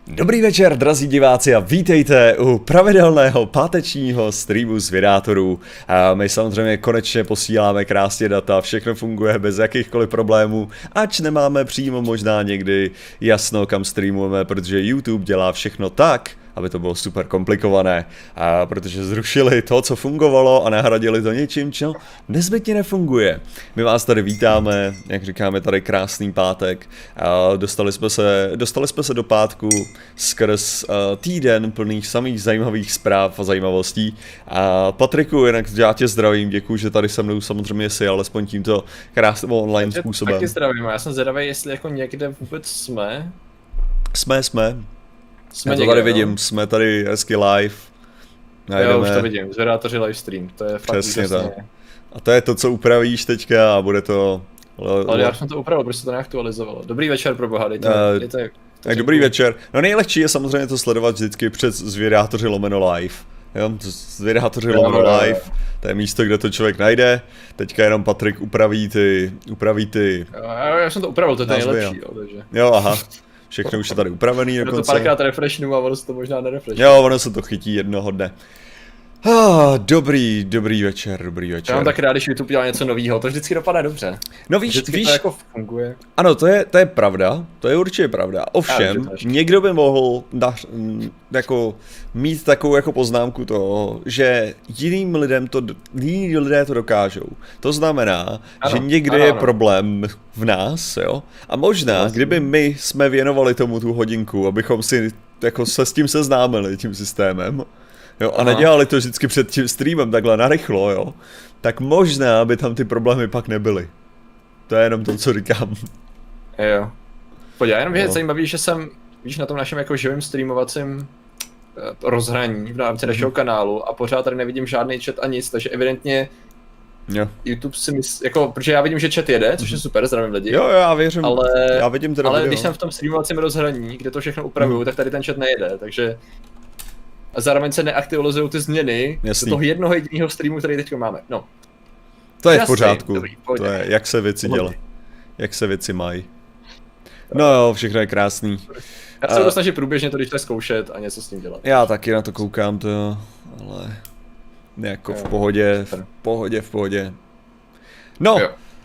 Dobrý večer, drazí diváci, a vítejte u pravidelného pátečního streamu z Vědátorů. A my samozřejmě konečně posíláme krásně data, všechno funguje bez jakýchkoliv problémů, ač nemáme přímo možná někdy jasno, kam streamujeme, protože YouTube dělá všechno tak, aby to bylo super komplikované, a protože zrušili to, co fungovalo, a nahradili to něčím, co nezbytně nefunguje. My vás tady vítáme, jak říkáme, tady krásný pátek. Dostali jsme se do pátku skrz týden plných samých zajímavých zpráv a zajímavostí. A Patriku, jinak já tě zdravím, děkuji, že tady se mnou samozřejmě jsi, alespoň tímto krásným online způsobem. Taky zdravím, já jsem zvědavý, jestli jako někde vůbec jsme. Jsme. Já to někde, tady vidím, jsme tady hezky live. Najdeme... Jo, už to vidím, Zvědátoři livestream, to je fakt přesně tak. A to je to, co upravíš teďka a bude to... Ale já jsem to upravil, protože se to neaktualizovalo. Dobrý večer pro boha, dejte tak dobrý večer. No nejlehčí je samozřejmě to sledovat vždycky přes Zvědátoři lomeno live. Jo, Zvědátoři lomeno live, to je místo, kde to člověk najde. Teďka jenom Patrik upraví ty... Já jsem to upravil, to je nejlepší, jo, takže... Jo, aha. Všechno už je tady upravený dokonce. Já to párkrát refreshnu a ono se to možná nerefreshne. Jo, ono se to chytí jednoho dne. Dobrý večer. Já mám tak rád, když YouTube dělá něco nového, to vždycky dopadne dobře. No víš, to jako funguje. Ano, to je pravda, to je určitě pravda. Ovšem, někdo by mohl mít takovou jako poznámku toho, že jiní lidé to dokážou. To znamená, že někde je problém v nás, jo? A možná, kdyby my jsme věnovali tomu tu hodinku, abychom si jako se s tím seznámili, tím systémem, jo, a nedělali to vždycky před tím streamem takhle narychlo, jo, tak možná by tam ty problémy pak nebyly. To je jenom to, co říkám. Jo. Pojď, jenom je zajímavý, že jsem, víš, na tom našem jako živým streamovacím rozhraní v rámci našeho kanálu a pořád tady nevidím žádný chat a nic, takže evidentně YouTube si myslí, jako, protože já vidím, že chat jede, což je super, zdravím lidi. Jo, já věřím, já vidím teda ale video. Když jsem v tom streamovacím rozhraní, kde to všechno upravuju, tak tady ten chat nejede, takže... A zároveň se neaktualizují ty změny do toho jednoho jediného streamu, který teď máme. No. To je v pořádku, to je, jak se věci dělají, jak se věci mají. No jo, všechno je krásný. Já se budu snažit průběžně to, když to zkoušet a něco s tím dělat. Já taky na to koukám, to, ale jako v pohodě. No,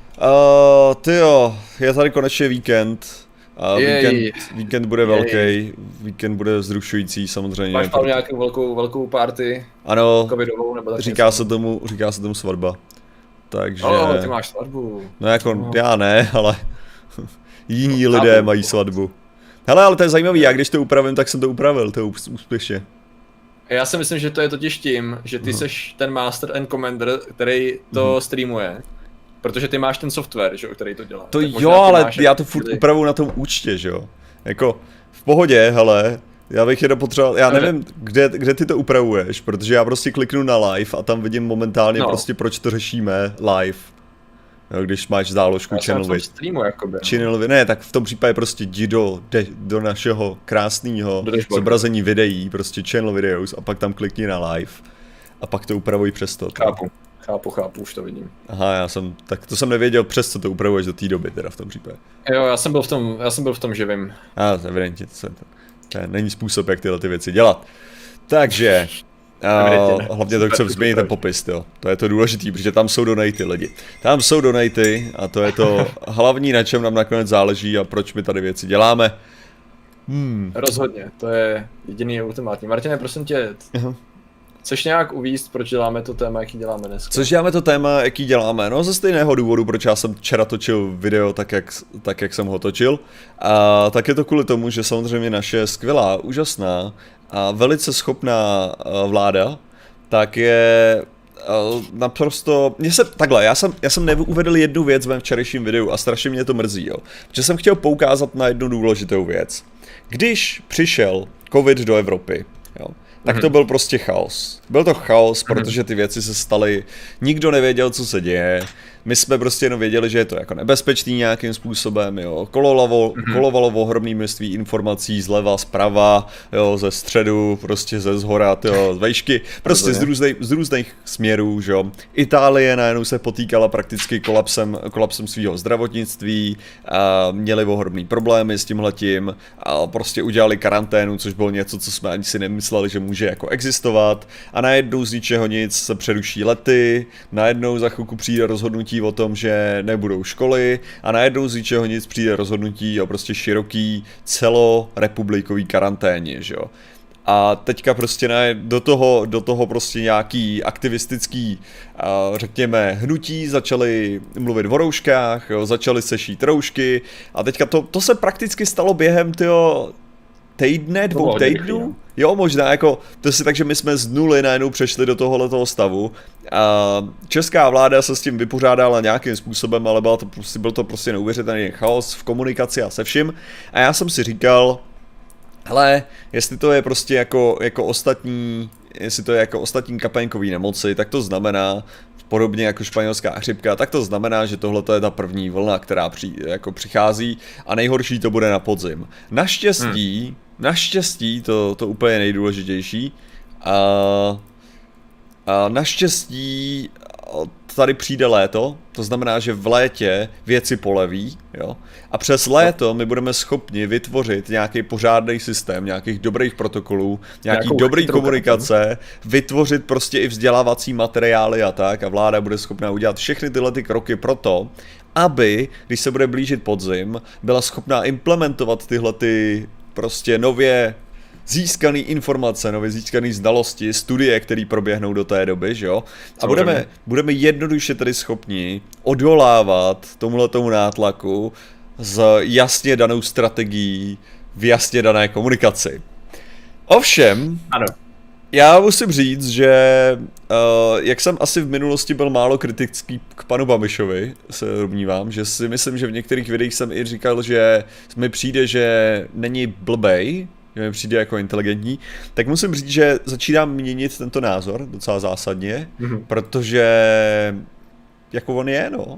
tyjo, je tady konečně víkend. A víkend bude velký, víkend bude vzrušující samozřejmě. Máš tam nějakou velkou party? Ano, covidovou, nebo tak říká se tomu svatba. Takže... ty máš svatbu. No jako, já ne, ale jiní lidé mají svatbu. Hele, ale to je zajímavý, já když to upravím, tak jsem to upravil, to je úspěšně. Já si myslím, že to je totiž tím, že ty seš ten master and commander, který to streamuje. Protože ty máš ten software, že, který to dělá. To jo, ale já to furt upravuju na tom účtě, že jo. Jako, v pohodě, hele, já bych jenom potřeboval, já nevím, kde ty to upravuješ, protože já prostě kliknu na live a tam vidím momentálně prostě, proč to řešíme live. Jo, když máš záložku channel, ne, tak v tom případě prostě jdi do našeho krásného zobrazení videí, prostě channel videos, a pak tam klikni na live a pak to upravuj přes to. Chápu, už to vidím. Aha, tak to jsem nevěděl, přes co to upravuješ do té doby teda v tom případě. Jo, já jsem byl v tom živým. Evidentně, to není způsob, jak tyhle ty věci dělat. Takže, hlavně to chcem změnit ten popis, jo. To je to důležitý, protože tam jsou donaty lidi. Tam jsou donaty a to je to hlavní, na čem nám nakonec záleží a proč my tady věci děláme. Rozhodně, to je jediný ultimátní. Martine, prosím tě, chceš nějak uvíct, proč děláme to téma, jaký děláme dnes? Což děláme to téma, jaký děláme? No ze stejného důvodu, proč já jsem včera točil video tak, jak jsem ho točil. A tak je to kvůli tomu, že samozřejmě naše skvělá, úžasná a velice schopná vláda, tak je naprosto... Já jsem neuvedl jednu věc ve včerejším videu a strašně mě to mrzí, jo. Protože jsem chtěl poukázat na jednu důležitou věc. Když přišel covid do Evropy, jo, tak to byl prostě chaos. Byl to chaos, protože ty věci se staly, nikdo nevěděl, co se děje, My jsme prostě jenom věděli, že je to jako nebezpečný nějakým způsobem, jo. Kolovalo ohromné množství informací zleva, zprava, jo, ze středu, prostě ze zhora, jo, z vejšky, prostě z různých směrů, že jo. Itálie najednou se potýkala prakticky kolapsem svého zdravotnictví, a měli ohromný problémy s tímhletím a prostě udělali karanténu, což bylo něco, co jsme ani si nemysleli, že může jako existovat, a najednou z ničeho nic se přeruší lety, najednou za chvilku přijde rozhodnutí o tom, že nebudou školy, a najednou z ničeho nic přijde rozhodnutí o prostě široký celorepublikový karanténě, že jo. A teďka prostě do toho prostě nějaký aktivistický, řekněme, hnutí, začali mluvit o rouškách, jo, začali se šít roušky, a teďka to se prakticky stalo během týdne, 2 týdnů. Jo, možná jako, to si tak, že my jsme z nuly najednou přešli do tohohletoho stavu. A česká vláda se s tím vypořádala nějakým způsobem, ale byl to prostě neuvěřitelný chaos v komunikaci a se vším. A já jsem si říkal, hele, jestli to je prostě jako ostatní, jestli to je jako ostatní kapénkový nemoci, tak to znamená, podobně jako španělská chřipka, tak to znamená, že tohle je ta první vlna, která přichází, a nejhorší to bude na podzim. Naštěstí, to úplně nejdůležitější, a naštěstí tady přijde léto, to znamená, že v létě věci poleví, jo, a přes léto my budeme schopni vytvořit nějaký pořádný systém, nějakých dobrých protokolů, nějaký dobrý komunikace, vytvořit prostě i vzdělávací materiály a tak, a vláda bude schopná udělat všechny tyhle ty kroky pro to, aby, když se bude blížit podzim, byla schopná implementovat tyhle ty prostě nově získaný informace, nově získaný znalosti, studie, které proběhnou do té doby, že jo? A budeme jednoduše tedy schopni odolávat tomuhletomu nátlaku s jasně danou strategií v jasně dané komunikaci. Ovšem, ano. Já musím říct, že jak jsem asi v minulosti byl málo kritický k panu Babišovi, se domnívám, že si myslím, že v některých videích jsem i říkal, že mi přijde, že není blbej, že mi přijde jako inteligentní, tak musím říct, že začínám měnit tento názor docela zásadně, protože jako on je, no.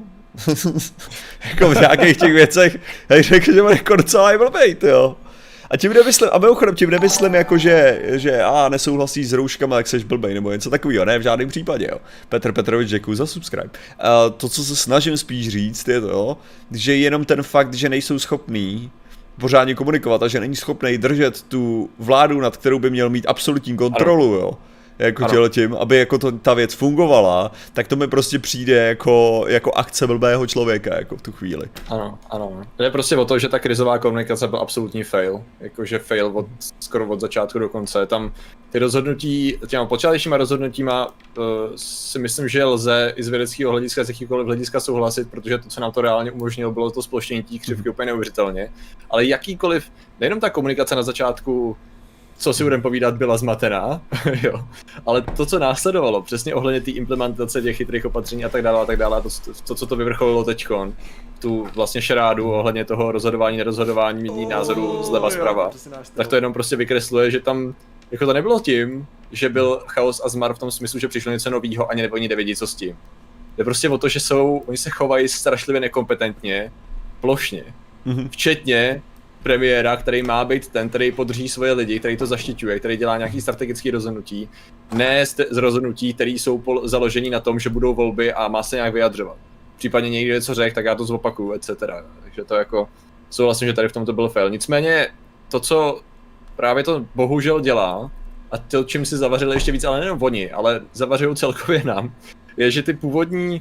Jako v nějakých těch věcech, jak řekl, že on je docela blbej, jo. A tím nemyslím, a mimochodem tím nemyslím jako, že nesouhlasí s rouškama, jak seš blbej, nebo něco takového, ne, v žádném případě, jo. Petr Petrovič, děkuji za subscribe. To, co se snažím spíš říct, je to, že jenom ten fakt, že nejsou schopní pořádně komunikovat a že není schopný držet tu vládu, nad kterou by měl mít absolutní kontrolu, jo. Jako tím, aby jako ta věc fungovala, tak to mi prostě přijde jako akce blbého člověka, jako v tu chvíli. Ano. Jde prostě o to, že ta krizová komunikace byl absolutní fail. Jakože fail skoro od začátku do konce. Tam ty rozhodnutí, těma počátečníma rozhodnutíma si myslím, že lze i z vědeckého hlediska, z jakýkoliv hlediska souhlasit, protože to, co nám to reálně umožnilo, bylo to sploštění té křivky úplně neuvěřitelně. Ale jakýkoliv, nejenom ta komunikace na začátku, co si budeme povídat, byla zmatená, jo. Ale to, co následovalo, přesně ohledně té implementace těch chytrých opatření a tak dále, to, co to vyvrcholilo teďkon, tu vlastně šarádu ohledně toho rozhodování, nerozhodování, mění názorů zleva zprava, tak to jenom prostě vykresluje, že tam, jako to nebylo tím, že byl chaos a zmar v tom smyslu, že přišlo něco novýho a oni nevědí, co s tím. Jde prostě o to, že oni se chovají strašlivě nekompetentně, plošně, včetně premiéra, který má být ten, který podrží svoje lidi, který to zaštiťuje, který dělá nějaký strategický rozhodnutí, ne z rozhodnutí, které jsou založení na tom, že budou volby a má se nějak vyjadřovat. Případně někdo něco řekl, tak já to zopakuju, etc. Takže to jako souhlasím, že tady v tom to byl fail. Nicméně to, co právě to bohužel dělá, a to, čím si zavařili ještě víc, ale nejenom oni, ale zavařují celkově nám, je, že ty původní,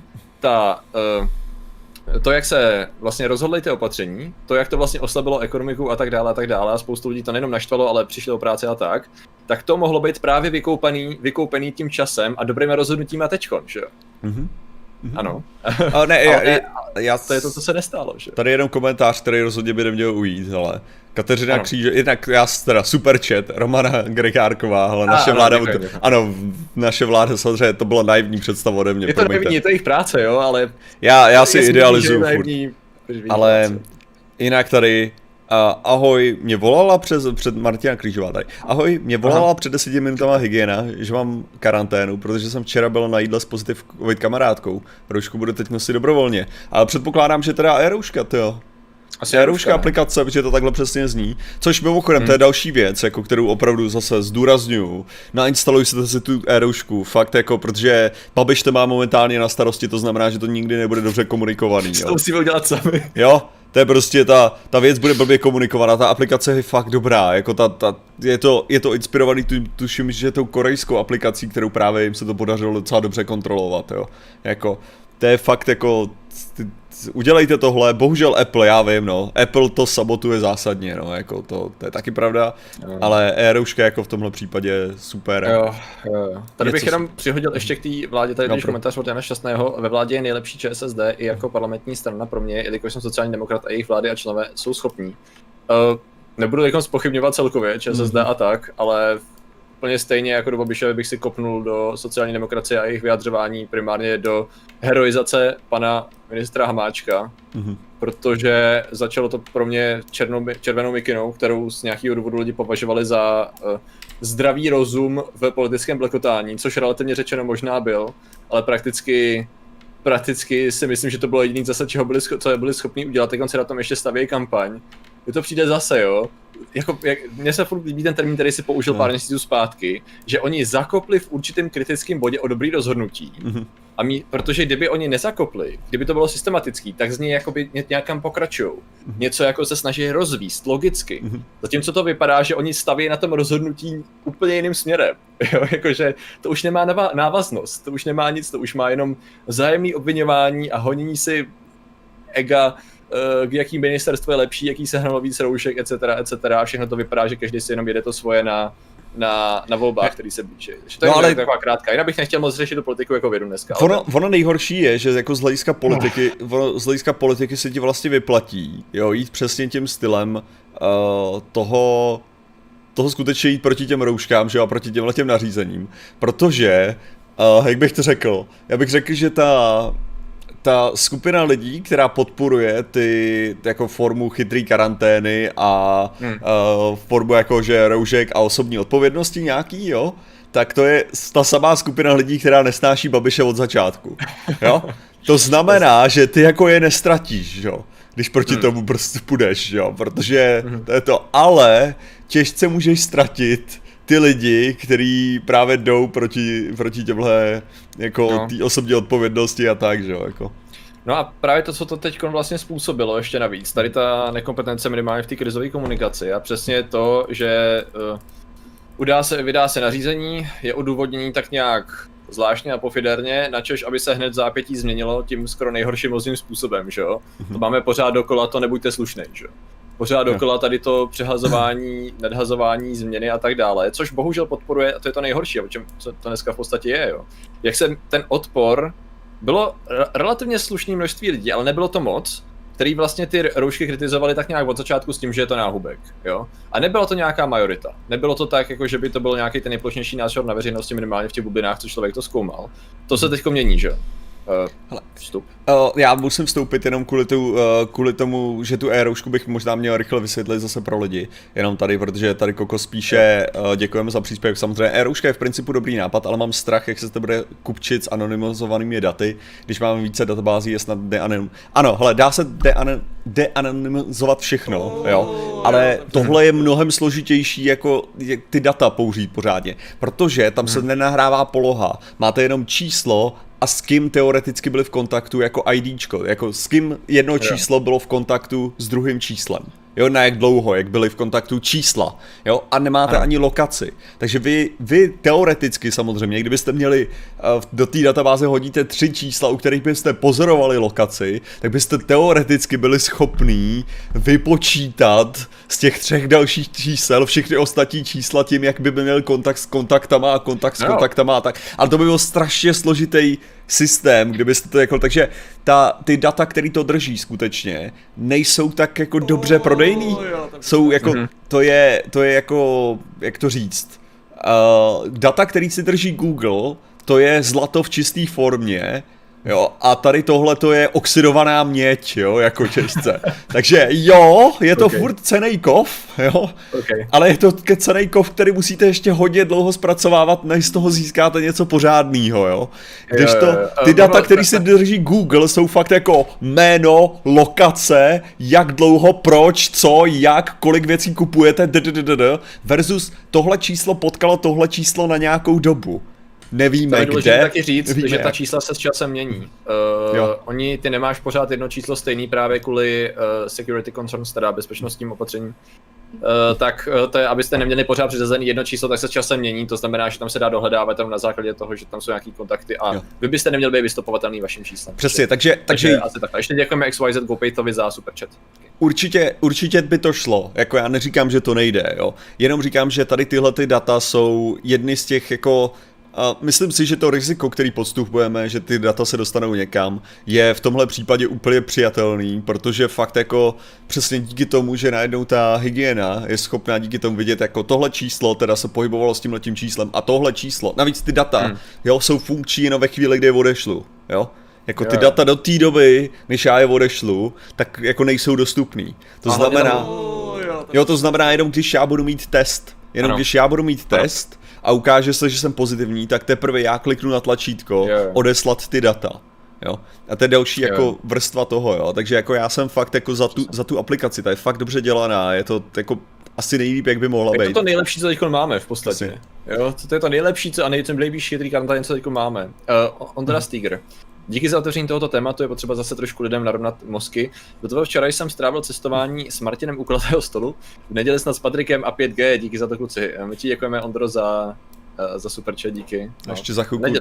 to, jak se vlastně rozhodly ty opatření, to, jak to vlastně oslabilo ekonomiku a tak dále, a spoustu lidí to nejenom naštvalo, ale přišli o práci a tak to mohlo být právě vykoupený tím časem a dobrými rozhodnutími teďkon, že jo? Ano. To je to, co se nestálo, že? Tady jenom komentář, který rozhodně by neměl ujít, ale Kateřina Kříže, jednak já teda super chat, Romana Gregárková, ale naše vláda, naše vláda samozřejmě, to byla naivní představa ode mě. Je to naivní, je to jejich práce, jo, ale... Já si idealizuju furt, ale jinak tady Ahoj, mě volala před Martina Klížová tady. Ahoj, mě volala před 10 minutama hygiena, že mám karanténu, protože jsem včera byl na jídle s pozitiv covid kamarádkou. Roušku budu teď nosit dobrovolně. Ale předpokládám, že teda e-rouška, tyjo. Asi e-rouška aplikace, protože to takhle přesně zní. Což mimochodem, to je další věc, jako kterou opravdu zase zdůrazňuju. Nainstalujte si tu e-roušku, fakt jako, protože Babiš to má momentálně na starosti, to znamená, že to nikdy nebude dobře komunikovaný. To musíme udělat sami. Jo, to je prostě ta věc bude blbě komunikovaná, ta aplikace je fakt dobrá, jako je to inspirovaný, tuším, že tou korejskou aplikací, kterou právě jim se to podařilo docela dobře kontrolovat, jo. Jako, to je fakt jako, udělejte tohle, bohužel Apple, já vím, no, Apple to sabotuje zásadně, no, jako to je taky pravda, ale e-rouška jako v tomhle případě super. Jo. Tady bych jenom přihodil ještě k té vládě, tady když komentář od Jana Šťastného, ve vládě je nejlepší ČSSD i jako parlamentní strana pro mě, jelikož jsem sociální demokrat a jejich vlády a členové jsou schopní. Nebudu jako zpochybňovat celkově ČSSD a tak, ale úplně stejně jako do Babiše bych si kopnul do sociální demokracie a jejich vyjadřování primárně do heroizace pana ministra Hamáčka, protože začalo to pro mě červenou mikinou, kterou z nějakého důvodu lidi považovali za zdravý rozum v politickém blekotání, což relativně řečeno možná byl, ale prakticky si myslím, že to bylo jediné zase, co byli schopni udělat, tak on se na tom ještě staví kampaň. Mně to přijde zase, jo. Mně se furt líbí ten termín, který si použil pár měsíců zpátky, že oni zakopli v určitém kritickém bodě o dobrý rozhodnutí. Protože kdyby oni nezakopli, kdyby to bylo systematický, tak z něj jakoby nějakam pokračujou. Něco jako se snaží rozvíst logicky. Zatímco to vypadá, že oni staví na tom rozhodnutí úplně jiným směrem. Jo, jakože to už nemá návaznost, to už nemá nic, to už má jenom vzájemné obviňování a honění si ega, jaký ministerstvo je lepší, jaký sehnalo víc roušek, etc. A všechno to vypadá, že každý si jenom jede to svoje na volbách, který se blíží. To je ale taková krátká. Jinak bych nechtěl moc řešit tu politiku jako vědu dneska. Ono nejhorší je, že jako z hlediska politiky se ti vlastně vyplatí, jo, jít přesně tím stylem toho skutečně jít proti těm rouškám, že jo, a proti těm nařízením. Protože, jak bych to řekl, já bych řekl, že ta skupina lidí, která podporuje ty jako formu chytrý karantény a formu jako že roušek a osobní odpovědnosti nějaký, jo, tak to je ta samá skupina lidí, která nesnáší Babiše od začátku, jo. To znamená, že ty jako je nestratíš, jo, když proti tomu prostě půjdeš, jo, protože to je to, ale těžce můžeš ztratit ty lidi, kteří právě jdou proti těmhle jako té osobní odpovědnosti a tak, že jo, jako. No a právě to, co to teď vlastně způsobilo ještě navíc, tady ta nekompetence minimálně v té krizové komunikaci a přesně to, že vydá se nařízení, je odůvodnění tak nějak zvláštně a pofiderně, načež aby se hned v zápětí změnilo tím skoro nejhorším možným způsobem, že jo. To máme pořád dokola, to nebuďte slušnej, že jo. Pořád dokola tady to přehazování, nadhazování, změny a tak dále, což bohužel podporuje, a to je to nejhorší, o čem to dneska v podstatě je, jo. Jak se ten odpor, bylo relativně slušné množství lidí, ale nebylo to moc, který vlastně ty roušky kritizovali tak nějak od začátku s tím, že je to náhubek, jo. A nebyla to nějaká majorita. Nebylo to tak, jako že by to byl nějaký ten nejplošnější názor na veřejnosti minimálně v těch bublinách, co člověk to zkoumal. To se teďko mění, že? Vstup. Já musím vstoupit jenom kvůli tomu, že tu e-roušku bych možná měl rychle vysvětlit zase pro lidi. Jenom tady, protože tady Kokos píše, děkujeme za příspěvek. Samozřejmě e-rouška je v principu dobrý nápad, ale mám strach, jak se to bude kupčit s anonymizovanými daty. Když máme více databází, je snad Ano, hele, dá se deanonymizovat všechno, jo. Ale tohle je mnohem složitější, jako ty data použít pořádně. Protože tam se nenahrává poloha. Máte jenom číslo a s kým teoreticky byli v kontaktu jako IDčko, jako s kým jedno číslo bylo v kontaktu s druhým číslem. Jo, na jak dlouho, jak byli v kontaktu čísla, jo, a nemáte ani lokaci. Takže vy teoreticky samozřejmě, kdybyste měli do té databáze hodíte 3 čísla, u kterých byste pozorovali lokaci, tak byste teoreticky byli schopní vypočítat z těch 3 dalších čísel všechny ostatní čísla tím, jak by měli kontakt s kontaktama a kontakt s kontaktama a tak. Ale to by byl strašně složitý systém, kdybyste to jako, takže ty data, který to drží skutečně, nejsou tak jako dobře prodejný, jsou jako, to je jako, jak to říct, data, který si drží Google, to je zlato v čisté formě, Jo, a tady tohle to je oxidovaná měď, jo, jako těžce. Takže jo, je to furt cenný kov, jo, ale je to cenný kov, který musíte ještě hodně dlouho zpracovávat, než z toho získáte něco pořádného, jo. Kdežto ty data, které si drží Google, jsou fakt jako jméno, lokace, jak dlouho, proč, co, jak, kolik věcí kupujete, versus tohle číslo potkalo tohle číslo na nějakou dobu. Nevíme, je kde. Taky říct, že ta čísla se s časem mění. Ty nemáš pořád jedno číslo stejný právě kvůli security concerns, teda bezpečnostním opatřením. Tak to je, abyste neměli pořád přiřazený jedno číslo, tak se s časem mění, to znamená, že tam se dá dohledávat na základě toho, že tam jsou nějaký kontakty a vy byste neměli být vystopovatelný vaším číslem. Přesně, takže asi tak. Ještě děkujeme XYZ GoPaytovi za super chat. Určitě by to šlo, jako já neříkám, že to nejde, jo. Jenom říkám, že tady tyhle ty data jsou jedny z těch jako a myslím si, že to riziko, který podstupujeme, že ty data se dostanou někam, je v tomhle případě úplně přijatelný, protože fakt jako přesně díky tomu, že najednou ta hygiena je schopná díky tomu vidět, jako tohle číslo teda se pohybovalo s tímhletím číslem a tohle číslo, navíc ty data, jo, jsou funkční jenom ve chvíli, kdy je odešlu, jo. Jako ty data do té doby, než já je odešlu, tak jako nejsou dostupný. To znamená, to znamená jenom když já budu mít test, když já budu mít test, a ukáže se, že jsem pozitivní, tak teprve já kliknu na tlačítko, odeslat ty data, jo. A to je další jako vrstva toho, jo. Takže jako já jsem fakt jako za tu aplikaci, ta je fakt dobře dělaná, je to jako asi nejlíp, jak by mohla být. Je to nejlepší, co teď máme v podstatě. Jo, to je to nejlepší, a nejlepší chytrý karanténě, co teď máme. Ondra Stiger. Díky za otevření tohoto tématu, je potřeba zase trošku lidem narovnat mozky. Do toho včera jsem strávil cestování s Martinem u kulatého stolu, v neděli snad s Patrikem a 5G, díky za to kluci. My ti děkujeme, Ondro, za super chat, díky. No. Ještě za chvilku.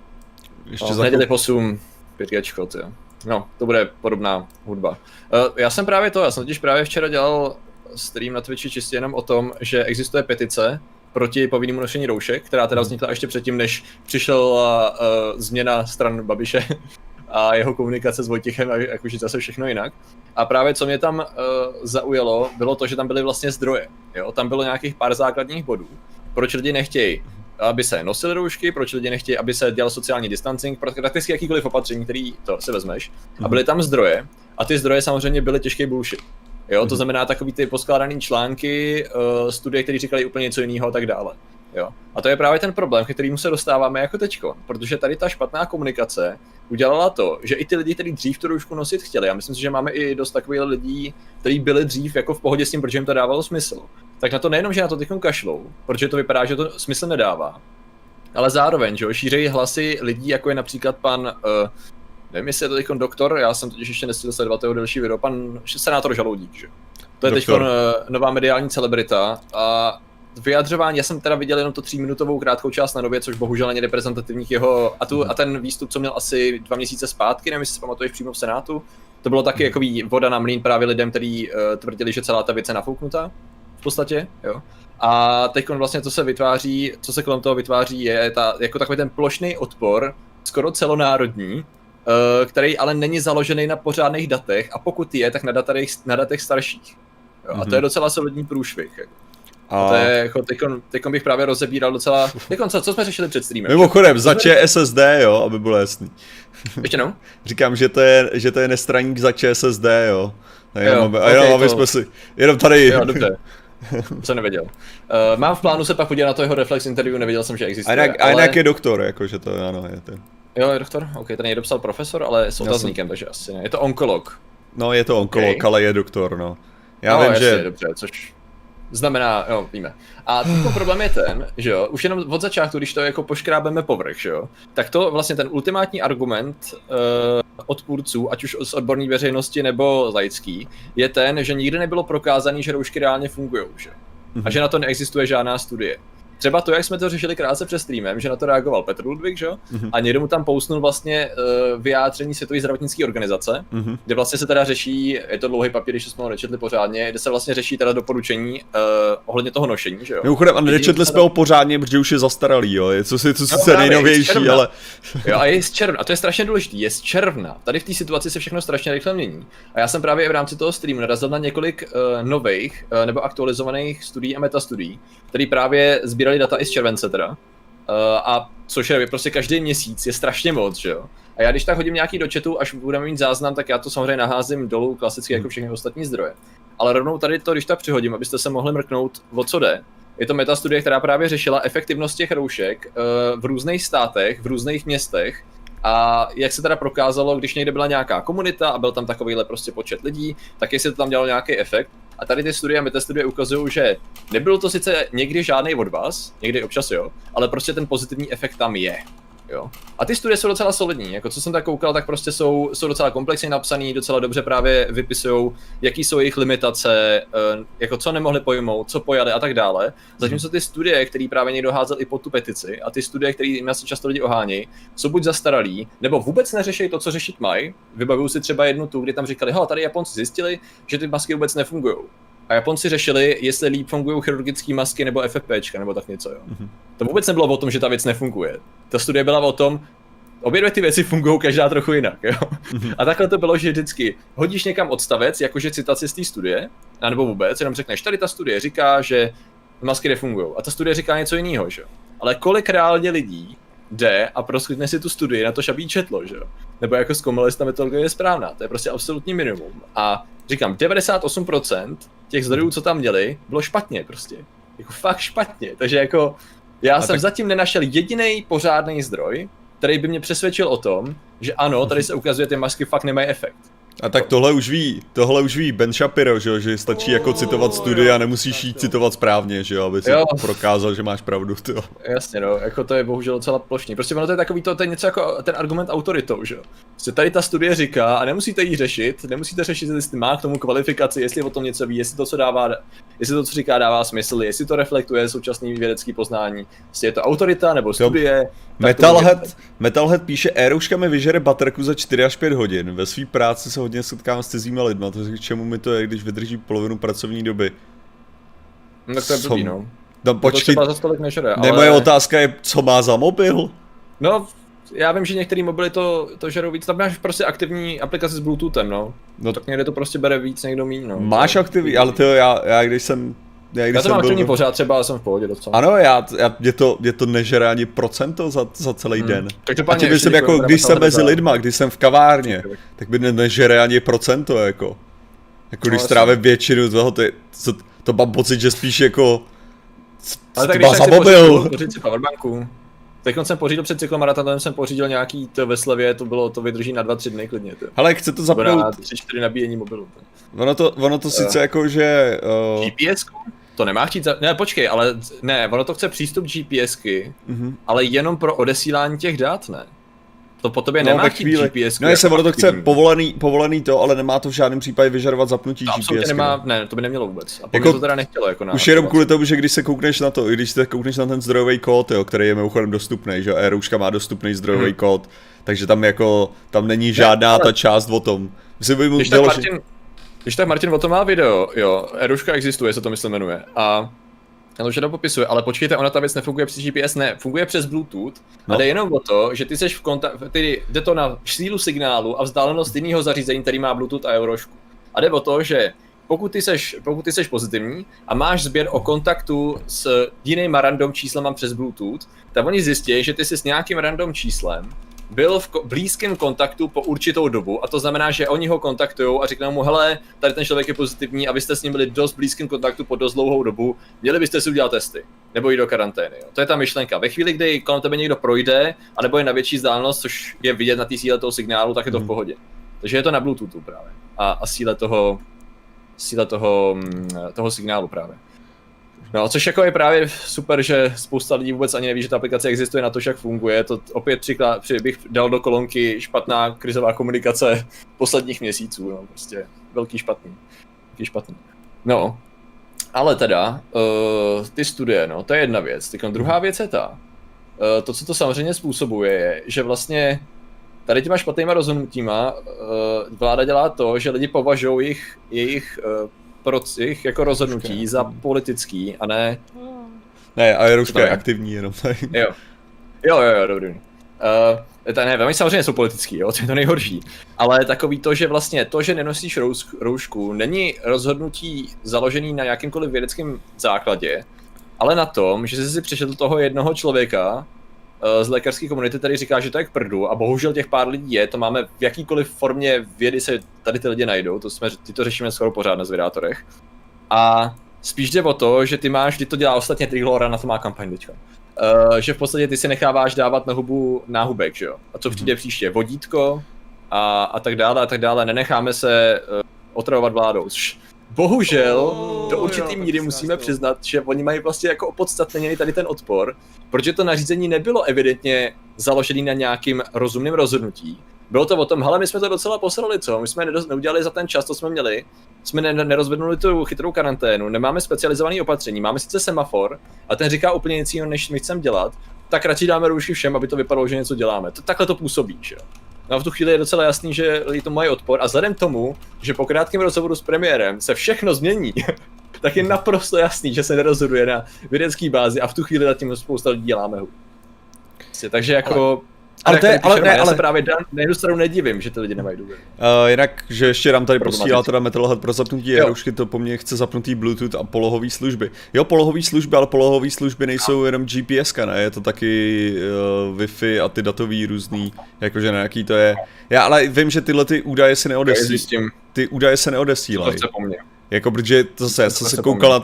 V neděli 8, 5G, jo. No, to bude podobná hudba. Já jsem totiž právě včera dělal stream na Twitchi čistě jenom o tom, že existuje petice proti povinnému nošení roušek, která teda vznikla ještě předtím, než přišla změna stran Babiše a jeho komunikace s Vojtichem a jakože zase všechno jinak. A právě co mě tam zaujalo, bylo to, že tam byly vlastně zdroje. Jo? Tam bylo nějakých pár základních bodů. Proč lidi nechtějí, aby se nosily roušky, proč lidi nechtějí, aby se dělal sociální distancing, prakticky jakýkoliv opatření, který to si vezmeš. A byly tam zdroje. A ty zdroje samozřejmě byly těžký bullshit. Jo, to znamená takový ty poskládaný články, studie, které říkali úplně něco jiného a tak dále. Jo. A to je právě ten problém, ke kterému se dostáváme jako teďko, protože tady ta špatná komunikace udělala to, že i ty lidi, kteří dřív tu roušku nosit chtěli, a myslím si, že máme i dost takových lidí, kteří byli dřív jako v pohodě s tím, protože jim to dávalo smysl, tak na to nejenom, že na to teďkom kašlou, protože to vypadá, že to smysl nedává, ale zároveň, že šířejí hlasy lidí, jako je například pan nevím, jestli je to teď doktor, já jsem totiž ještě nestihl sledovat jeho delší video, pan senátor Žaloudík, že? To je teď nová mediální celebrita a vyjadřování, já jsem teda viděl jenom to 3minutovou krátkou část na Nově, což bohužel není reprezentativních jeho, a ten výstup, co měl asi 2 měsíce zpátky, nevím, jestli si pamatuješ přímo v Senátu, to bylo taky jako voda na mlýn právě lidem, kteří tvrdili, že celá ta věc je nafouknutá, v podstatě, jo. A teď vlastně co se kolem toho vytváří, je jako takový ten plošný odpor, skoro celonárodní, který ale není založený na pořádných datech a pokud je, tak na datech starších. Jo, a to je docela solidní průšvih. Jako. A to je jako, teďkon bych právě rozebíral docela, co jsme řešili před streamem? Mimochodem, za ČSSD, jo, aby bylo jasný. Ještě no? Říkám, že to je nestraník za ČSSD, jo. Jenom tady. Jo, dobře. Jsem nevěděl. Mám v plánu se pak podívat na to jeho Reflex interview, nevěděl jsem, že existuje. A jinak je doktor, jakože to ano, je to. Jo, je doktor? OK, ten někdo psal profesor, ale s otazníkem, takže asi ne. Je to onkolog. No, je to onkolog, ale je doktor, no. Já vím, jasně, že... dobře, což znamená, jo, víme. A ten problém je ten, že jo, už jenom od začátku, když to jako poškrábeme povrch, že jo, tak to vlastně ten ultimátní argument odpůrců, ať už z odborné veřejnosti nebo laický, je ten, že nikdy nebylo prokázaný, že roušky reálně fungují, že? A že na to neexistuje žádná studie. Třeba to, jak jsme to řešili krátce před streamem, že na to reagoval Petr Ludvík, že? A někdo mu tam postnul vlastně vyjádření Světové zdravotnické organizace, kde vlastně se teda řeší, je to dlouhý papír, když jsme ho nečetli pořádně, kde se vlastně řeší teda doporučení ohledně toho nošení, že jo? Mimochodem, a nečetli jsme ho pořádně, protože už je zastaralý, jo? Je co sice nejnovější, ale... Jo, a je z června, a to je strašně důležitý, je z června. Tady v té situaci se všechno strašně rychle mění. A já jsem právě i v rámci toho streamu narazil na několik nových nebo aktualizovaných studií a metastudií, které právě sbírali data i z července teda. a což je prostě každý měsíc je strašně moc, že jo. A já když tak hodím nějaký do chatu, až budeme mít záznam, tak já to samozřejmě naházím dolů klasicky jako všechny ostatní zdroje. Ale rovnou tady to, když tak přihodím, abyste se mohli mrknout, o co jde. Je to metastudie, která právě řešila efektivnost těch roušek v různých státech, v různých městech. A jak se teda prokázalo, když někde byla nějaká komunita a byl tam takovýhle prostě počet lidí, tak jestli to tam dělalo nějaký efekt. A tady ty studie a metastudie ukazují, že nebyl to sice někdy žádný od vás, někdy občas jo, ale prostě ten pozitivní efekt tam je. Jo. A ty studie jsou docela solidní, jako co jsem tak koukal, tak prostě jsou docela komplexně napsaný, docela dobře právě vypisují, jaký jsou jejich limitace, jako co nemohli pojmout, co pojali a tak dále. Zatímco ty studie, které právě někdo házel i pod tu petici, a ty studie, které se často lidi ohánějí, jsou buď zastaralý, nebo vůbec neřeší to, co řešit mají. Vybavuju si třeba jednu tu, kdy tam říkali, hele, tady Japonci zjistili, že ty masky vůbec nefungují. A Japonci řešili, jestli líp fungují chirurgické masky nebo FFPčka nebo tak něco, jo. To vůbec nebylo o tom, že ta věc nefunguje. Ta studie byla o tom, obě dvě ty věci fungují každá trochu jinak, jo. A takhle to bylo, že vždycky hodíš někam odstavec, jakože citaci z té studie, nebo vůbec, jenom řekneš, tady ta studie říká, že masky nefungují. A ta studie říká něco jiného, že jo. Ale kolik reálně lidí jde a proskytne si tu studii na to, aby jí četlo, že jo. Nebo jako zkoumali, jestli ta metodologie je správná, to je prostě absolutní minimum. A říkám, 98% těch zdrojů, co tam měli, bylo špatně prostě. Jako fakt špatně, takže jako já jsem zatím nenašel jediný pořádný zdroj, který by mě přesvědčil o tom, že ano, tady se ukazuje, ty masky fakt nemají efekt. A tak tohle už ví Ben Shapiro, že stačí jako citovat studie a nemusíš jí citovat správně, že jo, aby si prokázal, že máš pravdu, tyjo. Jasně no, jako to je bohužel docela plošný. Prostě ono to je takový to je něco jako ten argument autoritou, že jo. Prostě tady ta studie říká a nemusíte ji řešit, nemusíte řešit, jestli má k tomu kvalifikaci, jestli o tom něco ví, jestli to, co dává, jestli to, co říká, dává smysl, jestli to reflektuje současný vědecký poznání. Jestli je to autorita nebo studie. Metalhead píše, e-rouška mi vyžere baterku za 4 až 5 hodin. Ve své práci se hodně setkám s cizíma lidma, to k čemu mi to je, když vydrží polovinu pracovní doby. No tak to je blbý, no. Počkej, to za stolik nežere, ale... Moje otázka je, co má za mobil? No, já vím, že některé mobily to žerou víc, tam máš prostě aktivní aplikace s Bluetoothem, no. Tak někde to prostě bere víc, někdo míň, no. Máš aktivní, ale tyjo, já když jsem... Já to mám aktivní pořád, třeba jsem v pohodě docela. Ano, mě to nežere ani procento za celý den. A tím myslím jako, když jsem mezi lidma, když jsem v kavárně, tak by nežere ani procento, jako. Jako když strávím většinu toho, to mám pocit, že spíš jako... Ale tak když jsem si pořídil si powerbanku. Teď jsem pořídil před cyklomaratonem, jsem pořídil nějaký to ve slevě, to vydrží na 2-3 dny klidně. Hele, chce to zapnout... Na 3-4 nabíjení mobilu. Ono to sice jako, že... GPS-ku? To nemá chtít Ne, počkej, ale ne, ono to chce přístup GPSky, ale jenom pro odesílání těch dat, ne? To po tobě nemá chtít GPS. No jestli ono to chce povolený to, ale nemá to v žádném případě vyžadovat zapnutí GPS. Ne, to by nemělo vůbec. A jako, to teda nechtělo jako už jenom kvůli tomu, že když se koukneš na to, když se koukneš na ten zdrojový kód, jo, který je mimochodem dostupný, že e-rouška má dostupný zdrojový kód, takže tam jako, tam není žádná ta část o tom. Když tak Martin o tom má video, jo, e-rouška existuje, se to myslím jmenuje. A já to všechno popisuje, ale počkejte, ona ta věc nefunguje přes GPS, ne, funguje přes Bluetooth. No. A jde jenom o to, že ty seš v kontaktu, jde to na sílu signálu a vzdálenost jiného zařízení, který má Bluetooth a e-roušku. A jde o to, že pokud ty seš pozitivní a máš sběr o kontaktu s jinýma random číslem přes Bluetooth, tak oni zjistí, že ty jsi s nějakým random číslem byl v blízkém kontaktu po určitou dobu a to znamená, že oni ho kontaktujou a řeknou mu, hele, tady ten člověk je pozitivní a vy jste s ním byli dost blízkém kontaktu po dost dlouhou dobu, měli byste si udělat testy nebo jít do karantény. Jo. To je ta myšlenka. Ve chvíli, kdy kolem tebe někdo projde, anebo je na větší vzdálenost, což je vidět na té síle toho signálu, tak je to v pohodě. Takže je to na Bluetoothu právě a síle toho signálu právě. No, což jako je právě super, že spousta lidí vůbec ani neví, že ta aplikace existuje, na to, jak funguje. To opět bych dal do kolonky špatná krizová komunikace posledních měsíců, no, prostě velký špatný. No, ale teda, ty studie, no, to je jedna věc. Teď druhá věc je to, co to samozřejmě způsobuje, je, že vlastně tady těma špatnýma rozhodnutíma vláda dělá to, že lidi považují jejich jako rozhodnutí za politický a ne... Ne, a Ruska je aktivní jenom. Jo, dobrý. Ne, oni samozřejmě jsou politický, jo, to je to nejhorší. Ale takový to, že vlastně to, že nenosíš roušku, není rozhodnutí založený na jakýmkoliv vědeckém základě, ale na tom, že jsi si přečetl toho jednoho člověka, z lékařské komunity tady říká, že to je k prdu a bohužel těch pár lidí je, to máme v jakýkoliv formě vědy se tady ty lidi najdou, ty to řešíme skoro pořád na Zvědátorech. A spíš jde o to, že ty máš, kdy to dělá ostatně Triglora, na to má kampaň teďka. Že v podstatě ty si necháváš dávat na hubu náhubek, že jo? A co přijde příště? Vodítko a tak dále. Nenecháme se otravovat vládou. Bohužel do určitý míry musíme přiznat, že oni mají vlastně jako opodstatněný tady ten odpor, protože to nařízení nebylo evidentně založené na nějakým rozumným rozhodnutí. Bylo to o tom, hele, my jsme to docela posrali, co? My jsme neudělali za ten čas, co jsme měli, jsme nerozvednuli tu chytrou karanténu, nemáme specializované opatření, máme sice semafor, a ten říká úplně nic jiného, než my chceme dělat, tak radši dáme roušky všem, aby to vypadalo, že něco děláme. Takhle to působí, že jo? No a v tu chvíli je docela jasný, že lidi to mají odpor a vzhledem tomu, že po krátkém rozhovoru s premiérem se všechno změní, tak je naprosto jasný, že se nerozhoduje na vědecké bázi a v tu chvíli nad tím spousta lidí děláme hůl. Takže jako... Já se právě na jednu stranu nedivím, že ty lidi nemají důvěru. Jinak, že ještě nám tady posílá teda Metalhead pro zapnutí roušky, to po mně chce zapnutý Bluetooth a polohové služby. Jo, polohové služby, ale polohové služby nejsou jenom GPSka, ne? Je to taky Wi-Fi a ty datový různý, jakože na jaký to je. Já ale vím, že tyhle ty údaje se neodesílají. Ty údaje se neodesílají. To po mně. Jako protože zase, já jsem se koukal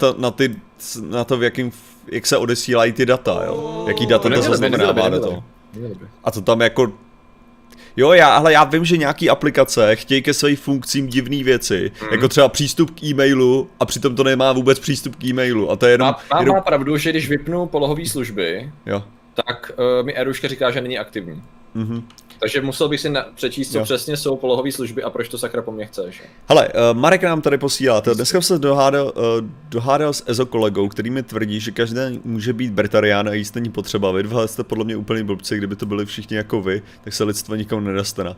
na to, jak se odesílají ty data, jo? Jaký data to zaznamenává to. A to tam jako... Jo, ale já vím, že nějaký aplikace chtějí ke svým funkcím divné věci, jako třeba přístup k e-mailu a přitom to nemá vůbec přístup k e-mailu a to je jenom... Má pravdu, že když vypnu polohové služby, tak mi Eruška říká, že není aktivní. Takže musel bych si přečíst, co přesně jsou polohové služby a proč to sakra po mně chceš. Hele, Marek nám tady posílá, dneska jsem se dohádal s Ezo kolegou, který mi tvrdí, že každý může být Bertarián a jíst není potřeba. Vy dva jste podle mě úplný blbci, kdyby to byli všichni jako vy, tak se lidstvo nikomu nedostane.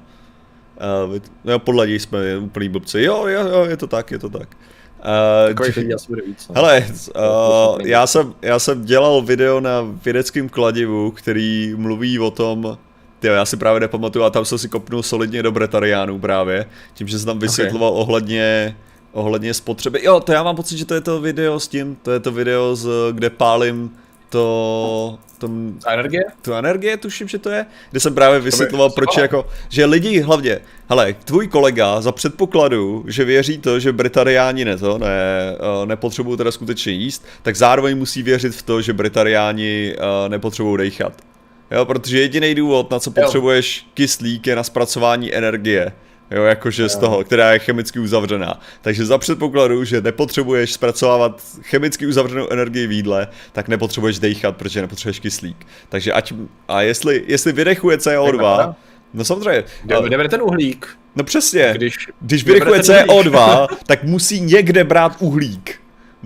Podle něj jsme úplný blbci. Jo, je to tak. Hele, já jsem dělal video na vědeckém kladivu, který mluví o tom, já si právě nepamatuju, a tam jsem si kopnul solidně do Bretariánů právě, tím, že jsem tam vysvětloval ohledně spotřeby. Jo, to já mám pocit, že to je to video s tím, to je to video, kde pálím tu energie, tuším, že to je, kde jsem právě vysvětloval, proč jako, že lidi hlavně, hele, tvůj kolega za předpokladu, že věří to, že Bretariáni nepotřebují teda skutečně jíst, tak zároveň musí věřit v to, že Bretariáni nepotřebují dejchat. Jo, protože jediný důvod, na co potřebuješ kyslík, je na zpracování energie. Jo, jakože z toho, která je chemicky uzavřená. Takže za předpokladu, že nepotřebuješ zpracovávat chemicky uzavřenou energii v jídle, tak nepotřebuješ dejchat, protože nepotřebuješ kyslík. Takže jestli vydechuje CO2, no samozřejmě. Kde bere ten uhlík? No přesně, když vydechuje CO2, tak musí někde brát uhlík.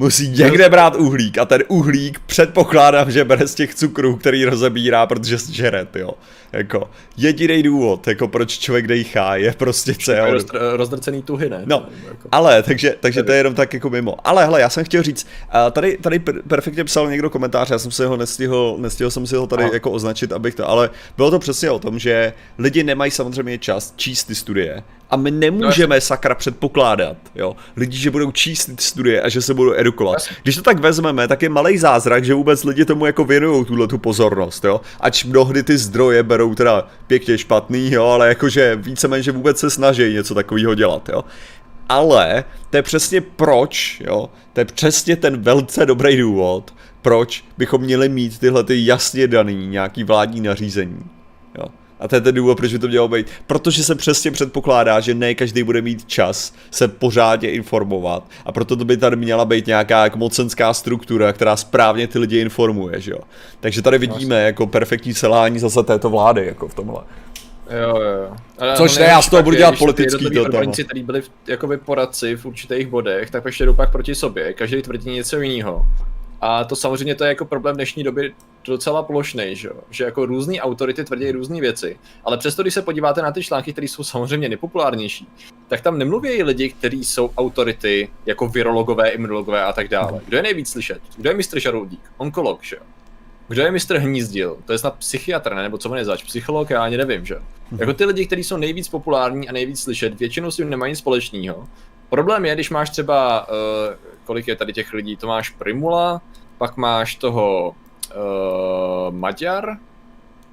A ten uhlík předpokládám, že bere z těch cukrů, který rozebírá, protože žere, jo. Jako jediný důvod, jako proč člověk dejchá, je prostě CO2. Rozdrcený tuhy, ne? No, ale, takže to je jenom tak jako mimo. Ale hele, já jsem chtěl říct, tady perfektně psal někdo komentář, já jsem se ho nestihl jsem si ho tady jako označit, ale bylo to přesně o tom, že lidi nemají samozřejmě čas číst ty studie. A my nemůžeme sakra předpokládat, jo, lidi, že budou číst studie a že se budou edukovat. Když to tak vezmeme, tak je malej zázrak, že vůbec lidi tomu jako věnují tu pozornost, jo. Ač mnohdy ty zdroje berou teda pěkně špatný, jo, ale jakože víceméně, že vůbec se snaží něco takového dělat, jo. Ale to je přesně proč, jo, to je přesně ten velice dobrý důvod, proč bychom měli mít tyhle ty jasně daný nějaký vládní nařízení, jo. A to je ten důvod, proč by to mělo být. Protože se přesně předpokládá, že ne každý bude mít čas se pořádně informovat. A proto to by tady měla být nějaká jako mocenská struktura, která správně ty lidi informuje, že jo. Takže tady vidíme jako perfektní selhání zase této vlády, jako v tomhle. Jo. Což ne, já z toho budu dělat politický to odborníci, kteří byli jakoby poradci v určitých bodech, tak ještě jdou pak proti sobě. Každý tvrdí něco jiného. A to samozřejmě to je jako problém dnešní doby docela plošnej, že jako různý autority tvrdí různé věci, ale přesto když se podíváte na ty články, které jsou samozřejmě nepopulárnější, tak tam nemluví lidi, kteří jsou autority jako virologové, imunologové a tak dále. Kdo je nejvíc slyšet? Kdo je mistr Žaloudík? Onkolog, že jo? Kdo je mistr Hnízdil? To je snad psychiatr, ne? Nebo co on je zač? Psycholog, já ani nevím, že? Jako ty lidi, kteří jsou nejvíc populární a nejvíc slyšet, většinou s tím nemají nic společného. Problém je, když máš třeba, kolik je tady těch lidí, to máš Primula, pak máš toho Maďar,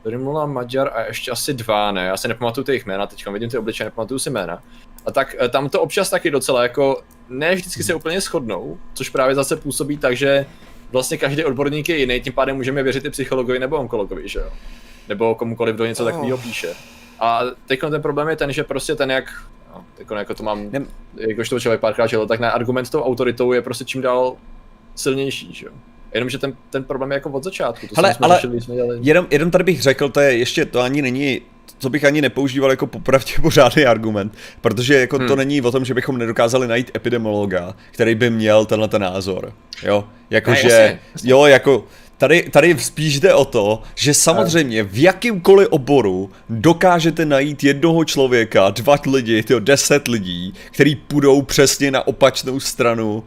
Rimula, Maďar a ještě asi 2, ne? Já si nepamatuju ty jejich jména, teďka vidím ty obličeje, nepamatuju si jména. A tak tam to občas taky docela jako, ne vždycky se úplně shodnou, což právě zase působí tak, že vlastně každý odborník je jiný, tím pádem můžeme věřit i psychologovi nebo onkologovi, že jo? Nebo komukoliv, kdo něco takového píše. A teď ten problém je ten, že prostě ten jak, no, jako to mám, jakož toho člověk párkrát žil, tak na argument s tou autoritou je prostě čím dál silnější, že jo? Jenomže ten problém je jako od začátku. To hele, ale jenom tady bych řekl, to je ještě, to ani není, co bych ani nepoužíval jako popravdě pořádný argument, protože jako to není o tom, že bychom nedokázali najít epidemiologa, který by měl tenhle ten názor, jo, jakože, jo, jako, tady spíš jde o to, že samozřejmě v jakýmkoliv oboru dokážete najít jednoho člověka, 2 lidi, 10 lidí, který půjdou přesně na opačnou stranu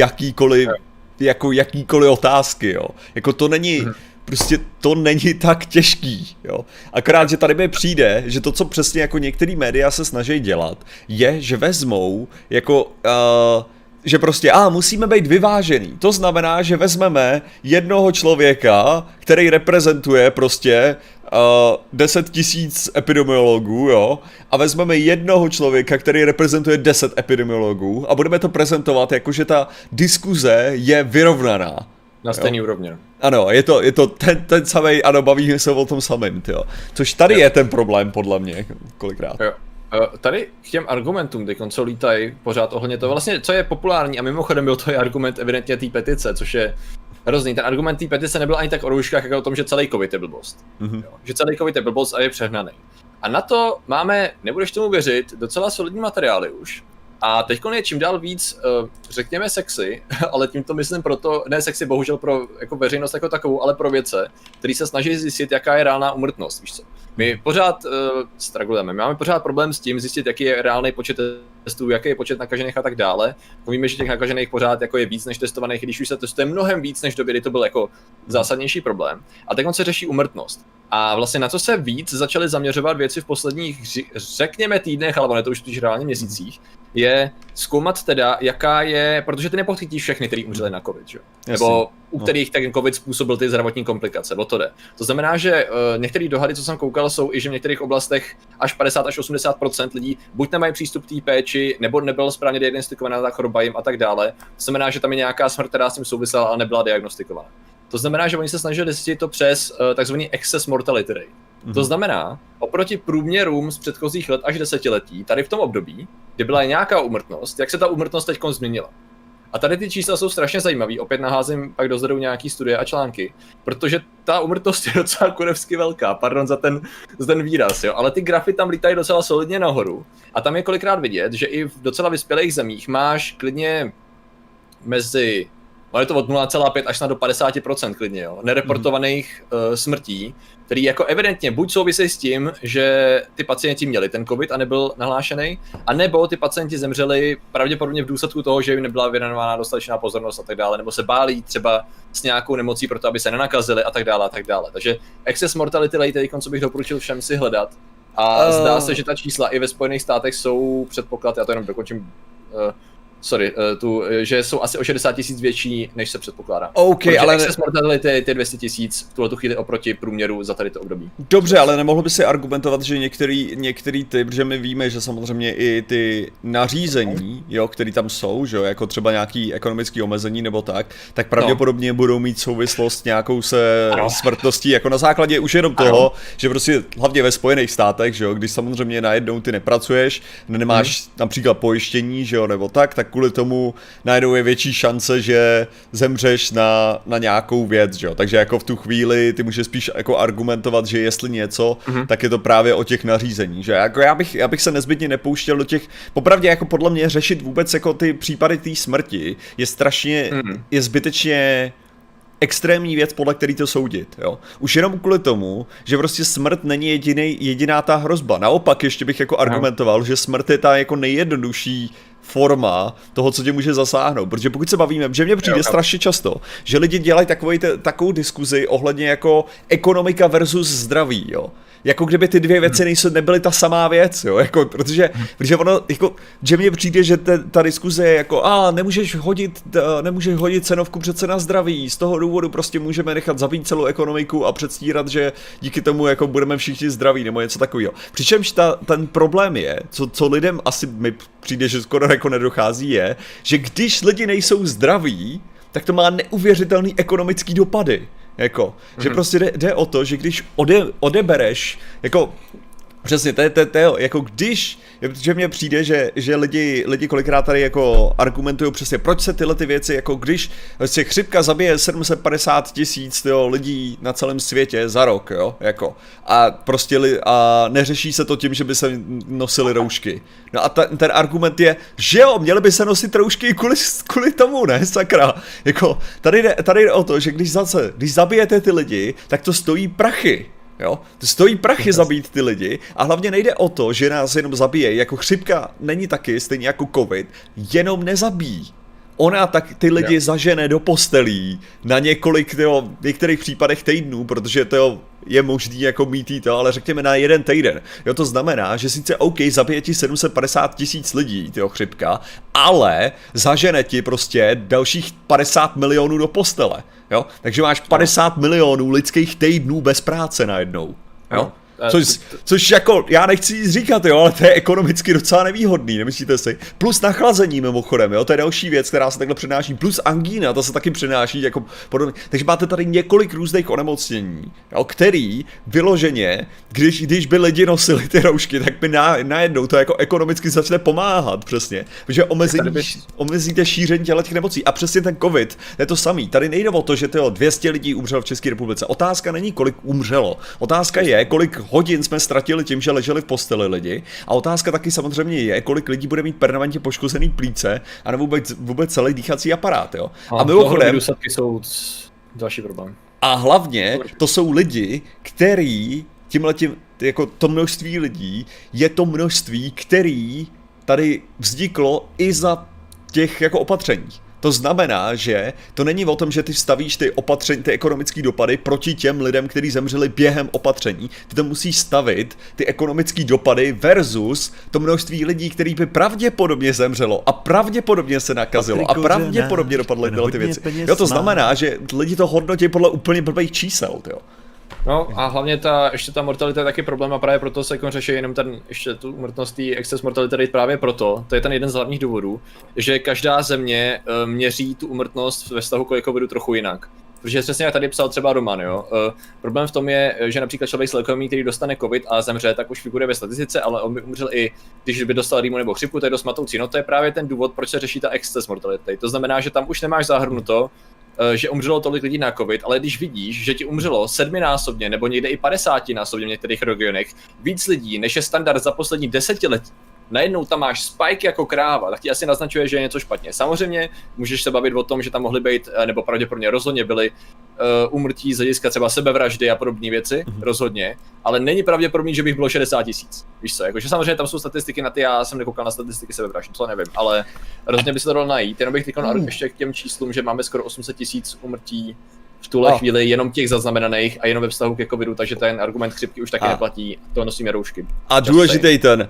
jakýkoliv otázky, jo. Jako to není, prostě to není tak těžký, jo. Akorát, že tady mi přijde, že to, co přesně jako některý média se snaží dělat, je, že vezmou jako, že prostě, musíme být vyvážený. To znamená, že vezmeme jednoho člověka, který reprezentuje prostě 10 000 epidemiologů, jo, a vezmeme jednoho člověka, který reprezentuje 10 epidemiologů a budeme to prezentovat jako, že ta diskuze je vyrovnaná. Na stejný úrovni. Ano, je to ten samej, ano, bavíme se o tom samém, jo. Což tady je ten problém, podle mě, kolikrát. Jo. Tady k těm argumentům, co lítají pořád ohledně toho, vlastně co je populární a mimochodem byl to je argument evidentně té petice, což je hrozný. Ten argument té petice nebyl ani tak o rouškách, jako o tom, že celý covid je blbost. Jo, že celý covid je blbost a je přehnaný. A na to máme, nebudeš tomu věřit, docela solidní materiály už. A teď je čím dál víc, řekněme sexy, ale tím to myslím proto, ne sexy bohužel pro jako veřejnost jako takovou, ale pro vědce, který se snaží zjistit, jaká je reálná úmrtnost, víš co. My pořád strugglujeme, my máme pořád problém s tím zjistit, jaký je reálný počet testů, jaký je počet nakažených a tak dále. Víme, že těch nakažených pořád jako je víc než testovaných, když už se testuje mnohem víc než v době, kdy to byl jako zásadnější problém. A teď se řeší úmrtnost. A vlastně na co se víc začaly zaměřovat věci v posledních, řekněme, týdnech, ale ne to už spíš reálně měsících, je zkoumat teda, jaká je, protože ty nepochytíš všechny, kteří umřeli na covid, že? Nebo u kterých ten covid způsobil ty zdravotní komplikace, o to jde. To znamená, že některé dohady, co jsem koukal, jsou i, že v některých oblastech až 50 až 80% lidí buď nemají přístup k té péči, nebo nebyla správně diagnostikovaná ta choroba jim a tak dále. To znamená, že tam je nějaká smrt, která s tím souvisela a nebyla diagnostikovaná. To znamená, že oni se snažili zjistit to přes takzvaný excess mortality rate. To znamená, oproti průměrům z předchozích let až desetiletí, tady v tom období, kdy byla nějaká úmrtnost, jak se ta úmrtnost teď změnila. A tady ty čísla jsou strašně zajímavý, opět naházím pak dozadu nějaký studie a články, protože ta úmrtnost je docela kurevsky velká, pardon za ten výraz, jo, ale ty grafy tam lítají docela solidně nahoru a tam je kolikrát vidět, že i v docela vyspělých zemích máš klidně mezi, je to od 0,5 až na do 50% klidně, jo, nereportovaných smrtí, který jako evidentně buď souvisí s tím, že ty pacienti měli ten covid a nebyl nahlášený, anebo ty pacienti zemřeli pravděpodobně v důsledku toho, že jim nebyla věnována dostatečná pozornost a tak dále, nebo se bálí třeba s nějakou nemocí proto, aby se nenakazili a tak dále a tak dále. Takže excess mortality rate, co bych doporučil všem si hledat. A zdá se, že ta čísla i ve Spojených státech jsou předpoklad, já to jenom dokončím, že jsou asi o 60 000 větší, než se předpokládá. Okay, ale excess mortality je 200 000 v tuhletu chvíli oproti průměru za tady to období. Dobře, ale nemohl by si argumentovat, že některý ty, protože my víme, že samozřejmě i ty nařízení, jo, které tam jsou, že jo, jako třeba nějaký ekonomický omezení nebo tak pravděpodobně budou mít souvislost nějakou se smrtností, jako na základě už jenom toho, že prostě hlavně ve Spojených státech, že jo, když samozřejmě najednou ty nepracuješ, nemáš například pojištění, že jo, nebo tak kvůli tomu najednou je větší šance, že zemřeš na nějakou věc, že jo. Takže jako v tu chvíli ty můžeš spíš jako argumentovat, že jestli něco, tak je to právě o těch nařízení, že jako já bych se nezbytně nepouštěl do těch, popravdě jako podle mě řešit vůbec jako ty případy té smrti je strašně, je zbytečně extrémní věc, podle který to soudit, jo. Už jenom kvůli tomu, že prostě smrt není jediná ta hrozba. Naopak ještě bych jako argumentoval, že smrt je ta jako nejjednodušší forma toho, co tě může zasáhnout, protože pokud se bavíme, že mně přijde strašně často, že lidi dělají takovou diskuzi ohledně jako ekonomika versus zdraví, jo. jako kdyby ty dvě věci nebyly ta samá věc, jo, jako, protože ono, jako, že mně přijde, že ta diskuze je jako, nemůžeš hodit cenovku přece na zdraví, z toho důvodu prostě můžeme nechat zabít celou ekonomiku a předstírat, že díky tomu jako budeme všichni zdraví, nebo něco takového. Přičemž ten problém je, co lidem asi mi přijde, že skoro jako nedochází, je, že když lidi nejsou zdraví, tak to má neuvěřitelný ekonomický dopady. Jako, že prostě jde o to, že když odebereš, jako, přesně, to je jako když, že mně přijde, že lidi kolikrát tady jako argumentují přesně, proč se tyhle ty věci, jako když vlastně chřipka zabije 750 000 lidí na celém světě za rok, jo, jako, a prostě a neřeší se to tím, že by se nosily roušky. No a ten argument je, že jo, měly by se nosit roušky kvůli tomu, ne, sakra. Jako, tady jde o to, že když zabijete ty lidi, tak to stojí prachy. Jo? To stojí prachy zabít ty lidi a hlavně nejde o to, že nás jenom zabije, jako chřipka není taky, stejně jako covid, jenom nezabíjí. Ona tak ty lidi zažene do postelí na několik, v některých případech týdnů, protože to je možný jako mít to, ale řekněme na jeden týden. Jo, to znamená, že sice OK, zabije ti 750 000 lidí, chřipka, ale zažene ti prostě dalších 50 milionů do postele. Jo? Takže máš 50 milionů lidských týdnů bez práce najednou. Jo? Což jako, já nechci nic říkat, jo, ale to je ekonomicky docela nevýhodný, nemyslíte si? Plus nachlazení mimochodem, jo, to je další věc, která se takhle přenáší, plus angína, ta se taky přenáší jako podobně. Takže máte tady několik různých onemocnění, jo, který vyloženě, když by lidi nosili ty roušky, tak by najednou to jako ekonomicky začne pomáhat, přesně, protože omezíte šíření těch nemocí a přesně ten covid, je to samý, tady nejde o to, že 200 lidí umřelo v České republice, otázka není, kolik umřelo, otázka je, kolik hodin jsme ztratili tím, že leželi v posteli lidi. A otázka taky samozřejmě je, kolik lidí bude mít permanentně poškozený plíce a nebo vůbec celý dýchací aparát, jo. A mimochodem jsou další problém. A hlavně to jsou lidi, který tímhletím, jako to množství lidí, je to množství, který tady vzniklo i za těch jako opatření. To znamená, že to není o tom, že ty stavíš ty opatření, ty ekonomické dopady proti těm lidem, kteří zemřeli během opatření. Ty to musíš stavit, ty ekonomické dopady versus to množství lidí, který by pravděpodobně zemřelo a pravděpodobně se nakazilo a pravděpodobně dopadly tyhle ty věci. Jo, to znamená, že lidi to hodnotí podle úplně blbých čísel, jo. No a hlavně ještě ta mortalita je taky problém a právě proto se řeší jenom ještě tu úmrtnost, excess mortality rate právě proto, to je ten jeden z hlavních důvodů, že každá země měří tu úmrtnost ve vztahu k covidu trochu jinak. Protože přesně jak tady psal třeba Roman, jo. Problém v tom je, že například člověk s leukémií, který dostane covid a zemře, tak už figuruje ve statistice, ale on by umřel i když by dostal rýmu nebo chřipku, to je dost matoucí. No to je právě ten důvod, proč se řeší ta excess mortality. To znamená, že tam už nemáš zahrnuto, že umřelo tolik lidí na covid, ale když vidíš, že ti umřelo 7násobně nebo někde i 50násobně v některých regionech víc lidí, než je standard za poslední 10 let, najednou tam máš spike jako kráva, tak ti asi naznačuje, že je něco špatně. Samozřejmě můžeš se bavit o tom, že tam mohly být, nebo pravděpodobně rozhodně byly úmrtí z hlediska třeba sebevraždy a podobné věci, rozhodně, ale není pravděpodobný, že bych bylo 60 000. Víš co, jakože samozřejmě tam jsou statistiky na ty, já jsem nekoukal na statistiky sebevraždy, to nevím, ale rozhodně by se to dalo najít, jenom bych ještě k těm číslům, že máme skoro 800 000 úmrtí v tuhle chvíli jenom těch zaznamenaných a jenom ve vztahu ke covidu, takže ten argument chřipky už taky neplatí, to nosíme roušky. A důležitý ten,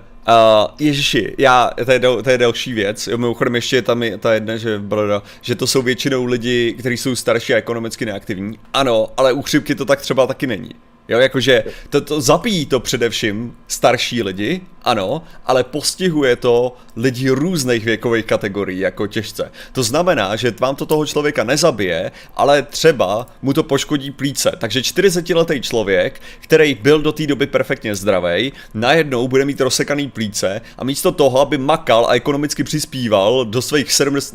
ježiši, to je další věc, mimochodem ještě je tam ta jedna, že to jsou většinou lidi, kteří jsou starší a ekonomicky neaktivní, ano, ale u chřipky to tak třeba taky není. Jo, jakože to zabíjí to především starší lidi, ano, ale postihuje to lidi různých věkových kategorií jako těžce. To znamená, že vám to toho člověka nezabije, ale třeba mu to poškodí plíce. Takže 40letý člověk, který byl do té doby perfektně zdravý, najednou bude mít rozsekaný plíce a místo toho, aby makal a ekonomicky přispíval do svých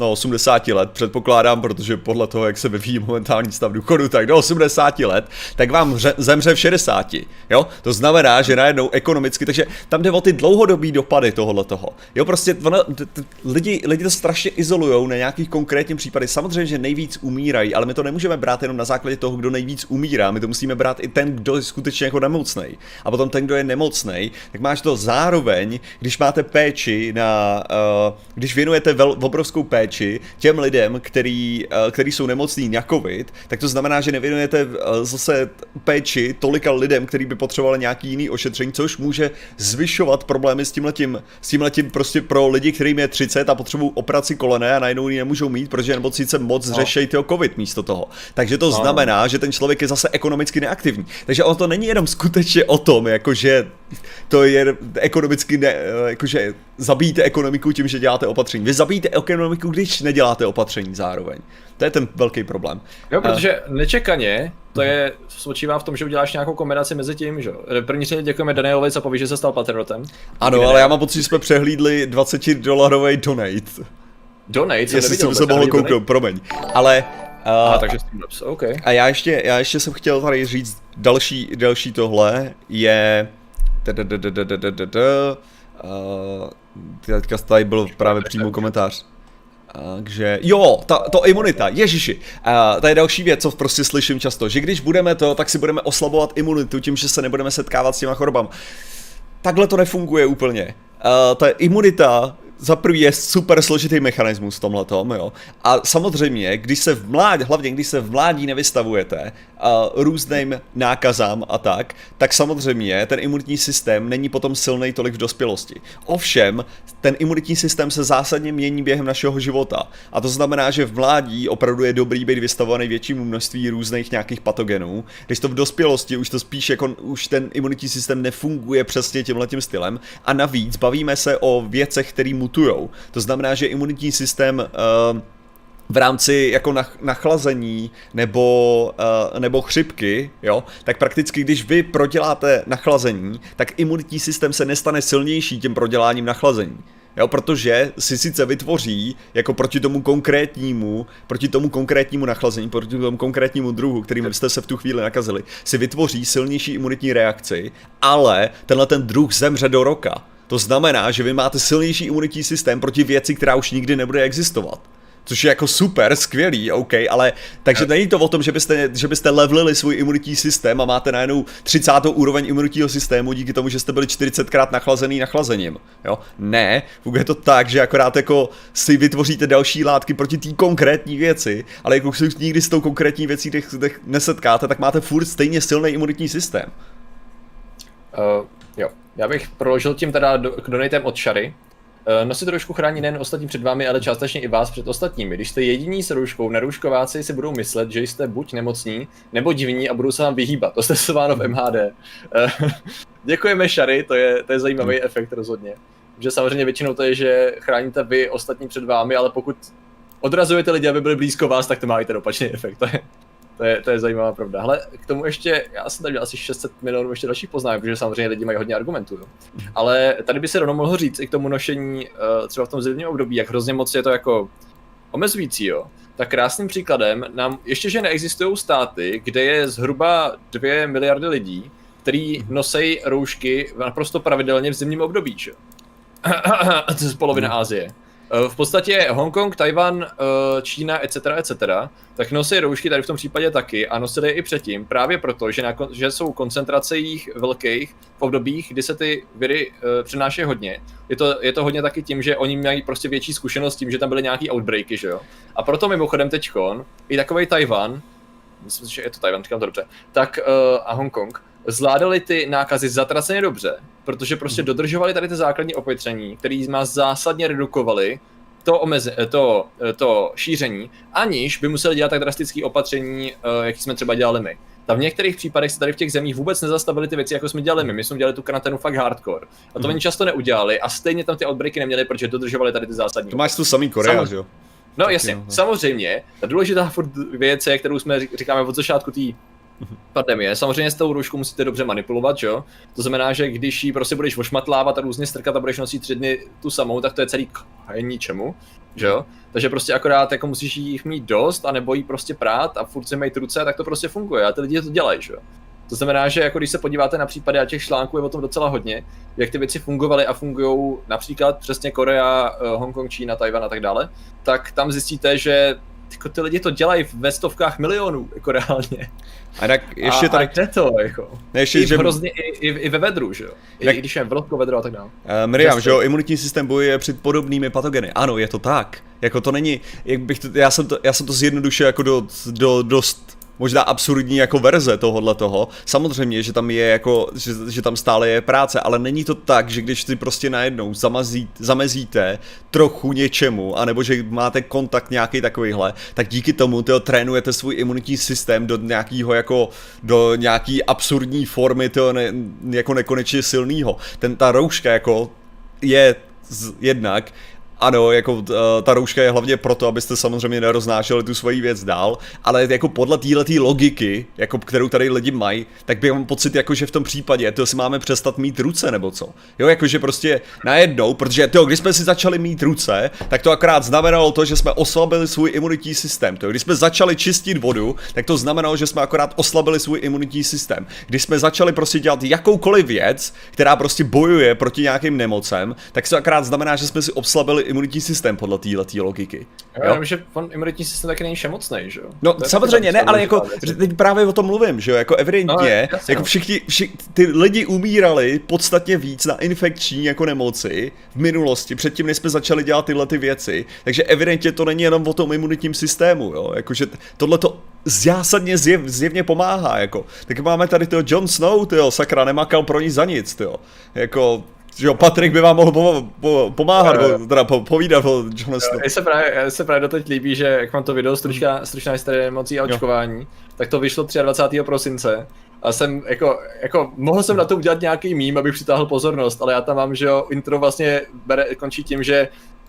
80 let, předpokládám, protože podle toho, jak se vyvíjí momentální stav důchodu, tak do 80 let, tak vám zemře v 60, jo? To znamená, že najednou ekonomicky, takže tam jde o ty dlouhodobý dopady tohohletoho. Jo, prostě lidi to strašně izolujou na nějakých konkrétních případech. Samozřejmě, že nejvíc umírají, ale my to nemůžeme brát jenom na základě toho, kdo nejvíc umírá. My to musíme brát i ten, kdo je skutečně jako nemocnej. A potom ten, kdo je nemocnej, tak máš to zároveň, když máte péči když věnujete obrovskou péči těm lidem, který jsou nemocní na covid, tak to znamená, že nevěnujete zase péči tolika lidem, který by potřebovali nějaký jiný ošetření, což může zvyšovat problémy s tímhletím prostě pro lidi, kterým je 30 a potřebují operaci kolene a najednou ji nemůžou mít, protože nemocnice moc řeší toho covid místo toho. Takže to znamená, že ten člověk je zase ekonomicky neaktivní. Takže ono to není jenom skutečně o tom, jakože to je ekonomicky jakože zabíjíte ekonomiku tím, že děláte opatření. Vy zabíjíte ekonomiku, když neděláte opatření zároveň. To je ten velký problém. Jo, protože nečekaně to spočívá v tom, že uděláš nějakou kombinaci mezi tím, že první řadě děkujeme Danielovi, co poví, že se stal patriotem. Ano, ale já mám pocit, že jsme přehlídli $20 donate. Donate? Jestli jsem se mohl kouknout, promiň. Ale takže Streamlabs, OK. A já ještě jsem chtěl tady říct další tohle je teďka tady byl právě přímo komentář. Takže jo, to imunita, ježiši. To je další věc, co prostě slyším často, že když budeme tak si budeme oslabovat imunitu tím, že se nebudeme setkávat s těma chorobama. Takhle to nefunguje úplně. Ta imunita za prvý je super složitý mechanismus v tomhletom, jo. A samozřejmě, hlavně když se v mládí nevystavujete různým nákazám a tak samozřejmě ten imunitní systém není potom silný tolik v dospělosti. Ovšem, ten imunitní systém se zásadně mění během našeho života. A to znamená, že v mládí opravdu je dobrý být vystavovaný většímu množství různých nějakých patogenů, když to v dospělosti už to spíš jako už ten imunitní systém nefunguje přesně tímhletím stylem. A navíc bavíme se o věcech, které mutujou. To znamená, že imunitní systém v rámci jako nachlazení nebo chřipky, jo, tak prakticky když vy proděláte nachlazení, tak imunitní systém se nestane silnější tím proděláním nachlazení. Jo, protože si sice vytvoří jako proti tomu konkrétnímu nachlazení, proti tomu konkrétnímu druhu, kterým jste se v tu chvíli nakazili, si vytvoří silnější imunitní reakci, ale tenhle ten druh zemře do roka. To znamená, že vy máte silnější imunitní systém proti věci, která už nikdy nebude existovat. Což je jako super, skvělý, OK, ale takže není to o tom, že byste levelili svůj imunitní systém a máte najednou 30. úroveň imunitního systému díky tomu, že jste byli 40krát nachlazený nachlazením, jo? Ne, funguje to tak, že akorát jako si vytvoříte další látky proti té konkrétní věci, ale jako si nikdy s tou konkrétní věcí nesetkáte, tak máte furt stejně silný imunitní systém. Jo, já bych proložil tím teda donatem od Shary. Nosit roušku chrání nejen ostatní před vámi, ale částečně i vás před ostatními. Když jste jediní s rouškou, nerouškováci si budou myslet, že jste buď nemocní, nebo divní a budou se vám vyhýbat. To jste sledováno v MHD. Děkujeme, Shary, to je zajímavý efekt rozhodně. Že samozřejmě většinou to je, že chráníte vy ostatní před vámi, ale pokud odrazujete lidi, aby byli blízko vás, tak to má i ten opačný efekt. To je zajímavá pravda. Hele, k tomu ještě, já jsem tady měl asi 600 milionů ještě dalších poznámek, protože samozřejmě lidi mají hodně argumentů. Jo. Ale tady by se rovnou mohlo říct i k tomu nošení třeba v tom zimním období, jak hrozně moc je to jako omezující, jo. Tak krásným příkladem nám, ještě že neexistují státy, kde je zhruba 2 miliardy lidí, kteří nosejí roušky naprosto pravidelně v zimním období, jo. To je polovina Asie. V podstatě Hongkong, Tajvan, Čína, etc., tak nosí roušky tady v tom případě taky a nosili je i předtím, právě proto, že jsou koncentrace jich velkých v obdobích, kdy se ty viry přenášejí hodně. Je to hodně taky tím, že oni mají prostě větší zkušenost tím, že tam byly nějaký outbreaky, že jo. A proto mimochodem teďkon i takovej Tajvan, myslím si, že je to Tajvan, říkám to dobře, tak a Hongkong, zvládali ty nákazy zatraceně dobře, protože prostě dodržovali tady ty základní opatření, které má zásadně redukovali to šíření, aniž by museli dělat tak drastické opatření, jaký jsme třeba dělali my. Tam v některých případech se tady v těch zemích vůbec nezastavili ty věci, jako jsme dělali my. My jsme dělali tu karanténu fakt hardcore. A to oni často neudělali a stejně tam ty outbreaky neměli, protože dodržovali tady ty zásadní. To máš tu samý Korea, jo? No jasně, samozřejmě. Ta důležitá furt věc je, kterou jsme říkáme od začátku té pandemie. Samozřejmě s tou rouškou musíte dobře manipulovat, že jo? To znamená, že když ji prostě budeš ošmatlávat a různě strkat a budeš nosit 3 dny tu samou, tak to je celý k ničemu, že jo? Takže prostě akorát jako musíš jich mít dost a nebo jí prostě prát a furt si mít ruce, tak to prostě funguje a ty lidi to dělají, že jo? To znamená, že jako když se podíváte na případy a těch článků je o tom docela hodně, jak ty věci fungovaly a fungují například přesně Korea, Hongkong, Čína, Tajvan a tak dále, tak tam zjistíte, že jako ty lidi to dělají ve stovkách milionů, jako reálně. A tak ještě tady... A to, jako. Ještě, I že... hrozně i ve vedru, že jo? I když je vlhko vedro a tak dále. Miriam, že jo, imunitní systém bojuje před podobnými patogeny. Ano, je to tak. Jako to není, já jsem to zjednodušil jako do dost možná absurdní jako verze toho. Samozřejmě, že tam je jako, že tam stále je práce, ale není to tak, že když ty prostě najednou zamezíte trochu něčemu, anebo že máte kontakt nějaký takovýhle, tak díky tomu trénujete svůj imunitní systém do nějakého jako, do nějaký absurdní formy jako nekonečně silného. Ta rouška jako je jednak, ano, jako ta rouška je hlavně proto, abyste samozřejmě neroznášeli tu svoji věc dál, ale jako podle téhletý logiky, jako kterou tady lidi mají, tak bych mám pocit, jako že v tom případě to si máme přestat mít ruce nebo co. Jo, jakože prostě najednou, protože když jsme si začali mít ruce, tak to akorát znamenalo to, že jsme oslabili svůj imunitní systém. Když jsme začali čistit vodu, tak to znamenalo, že jsme akorát oslabili svůj imunitní systém. Když jsme začali prostě dělat jakoukoliv věc, která prostě bojuje proti nějakým nemocem, tak to akorát znamená, že jsme si oslabili imunitní systém podle této logiky. Jo, jenom, že imunitní systém taky není všemocnej, že jo? No samozřejmě ne, ale jako teď právě o tom mluvím, že jo, jako evidentně, no, jako všichni ty lidi umírali podstatně víc na infekční jako nemoci v minulosti, předtím, než jsme začali dělat tyhle ty věci, takže evidentně to není jenom o tom imunitním systému, jo, jakože tohle to zásadně zjevně pomáhá, jako. Tak máme tady toho Jon Snow, tyjo, sakra, nemakal pro ní za nic, tyjo, jako... Jo, Patrik by vám mohl pomáhat, teda povídat o Jonu Snow. Mně se právě doteď líbí, že jak mám to video stručná historie nemocí a očkování, tak to vyšlo 23. prosince a jsem jako mohl jsem na to udělat nějaký mím, abych přitáhl pozornost, ale já tam mám, že jo, intro vlastně končí tím, že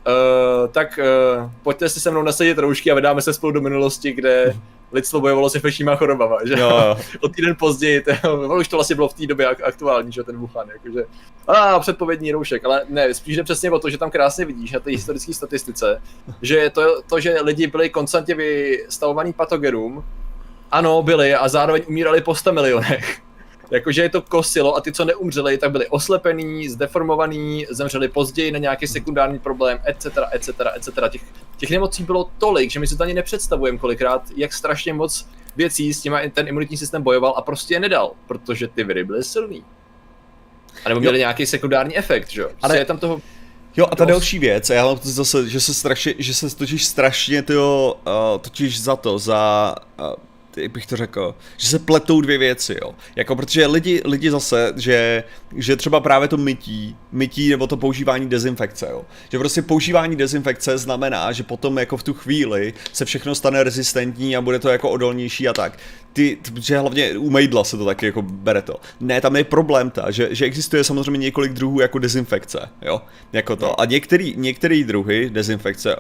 pojďte si se mnou nasadit roušky a vydáme se spolu do minulosti, kde lidstvo bojovalo s infekčníma chorobama, že jo. O týden později, už to vlastně bylo v té době aktuální, že ten Wuhan, jakože předpovědní roušek, ale ne, spíš jde přesně o to, že tam krásně vidíš na té historické statistice, že to, že lidi byli konstantně vystavovaní patogenům, ano, byli a zároveň umírali po 100 milionech. Jakože je to kosilo a ty, co neumřeli, tak byli oslepený, zdeformovaný, zemřeli později na nějaký sekundární problém, etc. Těch nemocí bylo tolik, že my si to ani nepředstavujeme kolikrát, jak strašně moc věcí s tím ten imunitní systém bojoval a prostě je nedal, protože ty viry byly silný. A nebo měli nějaký sekundární efekt, že jo? Ale je tam toho... Jo, a ta další věc, a já mám zase, že se totiž strašně totiž jak bych to řekl, že se pletou dvě věci, jo. Jako protože lidi zase, že třeba právě to mytí nebo to používání dezinfekce, jo. Že prostě používání dezinfekce znamená, že potom jako v tu chvíli se všechno stane rezistentní a bude to jako odolnější a tak. Že hlavně u mejdla se to taky jako bere to. Ne, tam je problém že existuje samozřejmě několik druhů jako dezinfekce, jo. Jako to. A některé druhy dezinfekce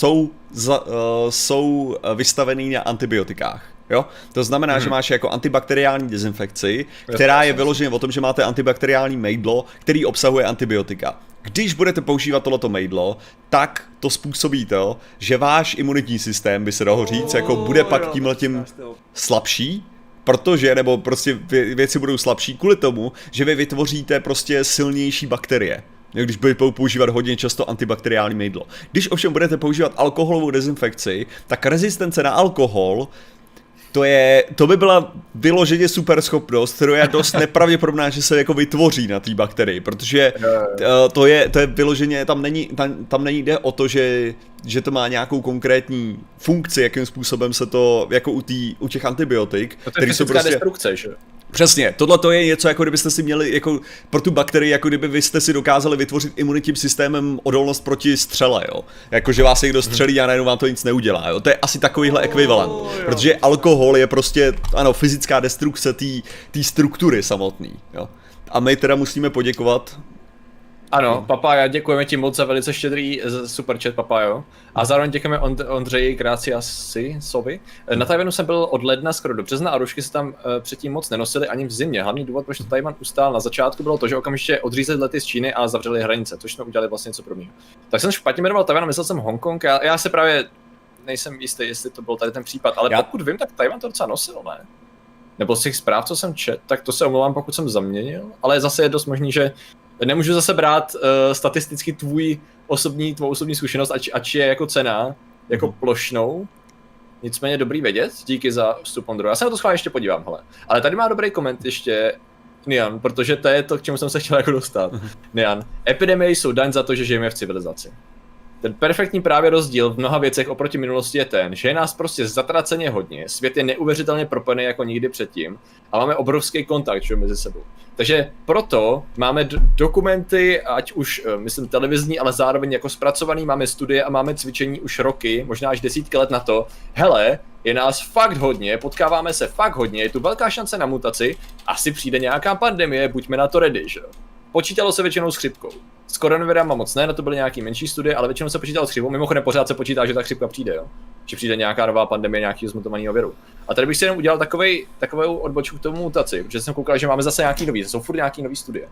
jsou vystavený na antibiotikách. Jo? To znamená, že máš jako antibakteriální dezinfekci, která je vyloženě o tom, že máte antibakteriální mejdlo, který obsahuje antibiotika. Když budete používat tohleto mejdlo, tak to způsobí to, že váš imunitní systém, by se dalo říct, jako bude pak tímhletím slabší, protože, nebo prostě věci budou slabší kvůli tomu, že vy vytvoříte prostě silnější bakterie. Když budete používat hodně často antibakteriální mejdlo. Když ovšem budete používat alkoholovou dezinfekci, tak rezistence na alkohol to by byla vyloženě super schopnost, kterou je dost nepravděpodobná, že se jako vytvoří na té bakterii, protože to je vyloženě, tam jde o to, že to má nějakou konkrétní funkci, jakým způsobem se to, jako u těch antibiotik, které jsou prostě... destrukce, že? Přesně, tohle to je něco, jako kdybyste si měli, jako pro tu bakterii, jako kdyby vy jste si dokázali vytvořit imunitním systémem odolnost proti střele, jo. Jako, že vás někdo střelí a najednou vám to nic neudělá, jo. To je asi takovýhle ekvivalent, protože alkohol je prostě, ano, fyzická destrukce té struktury samotný, jo. A my teda musíme poděkovat. Ano, Papája, děkujeme ti moc za velice štědrý superchat, Papájo. A zároveň děkujeme Ondřeji Graciasovi. Na Tajvanu jsem byl od ledna skoro do března a roušky se tam předtím moc nenosily ani v zimě. Hlavní důvod, proč to Tajvan ustál na začátku, bylo to, že okamžitě odřízli lety z Číny a zavřeli hranice, což jsme udělali vlastně něco pro mě. Tak jsem špatně jmenoval Tajvan, myslel jsem Hongkong, já se právě nejsem jistý, jestli to byl tady ten případ, ale pokud vím, tak Tajvan to docela nosil, ne? nebo z těch zpráv, co jsem čet, tak to se omlouvám, pokud jsem zaměnil, ale zase je dost možný, že nemůžu zase brát statisticky tvou osobní zkušenost, ač je jako cena, jako plošnou. Nicméně dobrý vědět, díky za vstup Ondro. Já se na to schválně ještě podívám, hele. Ale tady má dobrý koment ještě Nian, protože to je to, k čemu jsem se chtěl jako dostat. Nian, epidemie jsou daň za to, že žijeme v civilizaci. Ten perfektní právě rozdíl v mnoha věcech oproti minulosti je ten, že je nás prostě zatraceně hodně, svět je neuvěřitelně propojený jako nikdy předtím a máme obrovský kontakt, že, mezi sebou. Takže proto máme dokumenty, ať už, myslím, televizní, ale zároveň jako zpracovaný, máme studie a máme cvičení už roky, možná až desítky let na to. Hele, je nás fakt hodně, potkáváme se fakt hodně, je tu velká šance na mutaci, asi přijde nějaká pandemie, buďme na to ready, že? Počítalo se většinou s chřipkou. S koronavirem moc ne, na to byly nějaký menší studie, ale většinou se počítalo s chřipkou. Mimochodem pořád se počítá, že ta chřipka přijde, jo. Že přijde nějaká nová pandemie nějakého zmutovaného viru. A tady bych si jenom udělal takovou odbočku k tomu mutaci, protože jsem koukal, že máme zase nějaký nový, jsou furt nějaký nový studie.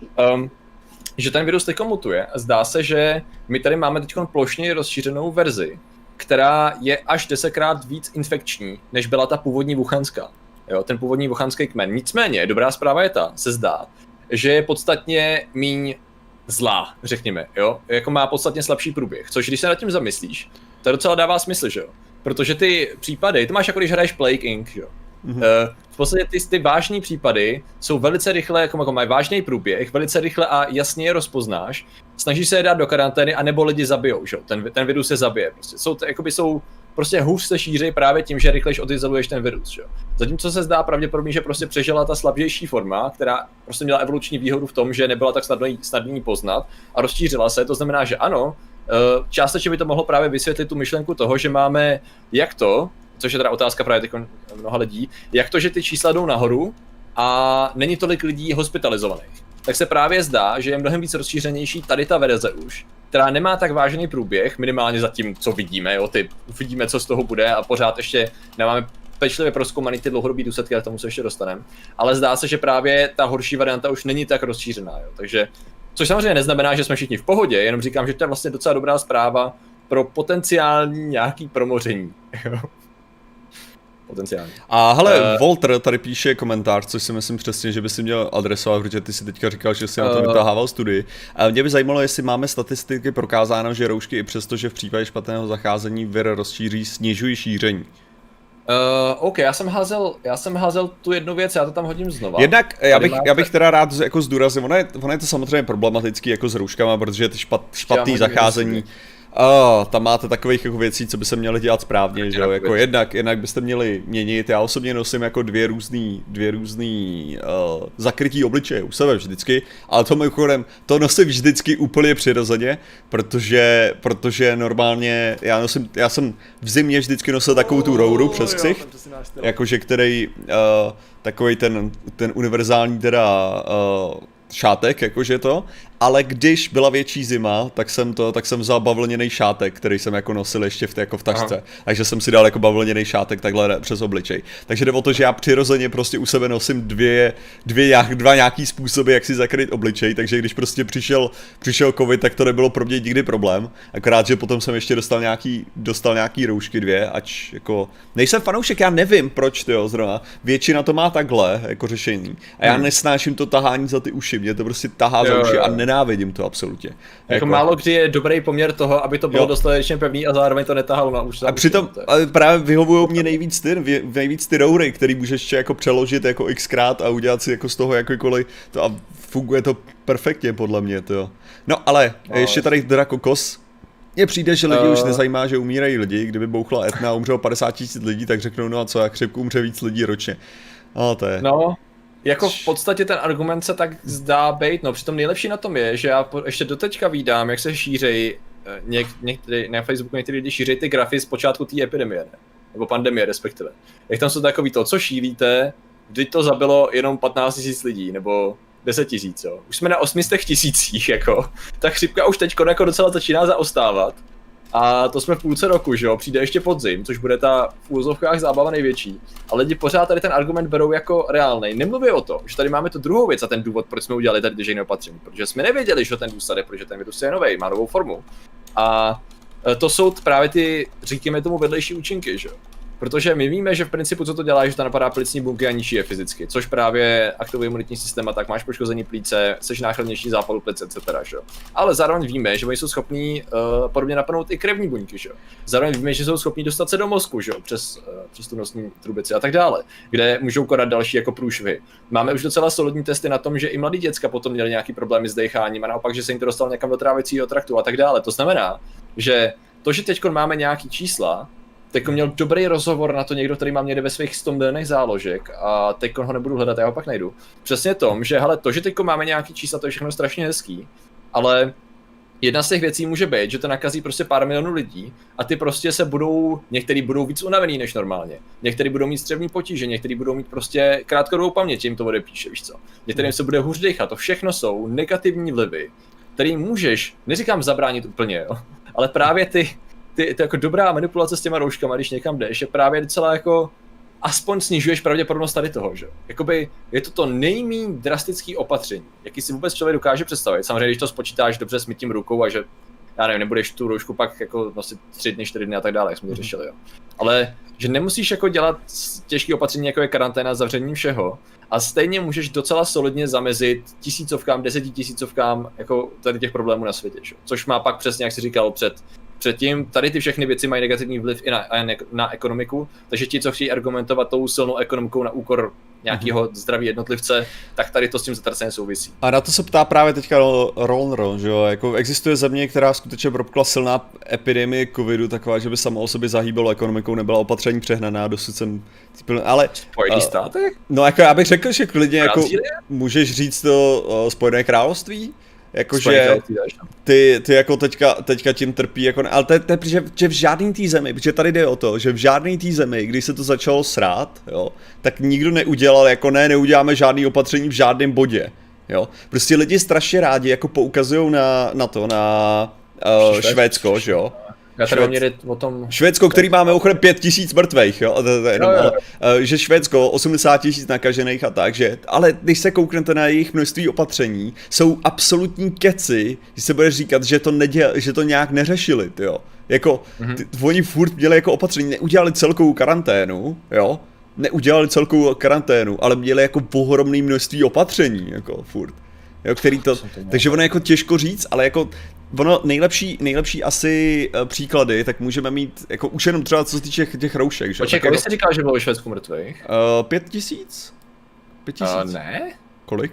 Že ten virus teď mutuje a zdá se, že my tady máme teď plošně rozšířenou verzi, která je až 10krát víc infekční, než byla ta původní wuchanská. Jo, ten původní wuchanský kmen. Nicméně, dobrá zpráva je ta, se zdá, že je podstatně míň zlá, řekněme, jo, jako má podstatně slabší průběh, což když se nad tím zamyslíš, to docela dává smysl, že jo, protože ty případy, to máš jako když hraješ Plague Inc, jo, v podstatě ty vážný případy jsou velice rychle, jako mají vážný průběh, velice rychle a jasně je rozpoznáš, snažíš se je dát do karantény a nebo lidi zabijou, že jo, ten virus se zabije, prostě, jsou prostě hůř se šíří právě tím, že rychlejš odizoluješ ten virus, že jo. Zatímco se zdá pravděpodobně, že prostě přežila ta slabější forma, která prostě měla evoluční výhodu v tom, že nebyla tak snadný poznat a rozšířila se, to znamená, že ano, částečně by to mohlo právě vysvětlit tu myšlenku toho, že máme jak to, což je teda otázka právě těch mnoha lidí, jak to, že ty čísla jdou nahoru a není tolik lidí hospitalizovaných. Tak se právě zdá, že je mnohem víc rozšířenější tady ta verze už, která nemá tak vážený průběh, minimálně za tím, co vidíme, jo, uvidíme, co z toho bude a pořád ještě nemáme pečlivě prozkoumaný ty dlouhodobý důsledky, a k tomu se ještě dostaneme. Ale zdá se, že právě ta horší varianta už není tak rozšířená, jo, takže, což samozřejmě neznamená, že jsme všichni v pohodě, jenom říkám, že to je vlastně docela dobrá zpráva pro potenciální nějaký promoření, jo. Potenciálně. A hele, Walter tady píše komentář, což si myslím přesně, že by si měl adresovat, protože ty si teďka říkal, že si na to vytahával studii. A mě by zajímalo, jestli máme statistiky prokázáno, že roušky i přesto, že v případě špatného zacházení vir rozšíří, snižují šíření. OK, já jsem házel tu jednu věc, já to tam hodím znova. Jednak já bych teda rád jako zdůraznil, ono je to samozřejmě problematický jako s rouškama, protože ty špatný zacházení. Tam máte takových jako věcí, co by se měly dělat správně, že jo, jako jednak byste měli měnit, já osobně nosím jako dvě různý zakrytí obličeje u sebe vždycky, ale to mimochodem, to nosím vždycky úplně přirozeně, protože normálně, já jsem v zimě vždycky nosil takovou tu rouru přes ksicht, jakože který, takovej ten univerzální teda šátek, jakože to, ale když byla větší zima, tak jsem vzal bavlněný šátek, který jsem jako nosil ještě v tašce. Takže jsem si dal jako bavlněný šátek takhle přes obličej. Takže jde o to, že já přirozeně prostě u sebe nosím dva nějaký způsoby, jak si zakryt obličej, takže když prostě přišel covid, tak to nebylo pro mě nikdy problém. Akorát, že potom jsem ještě dostal nějaký roušky dvě, ač jako nejsem fanoušek, já nevím proč, tyjo, zrovna. Většina to má takhle jako řešení. A já nesnáším to tahání za ty uši, mě to prostě tahá za uši a nenávidím to absolutně. Jako málo kdy je dobrý poměr toho, aby to bylo dostatečně pevný a zároveň to netahalo na uši. A přitom ale právě vyhovují mě nejvíc ty roury, který můžeš ještě jako přeložit jako xkrát a udělat si jako z toho jakýkoliv to a funguje to perfektně podle mě, to. No ale ještě tady Drakokos. Mně přijde, že lidi už nezajímá, že umírají lidi, kdyby bouchla Etna a umřelo 50 000 lidí, tak řeknou, no a co, jak chřipku umře víc lidí ročně. No to je. No. Jako v podstatě ten argument se tak zdá být, no přitom nejlepší na tom je, že já ještě doteďka vídám, jak se šířejí některý, na Facebooku některý lidi šířejí ty grafy z počátku té epidemie, ne? Nebo pandemie respektive. Jak tam jsou takový to, co šílíte, vždyť to zabilo jenom 15 000 lidí, nebo 10 000, jo. Už jsme na 800 000, jako. Ta chřipka už teď jako docela začíná zaostávat. A to jsme v půlce roku, že jo, přijde ještě podzim, což bude ta v úvozovkách zábava největší. A lidi pořád tady ten argument berou jako reálnej. Nemluví o tom, že tady máme tu druhou věc a ten důvod, proč jsme udělali tady držejné opatření. Protože jsme nevěděli, že ten důsledek, protože ten virus je nový, má novou formu. A to jsou právě ty, říkáme tomu, vedlejší účinky, že jo. Protože my víme, že v principu co to dělá, že to napadá plicní buňky a ničí je fyzicky, což právě aktivuje imunitní systém a tak máš poškození plíce, jsi náchylnější zápalu plice, etc. Že? Ale zároveň víme, že oni jsou schopní podobně napadnout i krevní buňky, že? Zároveň víme, že jsou schopní dostat se do mozku, že? Přes tu nosní trubici a tak dále, kde můžou konat další jako průšvy. Máme už docela solidní testy na tom, že i mladí děcka potom měli nějaký problémy s decháním a naopak, že se jim to dostalo někam do trávicího traktu a tak dále. To znamená, že to, že teď máme nějaký čísla, teď měl dobrý rozhovor na to někdo, který mám někde ve svých 100 milionech záložek a teď ho nebudu hledat, já ho pak najdu. Přesně tom, že hele, to, že teď máme nějaký čísla, to je všechno strašně hezký, ale jedna z těch věcí může být, že to nakazí prostě pár milionů lidí a ty prostě některý budou víc unavený než normálně. Některý budou mít střevní potíže, některý budou mít prostě krátkodobou paměť, jim to odepíše, víš co. Některým se bude hůř dýchat, to všechno jsou negativní vlivy, který můžeš, neříkám zabránit úplně, jo, ale právě ty jako dobrá manipulace s těma rouškama, když někam jdeš, je právě docela jako aspoň snižuješ pravděpodobnost tady toho, že? Jakoby je to nejméně drastický opatření, jaký si vůbec člověk dokáže představit. Samozřejmě, když to spočítáš dobře s mytím rukou a že, já nevím, nebudeš tu roušku pak jako nosit 3 dny, 4 dny a tak dále, jak jsme to řešili, jo. Ale že nemusíš jako dělat těžké opatření, jako je karanténa, zavření všeho, a stejně můžeš docela solidně zamezit tisícovkám, 10 000 jako tady těch problémů na světě, že? Což má pak přesně, jak jsi říkal, předtím tady ty všechny věci mají negativní vliv i na ekonomiku, takže ti, co chtějí argumentovat tou silnou ekonomikou na úkor nějakého zdraví jednotlivce, tak tady to s tím zatraceně souvisí. A na to se ptá právě teďka Ron, že jo, jako existuje země, která skutečně propukla silná epidemie covidu, taková, že by sama o sobě zahýbalo ekonomikou, nebyla opatření přehnaná, dosud jsem... Ale... Spojený státy? No jako já bych řekl, že klidně jako můžeš říct to Spojené království, jakože ty jako teďka tím trpí, jako, ale to je, že v žádný té zemi, protože tady jde o to, že v žádný té zemi, když se to začalo srát, jo, tak nikdo neudělal, jako neuděláme žádný opatření v žádném bodě, jo. Prostě lidi strašně rádi jako poukazujou na Švédsko, že jo. Já tady mě o tom... Švédsko, který máme okolo 5000 mrtvejch, jo, že Švédsko 80 000 nakažených a tak, že, ale když se kouknete na jejich množství opatření, jsou absolutní keci, že se bude říkat, že to nějak neřešili, jo. Jako, oni furt měli jako opatření, neudělali celkovou karanténu, jo, ale měli jako ohromné množství opatření, jako furt. Jo, který to, takže ono je jako těžko říct, ale jako ono nejlepší asi příklady, tak můžeme mít jako už jenom třeba co se týče těch roušek, že? Počkej, kolik jsi říkal, že bylo ve Švédsku mrtvých? 5000? 5000? Ne. Kolik?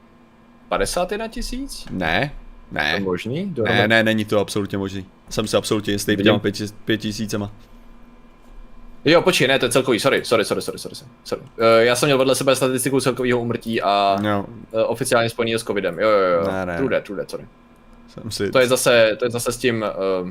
51 000? Ne. To možný? Ne, není to absolutně možný. Jsem si absolutně jistý, viděl 5000. Jo, počkej, ne, to je celkový, sorry. Já jsem měl vedle sebe statistiku celkového úmrtí a oficiálně spojený s covidem, jo. Ne. True, sorry. Si... To je zase s tím,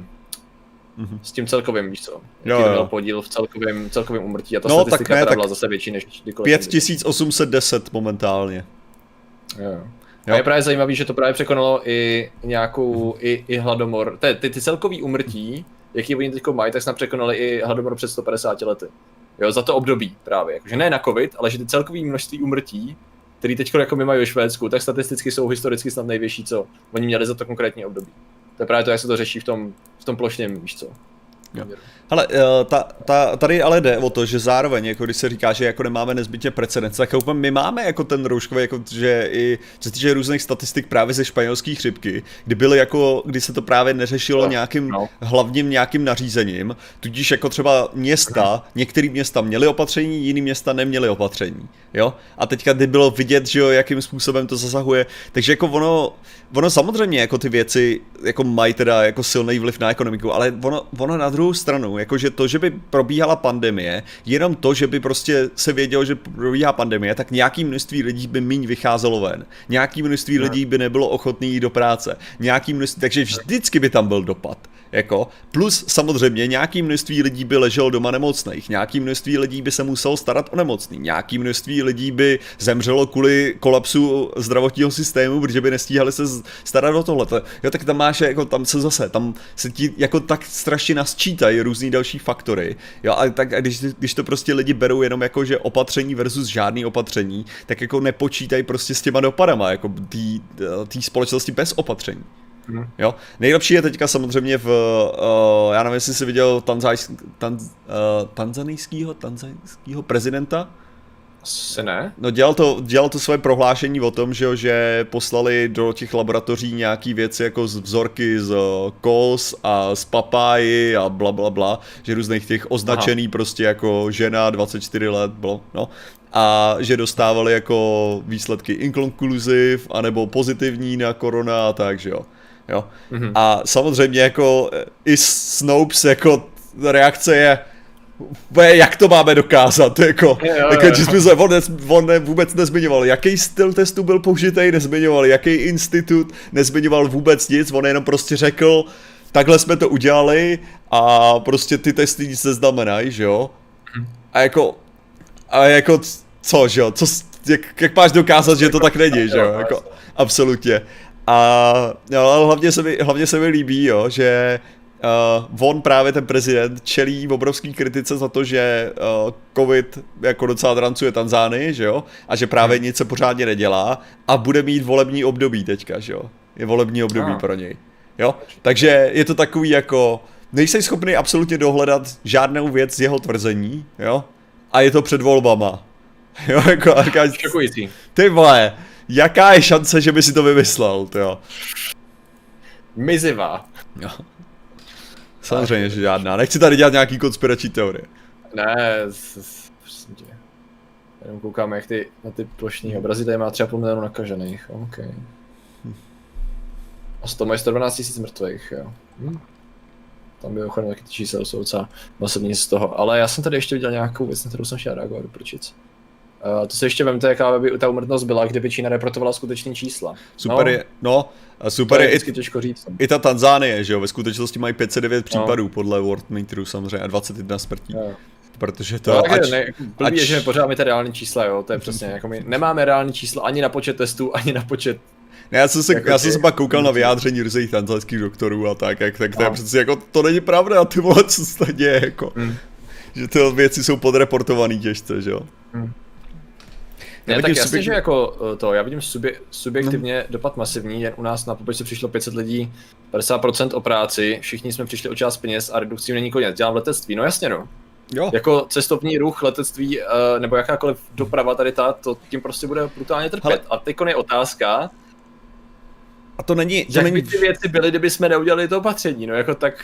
s tím celkovým, víš co? Jaký to měl podíl v celkovém úmrtí a ta statistika teda byla zase větší než kdykoliv. 5810 momentálně. Jo. A je právě zajímavý, že to právě překonalo i nějakou, i hladomor, ty celkový úmrtí, jaký oni teď mají, tak snad překonali i hladomor před 150 lety. Jo, za to období právě, jakože ne na covid, ale že ty celkový množství úmrtí, který teď jako my mají ve Švédsku, tak statisticky jsou historicky snad největší, co oni měli za to konkrétní období. To je právě to, jak se to řeší v tom plošném, víš co. Hele, tady ale jde o to, že zároveň, jako když se říká, že jako nemáme nezbytně precedens, tak jako my máme jako ten rouškový, jako, že i co se týče různých statistik právě ze španělské chřipky, kdy se to právě neřešilo hlavním nějakým nařízením, tudíž jako třeba některé města měly opatření, jiný města neměly opatření, jo? A teďka kdy bylo vidět, že jo, jakým způsobem to zasahuje, takže jako ono samozřejmě jako ty věci jako mají teda jako silný vliv na ekonomiku, ale ono na druhou stranu, jakože to, že by probíhala pandemie, jenom to, že by prostě se vědělo, že probíhá pandemie, tak nějaký množství lidí by míň vycházelo ven. Nějaký množství lidí by nebylo ochotný jít do práce. Takže vždycky by tam byl dopad. Jako, plus samozřejmě nějaký množství lidí by leželo doma nemocných, nějaký množství lidí by se muselo starat o nemocný, nějaký množství lidí by zemřelo kvůli kolapsu zdravotního systému, protože by nestíhali se starat o tohle. Jo, tak tam máš, jako tam se ti jako tak strašně nasčítají různý další faktory. Jo, a tak a když to prostě lidi berou jenom jako, že opatření versus žádný opatření, tak jako nepočítají prostě s těma dopadama, jako té společnosti bez opatření. Jo? Nejlepší je teďka samozřejmě já nevím, jestli jsi viděl tanzanijskýho prezidenta. Asi ne. No dělal to své prohlášení o tom, že poslali do těch laboratoří nějaký věci jako vzorky z kos a z papáji a bla bla bla, že různých těch označený prostě jako žena 24 let, no. A že dostávali jako výsledky inconclusive, anebo pozitivní na korona a tak, že jo. A samozřejmě jako i Snopes jako reakce je, jak to máme dokázat, jako on vůbec nezmiňoval, jaký styl testu byl použitý, nezmiňoval, jaký institut, nezmiňoval vůbec nic, on jenom prostě řekl, takhle jsme to udělali a prostě ty testy nic neznamenají, že jo. A jako co, že jo, jak máš dokázat, že to tak není, že jo, jako absolutně. A hlavně se mi líbí, jo, že on právě ten prezident čelí obrovský kritice za to, že covid jako docela drancuje Tanzánii, že jo, a že právě nic se pořádně nedělá a bude mít volební období teďka, že jo, je volební období pro něj, jo, takže je to takový jako, nejsi schopný absolutně dohledat žádnou věc z jeho tvrzení, jo, a je to před volbama, jo, jako šokující. Ty vole, jaká je šance, že by si to vymyslel, jo. Mizivá. Jo. Samozřejmě, že žádná. Nechci tady dělat nějaký konspirační teorie. Ne, prosím tě. Jenom koukáme, jak na ty plošní obrazy, tady má 3,5 milionu nakažených, OK. A z toho mají 112 000 mrtvých, jo. Tam by ochranu taky ty čísla jsou docela masivní z toho, ale já jsem tady ještě viděl nějakou věc, na kterou jsem chtěl reagovat, doprčit. To se ještě vemte, jaká by ta úmrtnost byla, kdyby Čína reportovala skutečný čísla. Super je těžko říct. I ta Tanzánie, že jo, ve skutečnosti mají 509 případů podle World Meteru samozřejmě a 21 smrtí. Protože to... Blbý je, že pořád ty reální čísla, jo, to je přesně, jako my nemáme reální čísla ani na počet testů, ani na počet... Ne, já jsem se pak koukal na vyjádření různých tanzánských doktorů a tak to je přesně jako, to není pravda, ty vole, co se děje, jako. Že ty věci jsou podreportovaný těžce, že jo. Ne, tak jasně, že jako já vidím subjektivně dopad masivní, jen u nás na pobočce přišlo 500 lidí, 50% o práci, všichni jsme přišli o část peněz a redukcí není konec, dělám v letectví, no jasně no. Jo. Jako cestovní ruch, letectví nebo jakákoliv doprava tady to tím prostě bude brutálně trpět. Hele. A teď je otázka, a to není... Jak by ty věci byly, kdyby jsme neudělali to opatření, no jako tak...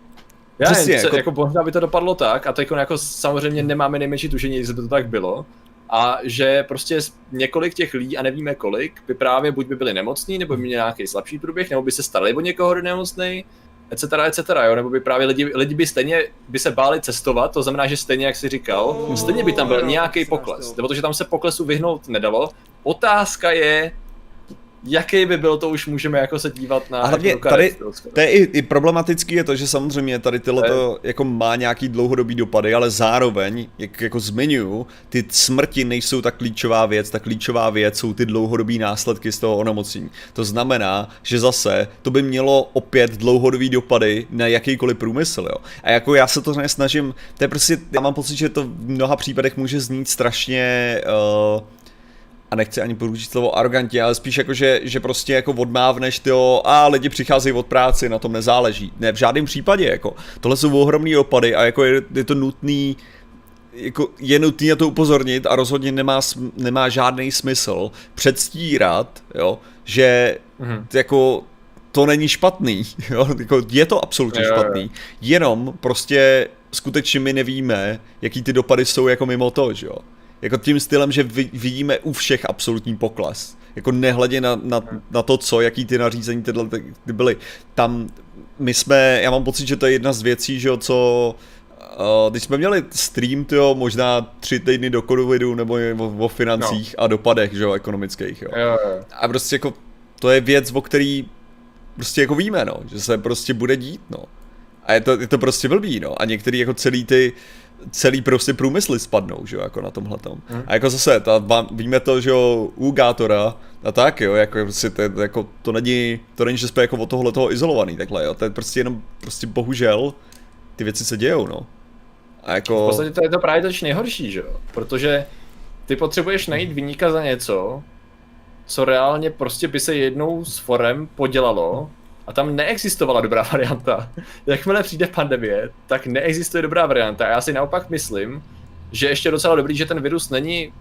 Jako možná by to dopadlo tak, a teď jako samozřejmě nemáme nejmenší tušení, jestli by to tak bylo. A že prostě několik těch lidí, a nevíme kolik, by právě buď by byli nemocní, nebo by měli nějaký slabší průběh, nebo by se starali o někoho, kdo nemocnej, etc., jo, nebo by právě lidi by stejně by se báli cestovat, to znamená, že stejně, jak jsi říkal, stejně by tam byl nějaký pokles, protože tam se poklesu vyhnout nedalo. Otázka je, jaký by byl, to už můžeme jako se dívat na... A hlavně tady, to je i problematický je to, že samozřejmě tady tohleto jako má nějaký dlouhodobý dopady, ale zároveň, jak jako zmiňuju, ty smrti nejsou ta klíčová věc jsou ty dlouhodobý následky z toho onemocnění. To znamená, že zase to by mělo opět dlouhodobý dopady na jakýkoliv průmysl, jo. A jako já se to snažím, to je prostě, já mám pocit, že to v mnoha případech může znít strašně... a nechci ani použít slovo arrogantně, ale spíš jako, že prostě jako odmávneš tyjo, a lidi přicházejí od práci, na tom nezáleží. Ne, v žádném případě, jako. Tohle jsou ohromný dopady a jako je to nutný, jako je nutný na to upozornit a rozhodně nemá žádný smysl předstírat, jo, že jako to není špatný, jo, jako je to absolutně špatný, jenom prostě skutečně my nevíme, jaký ty dopady jsou jako mimo to, že jo. Jako tím stylem, že vidíme u všech absolutní pokles. Jako nehledě na to, jaký ty nařízení ty byly. Tam já mám pocit, že to je jedna z věcí, že jo, co... Když jsme měli stream, tyjo, možná 3 týdny do covidu, nebo o financích a dopadech, že jo, ekonomických, jo. A prostě jako, to je věc, o který prostě jako víme, no, že se prostě bude dít, no. A je to prostě blbý, no. A některý jako celý prostě průmysly spadnou, že jo, jako na tomhletom. A jako zase, víme to, že jo, u Gátora a tak, jo, jako prostě to není, že jsme jako od tohohletoho izolovaný, takhle, jo, to je prostě jenom, prostě bohužel, ty věci se dějou, no. A jako... V podstatě to je to právě toč nejhorší, že jo, protože ty potřebuješ najít viníka za něco, co reálně prostě by se jednou s forem podělalo A tam neexistovala dobrá varianta. Jakmile přijde pandemie, tak neexistuje dobrá varianta. A já si naopak myslím, že ještě docela dobrý, že ten virus není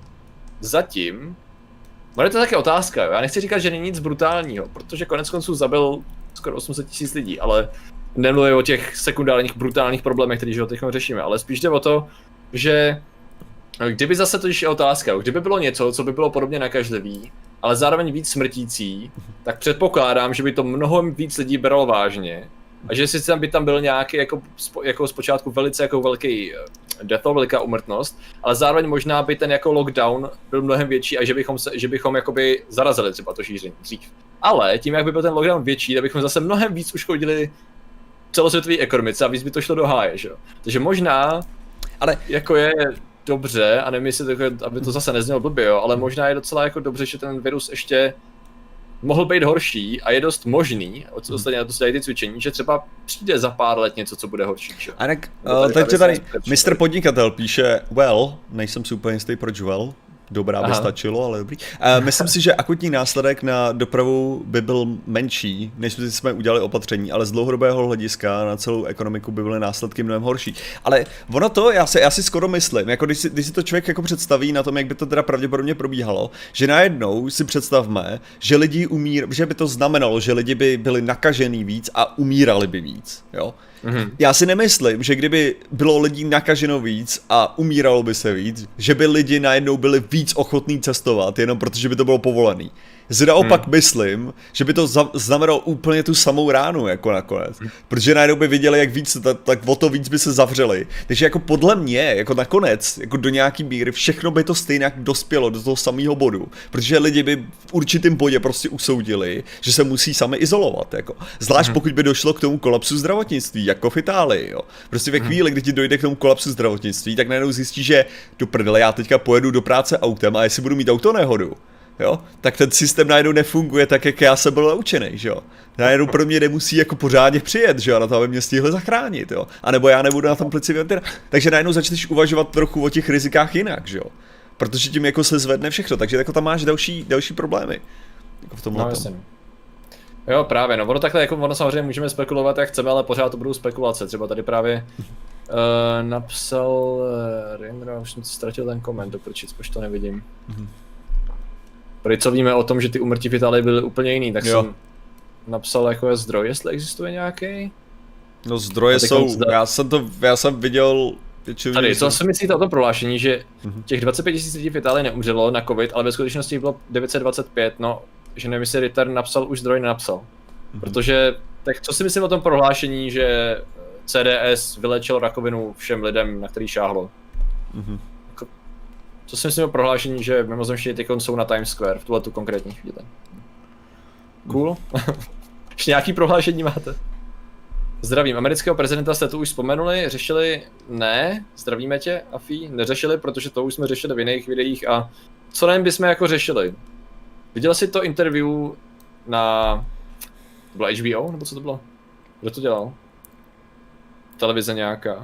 zatím. No je to také otázka, jo? Já nechci říkat, že není nic brutálního, protože konec konců zabil skoro 800 000 lidí, ale nemluvím o těch sekundárních brutálních problémech, které teď řešíme, ale spíš jde o to, že kdyby zase to je otázka, kdyby bylo něco, co by bylo podobně nakažlivý, ale zároveň víc smrtící, tak předpokládám, že by to mnohem víc lidí bralo vážně. A že sice by tam byl nějaký jako zpočátku velice jako velký death toll, veliká úmrtnost, ale zároveň možná by ten jako lockdown byl mnohem větší a že bychom jakoby zarazili třeba to šíření dřív. Ale tím, jak by byl ten lockdown větší, tak bychom zase mnohem víc uškodili celosvětové ekonomice a víc by to šlo do háje, že jo. Takže možná, ale jako je dobře, a nevím, jestli to, aby to zase neznělo blbě, jo, ale možná je docela jako dobře, že ten virus ještě mohl být horší a je dost možný, ostatně na to se dají ty cvičení, že třeba přijde za pár let něco, co bude horší. Že? A teď tady Mr. Podnikatel píše, nejsem si úplně jistý, proč dobrá by stačilo, ale dobrý. Myslím si, že akutní následek na dopravu by byl menší, než jsme udělali opatření, ale z dlouhodobého hlediska na celou ekonomiku by byly následky mnohem horší. Ale ono to, já si skoro myslím, jako když si to člověk jako představí na tom, jak by to teda pravděpodobně probíhalo, že najednou si představme, že lidi že by to znamenalo, že lidi by byli nakažený víc a umírali by víc, jo. Já si nemyslím, že kdyby bylo lidí nakaženo víc a umíralo by se víc, že by lidi najednou byli víc ochotní cestovat, jenom protože by to bylo povolený. Naopak myslím, že by to znamenalo úplně tu samou ránu jako nakonec. Protože najednou by viděli, jak víc, tak o to víc by se zavřeli. Takže jako podle mě, jako nakonec, jako do nějaký míry, všechno by to stejně dospělo do toho samého bodu. Protože lidi by v určitém bodě prostě usoudili, že se musí sami izolovat. Jako. Zvlášť pokud by došlo k tomu kolapsu zdravotnictví, jako v Itálii. Jo. Prostě ve chvíli, kdy ti dojde k tomu kolapsu zdravotnictví, tak najednou zjistíš, že do prdele, já teďka pojedu do práce autem a jestli budu mít autonehodu, jo, tak ten systém najednou nefunguje tak, jak já jsem byl naučený, že jo. Najednou pro mě nemusí jako pořádně přijet, že jo, na to, aby mě stihli zachránit, jo. A nebo já nebudu na tom plici ventilace. Takže najednou začneš uvažovat trochu o těch rizikách jinak, že jo. Protože tím jako se zvedne všechno, takže jako tam máš další problémy. Jako v tomhle tom. Jo, právě, no, ono takhle, jako ono samozřejmě můžeme spekulovat, jak chceme, ale pořád to budou spekulace. Třeba tady právě napsal Rindra, už jsem ztratil ten koment, doprčit, proč to nevidím. Protože co víme o tom, že ty úmrtí v Itálii byly úplně jiný, tak jsem napsal jako zdroj, jestli existuje nějaký. No zdroje jsou, já jsem viděl tady, co si myslíte o tom prohlášení, že těch 25 000 lidí v Itálii neumřelo na covid, ale ve skutečnosti bylo 925, no, že nevím, jestli Ritter napsal, už zdroj nenapsal. Protože, tak co si myslím o tom prohlášení, že CDS vylečil rakovinu všem lidem, na který šáhlo? Co si myslím o prohlášení, že mimozemštění teď jsou na Times Square v tuhletu konkrétní chvíli? Cool. Ještě nějaký prohlášení máte? Zdravím, amerického prezidenta jste tu už vzpomenuli, řešili? Ne, zdravíme tě, Afi, neřešili, protože to už jsme řešili v jiných videích a co nevím bychom jako řešili? Viděl jsi to interview na... To bylo HBO, nebo co to bylo? Kdo to dělal? Televize nějaká.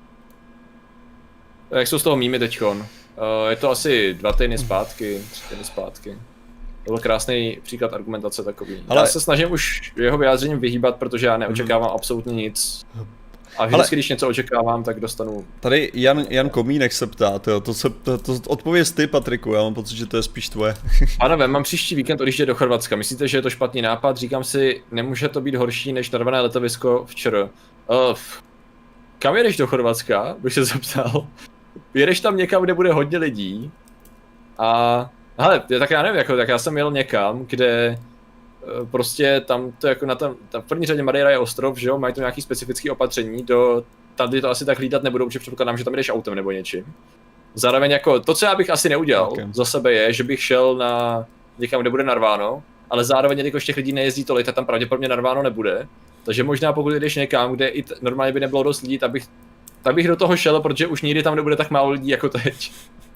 Jak jsou z toho mýmy teďkon? Je to asi 2 týdny zpátky, 3 týdny zpátky. To byl krásný příklad argumentace takový. Ale... Já se snažím už jeho vyjádřením vyhýbat, protože já neočekávám absolutně nic. A vždycky, když něco očekávám, tak dostanu... Tady Jan Komínek se ptá, to odpověz ty, Patriku, já mám pocit, že to je spíš tvoje. Pánové, mám příští víkend odjíždět do Chorvatska. Myslíte, že je to špatný nápad? Říkám si, nemůže to být horší než narvané letovisko včera. Kam jedeš do Chorvatska? Bych se zeptal. Jedeš tam někam, kde bude hodně lidí a... Hele, tak já nevím, jako, tak já jsem jel někam, kde prostě tam to jako v první řadě Madeira je ostrov, že jo, mají to nějaký specifický opatření, tady to asi tak lítat nebudou, protože předpokládám, že tam jdeš autem nebo něčím. Zároveň jako, to co já bych asi neudělal za sebe je, že bych šel někam, kde bude narváno, ale zároveň, jelikož těch lidí nejezdí tolik, tak tam pravděpodobně narváno nebude. Takže možná pokud jdeš někam, kde i normálně by nebylo dost lidí, tak bych do toho šel, protože už nikdy tam nebude tak málo lidí jako teď.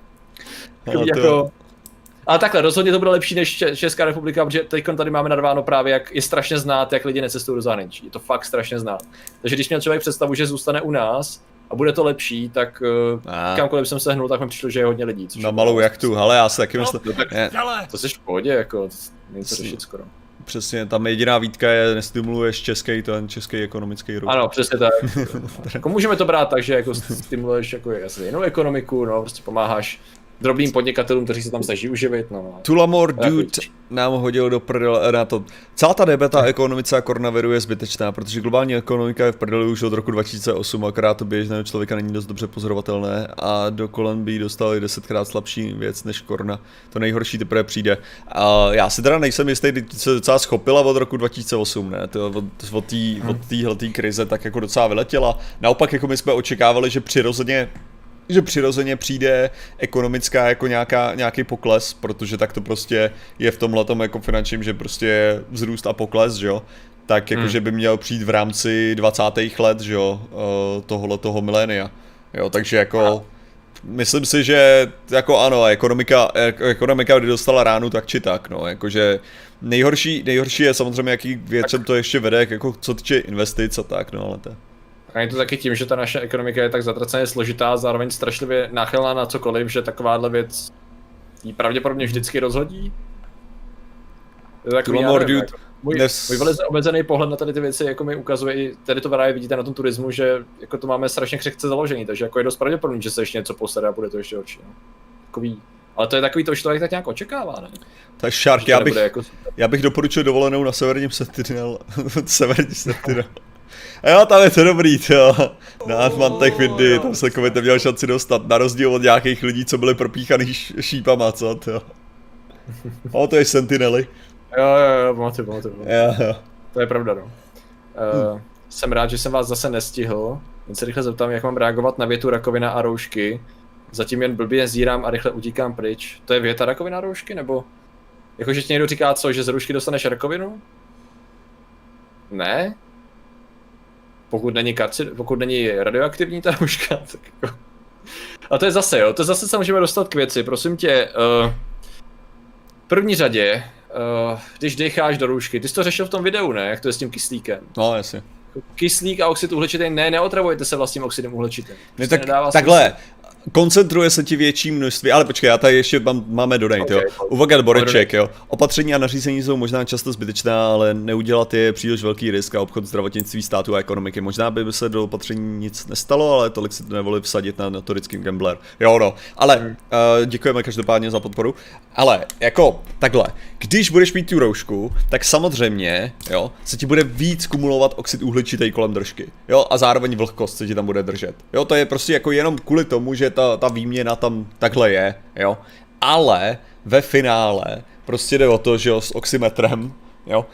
Ale takhle, rozhodně to bude lepší než Česká republika, protože teď tady máme narváno právě, jak je strašně znát, jak lidi necestují do zahraničí. Je to fakt strašně znát. Takže když měl člověk představu, že zůstane u nás a bude to lepší, tak kamkoliv jsem se hnul, tak mi přišlo, že je hodně lidí. Na malou jachtu, ale já se taky myslím. To jsi v pohodě, jako, není to řešit skoro. Přesně, tam jediná výtka je, nestimuluješ ten český ekonomický růst. Ano, přesně tak. Jako můžeme to brát tak, že jako stimuluješ jako jinou ekonomiku, no, prostě pomáháš drobným podnikatelům, kteří se tam snaží uživit, no. Tulamor Dude nám hodil do prdele na to. Celá ta debata ekonomice a koronaviru je zbytečná, protože globální ekonomika je v prdeli už od roku 2008, akorát to běžného člověka není dost dobře pozorovatelné a do kolen by jí dostali 10krát slabší věc než korona. To nejhorší teprve přijde. A já si teda nejsem jistý, se docela schopila od roku 2008, ne? To od téhletý krize tak jako docela vyletěla. Naopak jako my jsme očekávali, že přirozeně přijde ekonomická jako nějaký pokles, protože tak to prostě je v tomhletom jako finančním, že prostě je vzrůst a pokles, že jo, tak jakože by měl přijít v rámci 20. let, že jo, toho milénia, jo, takže jako myslím si, že jako ano, ekonomika kdy dostala ránu tak či tak, no, jakože nejhorší je samozřejmě, jaký věcem to ještě vede, jako co týče investic a tak, no, ale to. A je to taky tím, že ta naše ekonomika je tak zatraceně složitá a zároveň strašlivě náchylná na cokoliv, že takováhle věc jí pravděpodobně vždycky rozhodí. To je takový, nevím, jako můj velice omezený pohled na tady ty věci jako mi ukazuje i, tady to právě vidíte na tom turismu, že jako to máme strašně křehce založený, takže jako je dost pravděpodobný, že se ještě něco posede a bude to ještě horší. No. Takový, ale to je takový to, že člověk tak nějak očekává, ne? Tak Shark, já bych doporučil dovolenou na severním Sentinel. A jo, tam je to dobrý, jo. Na Atmantech Windy, tam se Covid neměl šanci dostat, na rozdíl od nějakých lidí, co byli propíchaný šípama, co, jo. O, to je Sentinely. Jo, pamatuju. Jo. To je pravda, no. Jsem rád, že jsem vás zase nestihl. Jen se rychle zeptám, jak mám reagovat na větu rakovina a roušky. Zatím jen blbě zírám a rychle utíkám pryč. To je věta rakovina a roušky, nebo? Jakože ti někdo říká co, že z roušky dostaneš rakovinu? Ne? Pokud není radioaktivní ta rouška, tak jako... A to je zase, jo, to zase se můžeme dostat k věci, prosím tě, v první řadě, když decháš do roušky, ty jsi to řešil v tom videu, ne, jak to je s tím kyslíkem? No, jasně. Kyslík a oxid uhličitý, neotravujete se vlastním oxidem uhličitým. Ne, tak, takhle, koncentruje se ti větší množství, ale počkej, já tady ještě máme donate, okay, jo. Uvaga Boreček, jo. Opatření a nařízení jsou možná často zbytečná, ale neudělat je příliš velký risk a obchod zdravotnictví státu a ekonomiky. Možná by se do opatření nic nestalo, ale tolik si to nevolili vsadit na notorický gambler. Jo, no, ale děkujeme každopádně za podporu. Ale jako takhle, když budeš mít tu roušku, tak samozřejmě, jo, se ti bude víc kumulovat oxid uhličitý kolem držky, jo, a zároveň vlhkost se ti tam bude držet. Jo, to je prostě jako jenom kvůli tomu, že ta výměna tam takhle je, jo, ale ve finále prostě jde o to, že jo, s oximetrem, jo,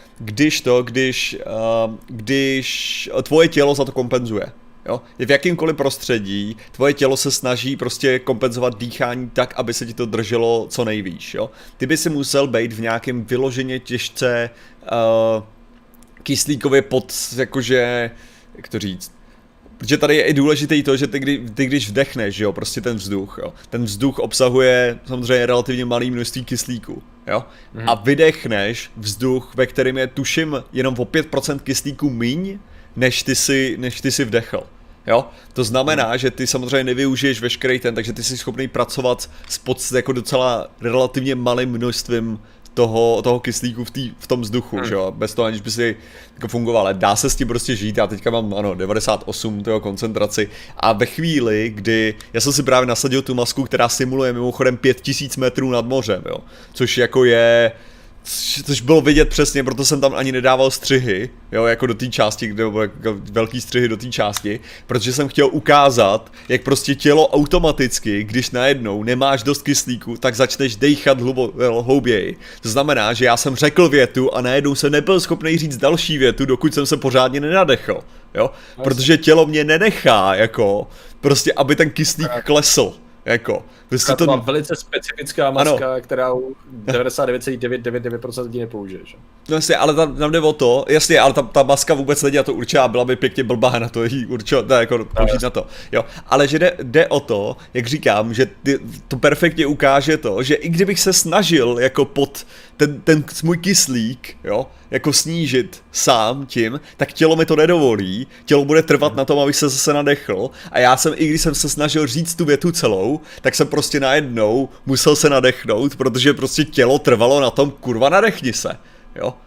když tvoje tělo za to kompenzuje, jo, v jakýmkoliv prostředí tvoje tělo se snaží prostě kompenzovat dýchání tak, aby se ti to drželo co nejvíš, jo, ty by si musel být v nějakém vyloženě těžce kyslíkově jakože, jak to říct, protože tady je i důležitý to, že ty když vdechneš, jo, prostě ten vzduch, jo, ten vzduch obsahuje samozřejmě relativně malé množství kyslíku, jo, a vydechneš vzduch, ve kterém je tuším jenom o 5% kyslíku míň, než ty si vdechl, jo, to znamená, že ty samozřejmě nevyužiješ veškerý takže ty jsi schopný pracovat s jako docela relativně malým množstvím toho kyslíku v tom vzduchu, že jo, bez toho aniž by si jako fungoval, ale dá se s tím prostě žít, já teďka mám, ano, 98 toho koncentraci a ve chvíli, kdy, já jsem si právě nasadil tu masku, která simuluje mimochodem 5000 metrů nad mořem, jo, což jako je, což bylo vidět přesně, proto jsem tam ani nedával střihy, jo, jako do té části, nebo jako velký střihy do té části, protože jsem chtěl ukázat, jak prostě tělo automaticky, když najednou nemáš dost kyslíku, tak začneš dejchat hlouběji. To znamená, že já jsem řekl větu a najednou jsem nebyl schopný říct další větu, dokud jsem se pořádně nenadechl, jo, protože tělo mě nenechá, jako, prostě aby ten kyslík klesl. Jako, to má velice specifická maska, ano, která 99,999% lidí nepoužije, že? No jasně, ale tam jde o to, jasně, ale ta maska vůbec není na to určitá, byla by pěkně blbá na to jí určitě, jako použít na to, jo. Ale že jde o to, jak říkám, že to perfektně ukáže to, že i kdybych se snažil jako pod ten můj kyslík, jo, jako snížit sám tím, tak tělo mi to nedovolí, tělo bude trvat na tom, abych se zase nadechl a já jsem, i když jsem se snažil říct tu větu celou, tak jsem prostě najednou musel se nadechnout, protože prostě tělo trvalo na tom, kurva nadechni se, jo.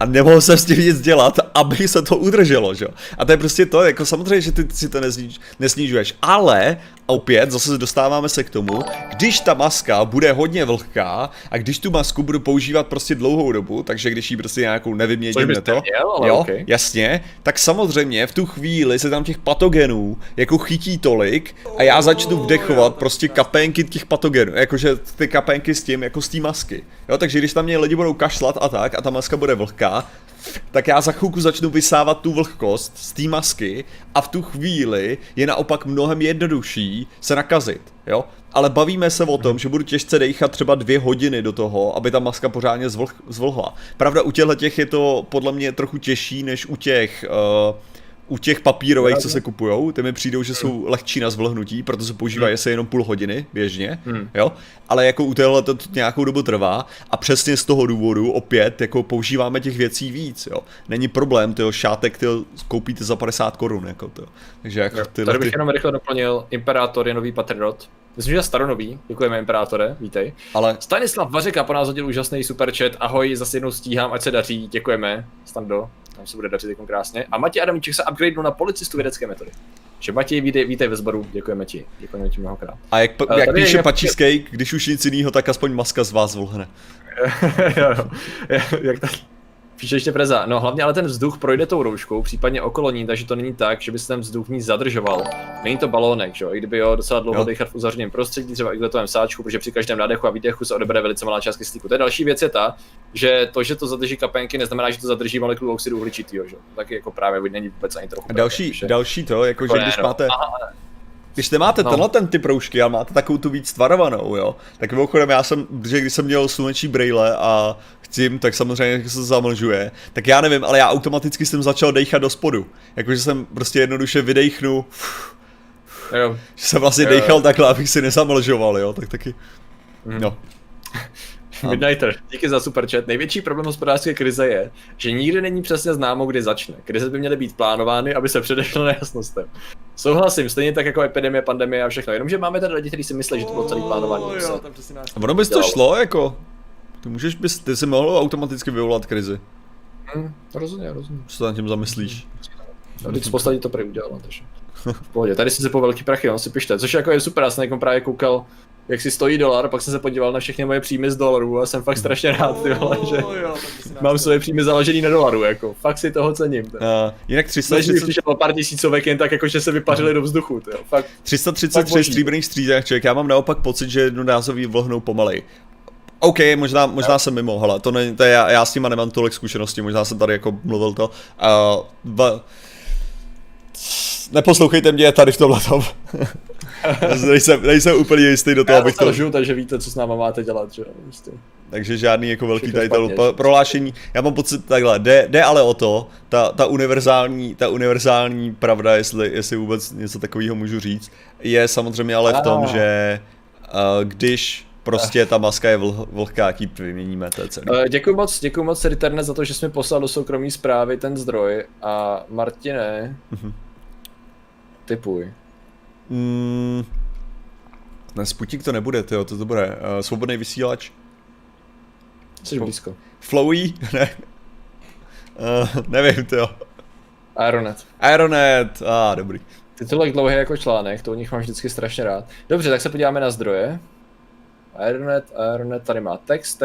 a nemohl jsem s tím nic dělat, aby se to udrželo, že jo. A to je prostě to, jako samozřejmě, že ty si to nesnižuješ, ale opět zase dostáváme se k tomu, když ta maska bude hodně vlhká a když tu masku budu používat prostě dlouhou dobu, takže když ji prostě nějakou nevyměníme to, jo, okay. Jasně, tak samozřejmě v tu chvíli se tam těch patogenů jako chytí tolik a já začnu vdechovat prostě kapénky těch patogenů, jakože ty kapénky s tím, jako z té masky, jo, takže když tam mě lidi budou kašlat a tak a ta maska bude vlhká, tak já za chvilku začnu vysávat tu vlhkost z té masky a v tu chvíli je naopak mnohem jednodušší se nakazit, jo? Ale bavíme se o tom, že budu těžce dejchat třeba 2 hodiny do toho, aby ta maska pořádně zvlhla. Pravda, u těch je to podle mě trochu těžší než u těch papírových, co se kupujou, ty mi přijdou, že jsou lehčí na zvlhnutí, protože se používají asi jenom půl hodiny běžně, jo? Ale jako u téhle to nějakou dobu trvá a přesně z toho důvodu opět jako používáme těch věcí víc, jo? Není problém, tyjo, šátek tyjo, koupíte za 50 korun, jako to. Takže jako tady bych jenom rychle doplnil, Imperátor je nový patriot. Myslím, že staronový, děkujeme Imperátore, vítej. Ale Stanislav Vařeka po nás hodil úžasný superchat, ahoj, zase jednou stíhám, ať se daří, děkujeme, Stando, tam se bude dařit jako krásně. A Matěj Adamíček se upgradenul na policistu vědecké metody. Že Matěj, vítej ve sboru, děkujeme ti mnohokrát. A jak píše Pačískej, když už nic jinýho, tak aspoň maska z vás vlhne. Jak tak píše ještě Preza, no hlavně ale ten vzduch projde tou rouškou, případně okolo ní, takže to není tak, že by se ten vzduch v ní zadržoval. Není to balónek, že jo, i kdyby jo docela dlouho dechat v uzavřeném prostředí, třeba i v letovém sáčku, protože při každém nádechu a výdechu se odebere velice malá část kyslíku. To je další věc je ta, že to zadrží kapénky, neznamená, že to zadrží molekulu oxidu uhličitého, že jo. Taky jako právě není vůbec ani trochu. Další to, jako že když máte když nemáte ten typ roušky, ale máte takovou tu víc tvarovanou, jo, tak mimochodem když jsem měl sluneční brejle a chcím, tak samozřejmě se zamlžuje, tak já nevím, ale já automaticky jsem začal dejchat do spodu, jakože jsem prostě jednoduše vydejchnu, že jsem vlastně dejchal takhle, abych si nezamlžoval, jo, tak taky, no. Midnighter, díky za superchat. Největší problém hospodářské krize je, že nikdy není přesně známo, kdy začne. Krize by měly být plánovány, aby se předešlo nejasnostem. Souhlasím, stejně tak jako epidemie, pandemie a všechno. Jenomže máme tady lidi, kteří si myslí, že to bylo celý plánování. Ono bys to šlo, jako. Ty si mohl automaticky vyvolat krizi. Rozumím. Co se nad tím zamyslíš? Vždyť spousta lidí to prý udělalo, takže v pohodě. Tady si po velký prachy, on si pište, což jako je super, já jsem jako právě koukal, jak si stojí dolar, pak jsem se podíval na všechny moje příjmy z dolaru a jsem fakt strašně rád, ty vole, že mám svoje příjmy založený na dolaru, jako, fakt si toho cením. Jinak 330... Než přišel pár tisícovek jen tak jako, že se vypařili do vzduchu, tyjo, fakt. 333 stříbrných střídaček, já mám naopak pocit, že jednorázový vlhnou pomalej. OK, možná jsem mimo, hele, to je já s tím nemám tolik zkušeností, možná jsem tady jako mluvil to. Neposlouchejte mě tady v tomhletom. nejsem úplně jistý do toho, abych to... Lžu, takže víte, co s náma máte dělat, že jo. Takže žádný jako velký tady prohlášení. Já mám pocit takhle, jde ale o to, ta univerzální pravda, jestli vůbec něco takového můžu říct, je samozřejmě ale v tom, že když prostě ta maska je vlhká, jak ji vyměníme, to je celý. Děkuji moc Reterne za to, že jsi mi poslal do soukromí zprávy ten zdroj a Martine, typuj. Ne, Sputnik to nebude, tyjo, to bude svobodný vysílač. Jsi blízko. Flowy? Ne. Nevím, tyjo. Aeronet, dobrý. Titulek dlouhý jako článek, to u nich mám vždycky strašně rád. Dobře, tak se podíváme na zdroje. Aeronet, tady má text.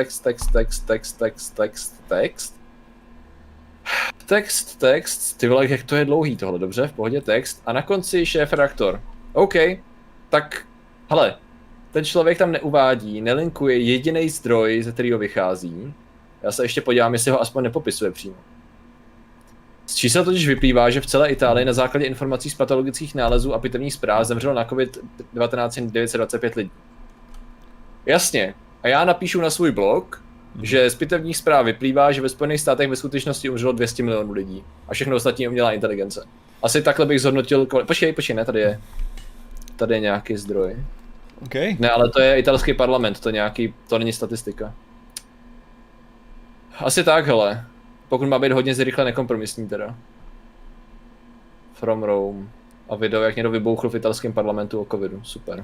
Ty vole, jak to je dlouhý tohle, dobře, v pohodě, text. A na konci šéf-redaktor. OK, tak, hele, ten člověk tam neuvádí, nelinkuje jediný zdroj, ze kterého vychází. Já se ještě podívám, jestli ho aspoň nepopisuje přímo. Z čísel totiž vyplývá, že v celé Itálii na základě informací z patologických nálezů a pitevních zpráv zemřelo na COVID-19 925 lidí. Jasně, a já napíšu na svůj blog, že z pitevních zpráv vyplývá, že ve Spojených státech ve skutečnosti umřelo 200 milionů lidí a všechno ostatní umělá inteligence. Asi takhle bych zhodnotil, počkej, ne, tady je nějaký zdroj. Okay. Ne, ale to je italský parlament, to není statistika. Asi tak, hele. Pokud má být hodně zrychle nekompromisní teda. From Rome. A video, jak někdo vybouchl v italském parlamentu o covidu, super.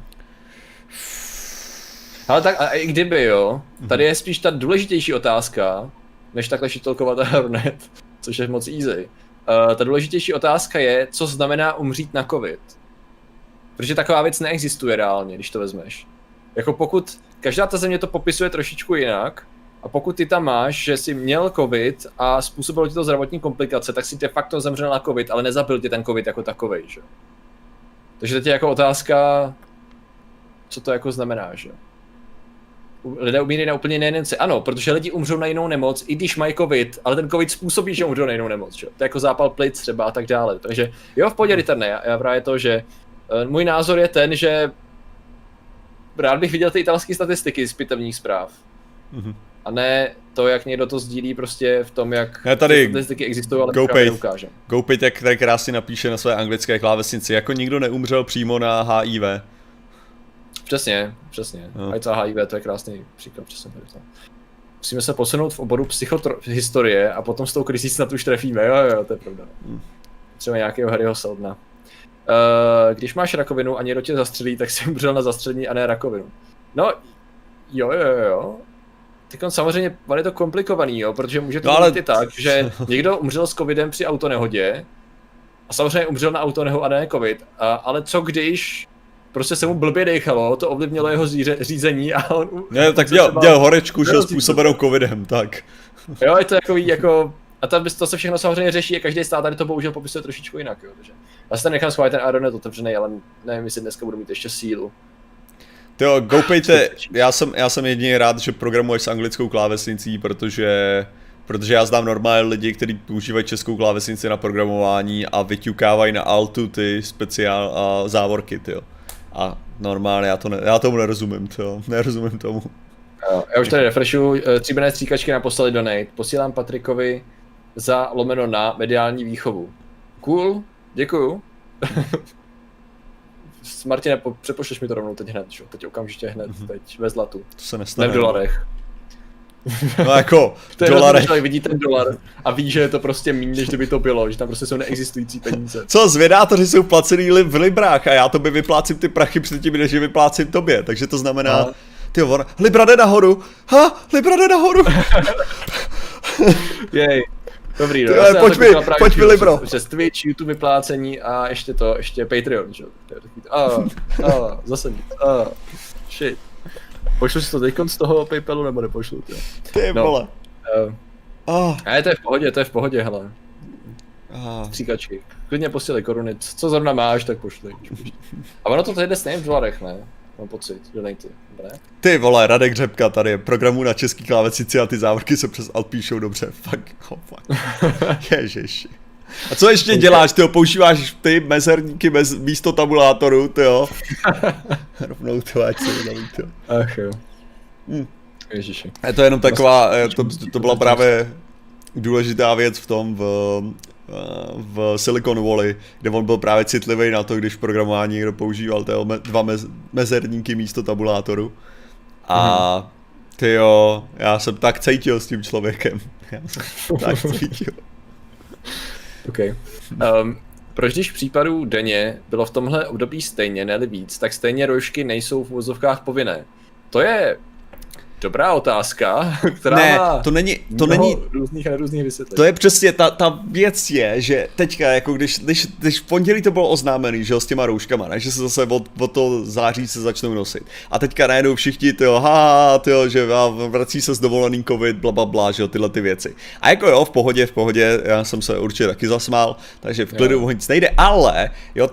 Ale tak, a i kdyby jo, tady je spíš ta důležitější otázka, než takhle šitolkovat hrnet, což je moc easy. Ta důležitější otázka je, co znamená umřít na covid. Protože taková věc neexistuje reálně, když to vezmeš. Jako pokud, každá ta země to popisuje trošičku jinak, a pokud ty tam máš, že jsi měl covid a způsobilo ti to zdravotní komplikace, tak si de facto zemřel na covid, ale nezabil tě ten covid jako takovej, že? Takže teď je jako otázka, co to jako znamená, že? Lidé umírají na úplně jiné nemoci. Ano, protože lidi umřou na jinou nemoc, i když mají covid, ale ten covid způsobí, že umřou na jinou nemoc, že? To je jako zápal plic třeba a tak dále. Takže jo, v pohodě returne, já právě to, že můj názor je ten, že rád bych viděl ty italské statistiky z pitevních zpráv. A ne to, jak někdo to sdílí prostě v tom, jak tady statistiky existují, ale GoPay neukáže. GoPay tak tady krásně napíše na své anglické klávesnici, jako nikdo neumřel přímo na HIV. Přesně. AIDS a HIV, to je krásný příklad, přesně tady to. Musíme se posunout v oboru psychohistorie a potom s tou krizí snad už trefíme, jo, to je pravda. Třeba nějakého Harryho Seldona. Když máš rakovinu a někdo tě zastřelí, tak jsi umřel na zastřelení a ne rakovinu. No, jo. Tak samozřejmě je to komplikovaný, jo, protože může to být i tak, že někdo umřel s covidem při autonehodě a samozřejmě umřel na autonehodu a ne covid, ale co když prostě se mu blbě dechalo, to ovlivnilo jeho řízení a on... Ne, tak dělal horečku, šel způsobenou covidem, tak. Jo, je to jako a to se všechno samozřejmě řeší a každý stát tady to bohužel popisuje trošičku jinak, jo, takže já si tam nechám schválit ten Aeronet otevřený, ale nevím, jestli dneska budu mít ještě sílu. Jo, GoPayte, já jsem jedině rád, že programuješ s anglickou klávesnicí, protože já znám normálně lidi, kteří používají českou klávesnici na programování a vyťukávají na altu ty speciál a závorky, tyjo. A normálně já tomu nerozumím, tyjo, nerozumím tomu. Jo, já už tady refreshu, stříbrné stříkačky nám poslali donate, posílám Patrikovi za lomeno na mediální výchovu. Cool, děkuju. Martine, přepošleš mi to rovnou teď hned, čo? Teď okamžitě hned, teď ve zlatu. To se nestane. Ne v dolarech. No jako, v dolarech. Člověk vidí ten dolar a ví, že je to prostě méně, než kdyby to bylo, že tam prostě jsou neexistující peníze. Co, zvědátoři jsou placený v librách a já tobě vyplácím ty prachy předtím, než je vyplácím tobě, takže to znamená, tyjo, libra jde nahoru, libra jde nahoru. Jej. Dobrý, no. Pojď mi libro. Přes Twitch, YouTube vyplácení a ještě Patreon, že? Zase nic. Shit. Pošlu si to teďkon z toho PayPalu nebo nepošlu, tě? Ty vole. To je v pohodě, hele. Stříkačky. Klidně posílej koruny, co zrovna máš, tak pošli. A ono to tady jde stejně v dolarech, ne? Mám pocit, donate, ne? Ty vole, Radek Řepka tady je programu na český klávesnici a ty závorky se přes alt píšou dobře, fuck. Ježiši. A co ještě děláš, tyjo, používáš ty mezerníky místo tabulátoru, tyjo? Rovnou to, ať se vydaví, tyjo. Ach jo. Ježiši. Je to jenom taková, to byla právě důležitá věc v tom, v Silicon Valley, kde on byl právě citlivý na to, když v programování někdo používal dva mezerníky místo tabulátoru. A tyjo, já jsem tak cítil s tím člověkem. Já jsem tak cítil. OK. Proč když případů denně bylo v tomhle období stejně, ne-li víc, tak stejně roušky nejsou v uvozovkách povinné? To je dobrá otázka, která má to není různých a nerůzných vysvětlení. To je přesně, ta věc je, že teďka, jako když v pondělí to bylo oznámený, že s těma rouškama, ne, že se zase od toho září se začnou nosit. A teďka najednou všichni, že vrací se z dovolený covid, blablabla, že jo, tyhle ty věci. A jako jo, v pohodě, já jsem se určitě taky zasmál, takže v klidu nic nejde, ale jo,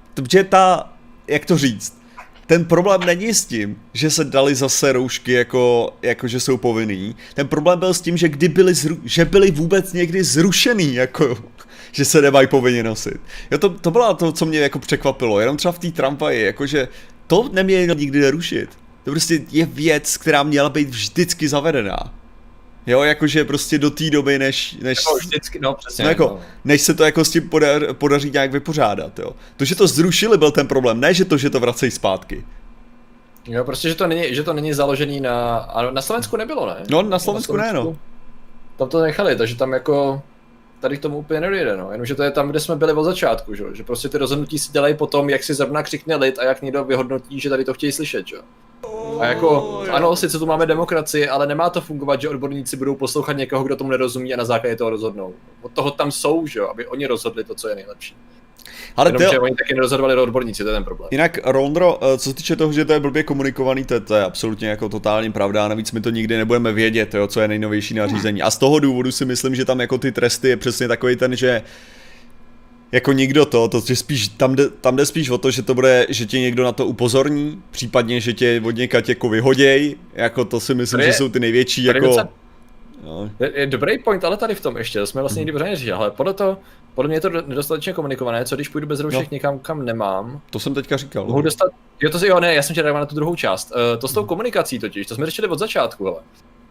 jak to říct, ten problém není s tím, že se dali zase roušky jako že jsou povinný. Ten problém byl s tím, že že byly vůbec někdy zrušený, jako že se nemají povinně nosit. Jo, to bylo to, co mě jako překvapilo. Jenom třeba v té tramvaji, jakože to nemělo nikdy nerušit. To prostě je věc, která měla být vždycky zavedená. Jo, jakože prostě do té doby, než vždycky, přesně, než se to jako s tím podaří nějak vypořádat, jo. To, že to zrušili, byl ten problém, ne že to vracejí zpátky. Jo, prostě, že to není založený na Slovensku nebylo, ne? No, na Slovensku ne, no. Tam to nechali, takže tam tady k tomu úplně nedojde, no. Jenomže to je tam, kde jsme byli od začátku, že prostě ty rozhodnutí si dělají potom, jak si zrovna křikne lid a jak někdo vyhodnotí, že tady to chtějí slyšet, že? A jako, ano, sice tu máme demokracii, ale nemá to fungovat, že odborníci budou poslouchat někoho, kdo tomu nerozumí a na základě toho rozhodnou. Od toho tam jsou, že jo, aby oni rozhodli to, co je nejlepší. Ale jenomže oni taky nerozhodovali odborníci, to je ten problém. Jinak, Rondro, co se týče toho, že to je blbě komunikovaný, to je absolutně jako totální pravda, a navíc my to nikdy nebudeme vědět, jo, co je nejnovější nařízení. A z toho důvodu si myslím, že tam jako ty tresty je přesně takový ten, že jako nikdo že spíš, tam jde spíš o to, že to bude, že tě někdo na to upozorní, případně, že tě od někaď jako vyhoděj, jako to si myslím, že jsou ty největší jako... No. Je dobrý point, ale tady v tom ještě, to jsme vlastně nikdy pořádně neřešili, ale podle mě je to nedostatečně komunikované, co když půjdu bez roušek někam, kam nemám. To jsem teďka říkal. Mohu dostat, já jsem tě reagoval na tu druhou část, to s tou komunikací totiž, to jsme řešili od začátku, ale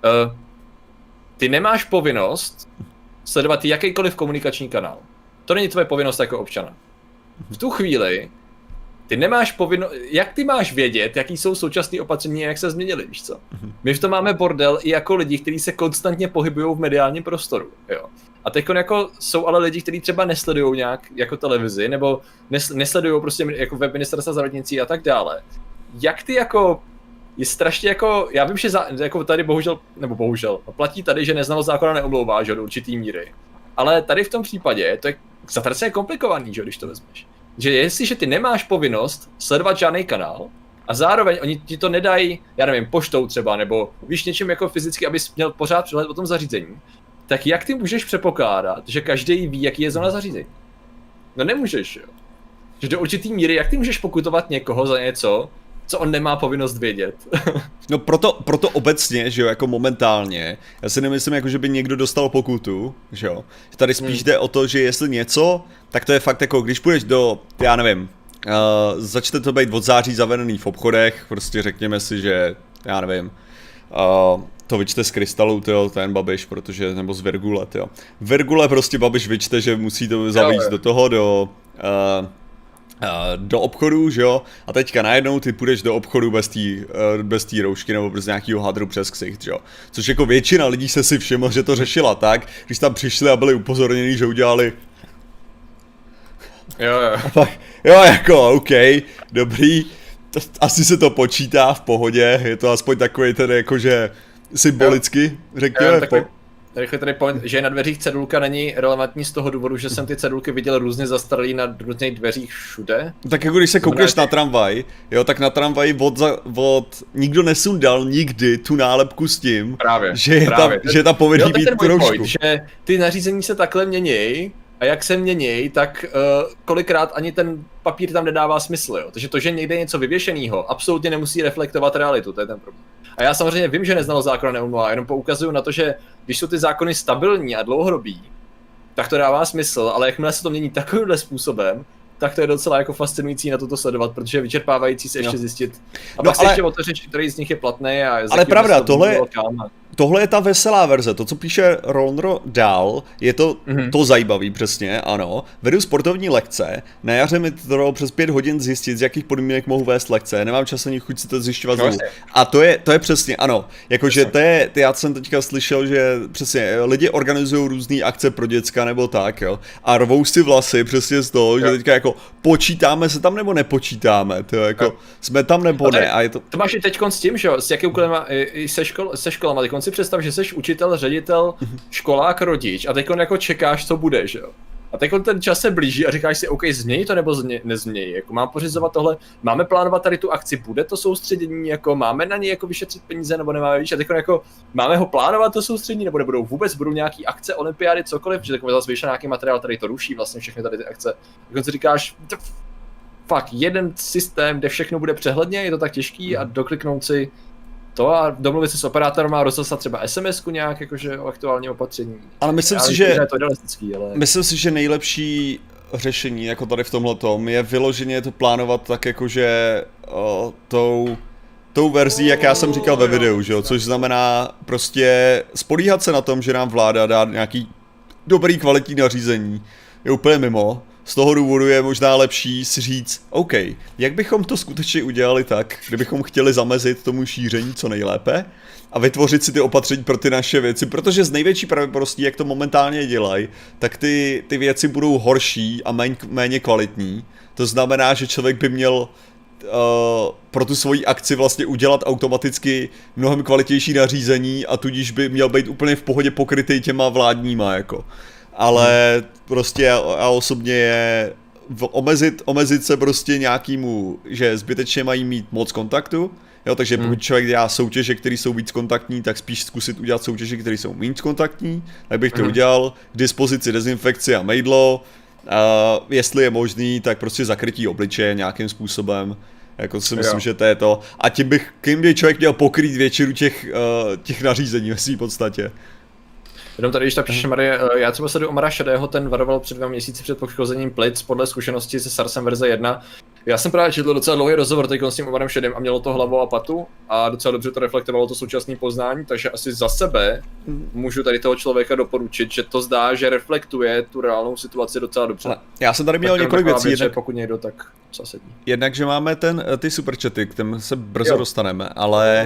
ty nemáš povinnost sledovat jakýkoliv komunikační kanál. To není tvoje povinnost jako občana. V tu chvíli ty nemáš povinnost, jak ty máš vědět, jaký jsou současné opatření a jak se změnily, víš co? My v tom máme bordel i jako lidi, kteří se konstantně pohybují v mediálním prostoru, jo. A teď jako jsou ale lidi, kteří třeba nesledují nějak jako televizi, nebo nesledují prostě jako web ministerstva zdravotnictví a tak dále. Jak ty jako, je strašně jako, já vím, že jako tady bohužel, platí tady, že neznalost zákona neomlouvá, že do určitý míry. Ale tady v tom případě, to je zatraceně komplikovaný, že když to vezmeš. Že jestliže ty nemáš povinnost sledovat žádný kanál a zároveň oni ti to nedají, já nevím, poštou třeba, nebo víš něčím jako fyzicky, abys měl pořád přehled o tom zařízení, tak jak ty můžeš předpokládat, že každý ví, jaký je zóna zařízení? No nemůžeš, jo. Že do určitý míry, jak ty můžeš pokutovat někoho za něco, co on nemá povinnost vědět. No proto obecně, že jo, jako momentálně, já si nemyslím, jako že by někdo dostal pokutu, že jo. Tady spíš jde o to, že jestli něco, tak to je fakt jako, když půjdeš do, já nevím, začne to být od září zavedený v obchodech, prostě řekněme si, že, já nevím, to vyčte z Krystalu, tyjo, ten Babiš, protože, nebo z Virgule, tyjo. Virgule prostě Babiš vyčte, že musí to zavíct do toho, do obchodu, že jo, a teďka najednou ty půjdeš do obchodu bez té roušky nebo bez nějakého hadru přes ksicht, že jo. Což jako většina lidí se si všimla, že to řešila tak, když tam přišli a byli upozorněni, že udělali... Jo, jako, OK, dobrý, asi se to počítá v pohodě, je to aspoň takový ten jakože symbolicky, řekněme. Rychle tady point, že na dveřích cedulka není relevantní z toho důvodu, že jsem ty cedulky viděl různě zastaralý na různých dveřích všude. Tak jako když se koukneš na tramvaj, jo, tak na tramvaji nikdo nesundal nikdy tu nálepku s tím, že je tam povinný být tu roušku. Že ty nařízení se takhle měnějí a jak se měnějí, tak kolikrát ani ten papír tam nedává smysl, jo. Takže to, že někde je něco vyvěšenýho, absolutně nemusí reflektovat realitu, to je ten problém. A já samozřejmě vím, že neznalost zákona neumluvá, jenom poukazuju na to, že když jsou ty zákony stabilní a dlouhodobí, tak to dává smysl, ale jakmile se to mění takovýmhle způsobem, tak to je docela jako fascinující na toto sledovat, protože je vyčerpávající se ještě zjistit. A pak se ještě o to řešit, který z nich je platný a ale pravda, tohle je ta veselá verze, to, co píše Rondro dál, je to zajímavý přesně, ano. Vedu sportovní lekce, na jaře mi to trvalo přes 5 hodin zjistit, z jakých podmínek mohu vést lekce, nemám čas ani chuť si to zjišťovat znovu. A to je přesně, ano, jakože já jsem teďka slyšel, že přesně lidi organizují různé akce pro děcka nebo tak, jo, a rvou si vlasy přesně z toho, že teďka jako počítáme se tam nebo nepočítáme, to jako jsme tam nebo ne. A je to... to máš i teďkon s tím, že jo, s jakýmkoliv se školama, si představ, že jsi učitel, ředitel, školák, rodič a teď jako čekáš, co bude, že jo. A teď ten čas se blíží a říkáš si, OK, změní to nebo nezmění, jako mám pořizovat tohle, máme plánovat tady tu akci, bude to soustředění, jako máme na něj jako vyšetřit peníze nebo nemáme, víš, a teď jako máme ho plánovat to soustředění nebo nebudou vůbec, budou nějaký akce, olympiády, cokoliv, že takové zase vyšel nějaký materiál, který to ruší vlastně všechny tady ty akce. Tak si říkáš, fakt jeden systém, kde všechno bude přehledně, je to tak těžký a dokliknout si to a domluvit se s operátorem a rozeslat třeba SMS-ku nějak, jakože o aktuální opatření. Ale myslím si, že je to idealistický, ale... Myslím si, že nejlepší řešení jako tady v tomhletom je vyloženě to plánovat tak jakože tou verzí, jak já jsem říkal ve videu, že jo? Což znamená prostě spolíhat se na tom, že nám vláda dá nějaký dobrý kvalitní nařízení. Je úplně mimo. Z toho důvodu je možná lepší si říct, OK, jak bychom to skutečně udělali tak, kdybychom chtěli zamezit tomu šíření co nejlépe a vytvořit si ty opatření pro ty naše věci, protože z největší pravděpodobností, jak to momentálně dělají, tak ty věci budou horší a méně kvalitní. To znamená, že člověk by měl pro tu svoji akci vlastně udělat automaticky mnohem kvalitnější nařízení a tudíž by měl být úplně v pohodě pokrytý těma vládníma, jako. Ale prostě já osobně je omezit se prostě nějakému, že zbytečně mají mít moc kontaktu, jo, takže pokud člověk dělá soutěže, které jsou víc kontaktní, tak spíš zkusit udělat soutěže, které jsou méně kontaktní, tak bych to udělal, k dispozici dezinfekci a mejdlo, jestli je možný, tak prostě zakrytí obličeje nějakým způsobem, jako si myslím, že to je to, a tím by člověk měl pokrýt většinu těch nařízení ve své podstatě. Jenom tady, když tak píše Marie, já třeba sleduju Omara Šedého, ten varoval před 2 měsíci před poškozením plic podle zkušenosti se SARSem verze 1. Já jsem právě četl docela dlouhý rozhovor teď s tím Omarem Šedým a mělo to hlavu a patu a docela dobře to reflektovalo to současné poznání, takže asi za sebe můžu tady toho člověka doporučit, že to zdá, že reflektuje tu reálnou situaci docela dobře. Já jsem tady měl několik věcí, pokud někdo, tak zásadní. Jednak, že máme ty superchaty, k těm se brzo dostaneme, ale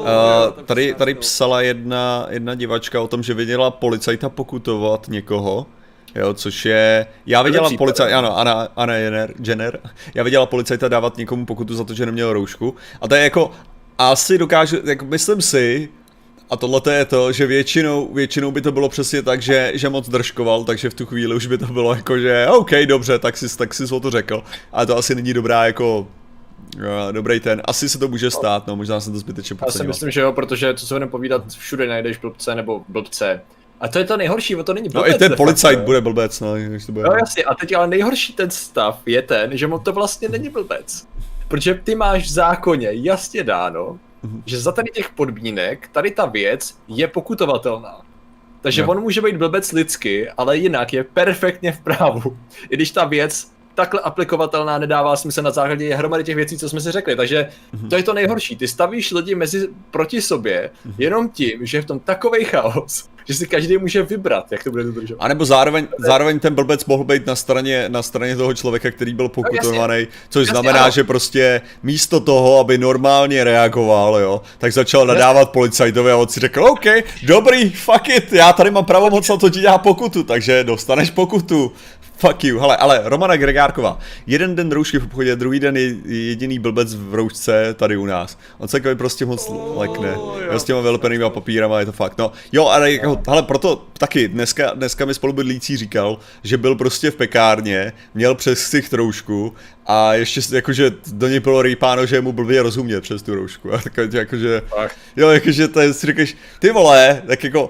tady psala jedna divačka o tom, že viděla policajta pokutovat někoho, jo, což je, já viděla policajta, ano, Anna Jenner, já viděla policajta dávat někomu pokutu za to, že neměl roušku, a to je jako, asi dokážu, jako myslím si, a tohle je to, že většinou by to bylo přesně tak, že moc držkoval, takže v tu chvíli už by to bylo jako, že OK, dobře, tak jsi o to řekl, ale to asi není dobrá jako, dobrý ten, asi se to může stát, no, možná jsem to zbytečně podceňoval. Já si myslím, že jo, protože co se budeme povídat, všude najdeš blbce nebo blbce. A to je to nejhorší, to není blbec. No i ten policajt bude blbec, no, když to bude. No jasně, a teď ale nejhorší ten stav je ten, že to vlastně není blbec. Protože ty máš v zákoně jasně dáno, že za tady těch podmínek, tady ta věc je pokutovatelná. Takže on může být blbec lidsky, ale jinak je perfektně v právu. I když ta věc takhle aplikovatelná nedává smysl na základě hromady těch věcí, co jsme si řekli. Takže to je to nejhorší. Ty stavíš lidi proti sobě jenom tím, že je v tom takovej chaos, že si každý může vybrat, jak to bude dodržovat. A nebo zároveň ten blbec mohl být na straně toho člověka, který byl pokutovaný, což znamená, že prostě místo toho, aby normálně reagoval, jo, tak začal nadávat policajtovi a on si řekl, OK, dobrý, fuck it, já tady mám pravomoc na to ti dělá pokutu, takže dostaneš pokutu. Fuck you, hele, ale Romana Gregárková, jeden den roušky v obchodě, druhý den je jediný blbec v roušce tady u nás. On se prostě moc lekne, s těma vylepenýma papírama, je to fakt, no. Jo, ale jako, hele, proto taky dneska mi spolubydlící říkal, že byl prostě v pekárně, měl přes ksicht roušku a ještě jakože do něj bylo rýpáno, že je mu blbě rozumět přes tu roušku. A tak jakože, jo, jakože to je, si říkáš, ty vole, tak jako,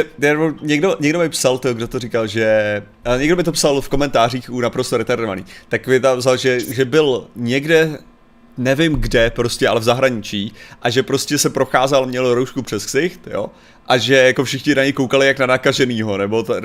někdo mi psal, kdo to říkal, že, někdo mi to psal v komentářích u Naprosto retardovaný, tak mi tam psal, že byl někde, nevím kde prostě, ale v zahraničí a že prostě se procházel, měl roušku přes ksicht, jo, a že jako všichni na něj koukali jak na nakaženýho,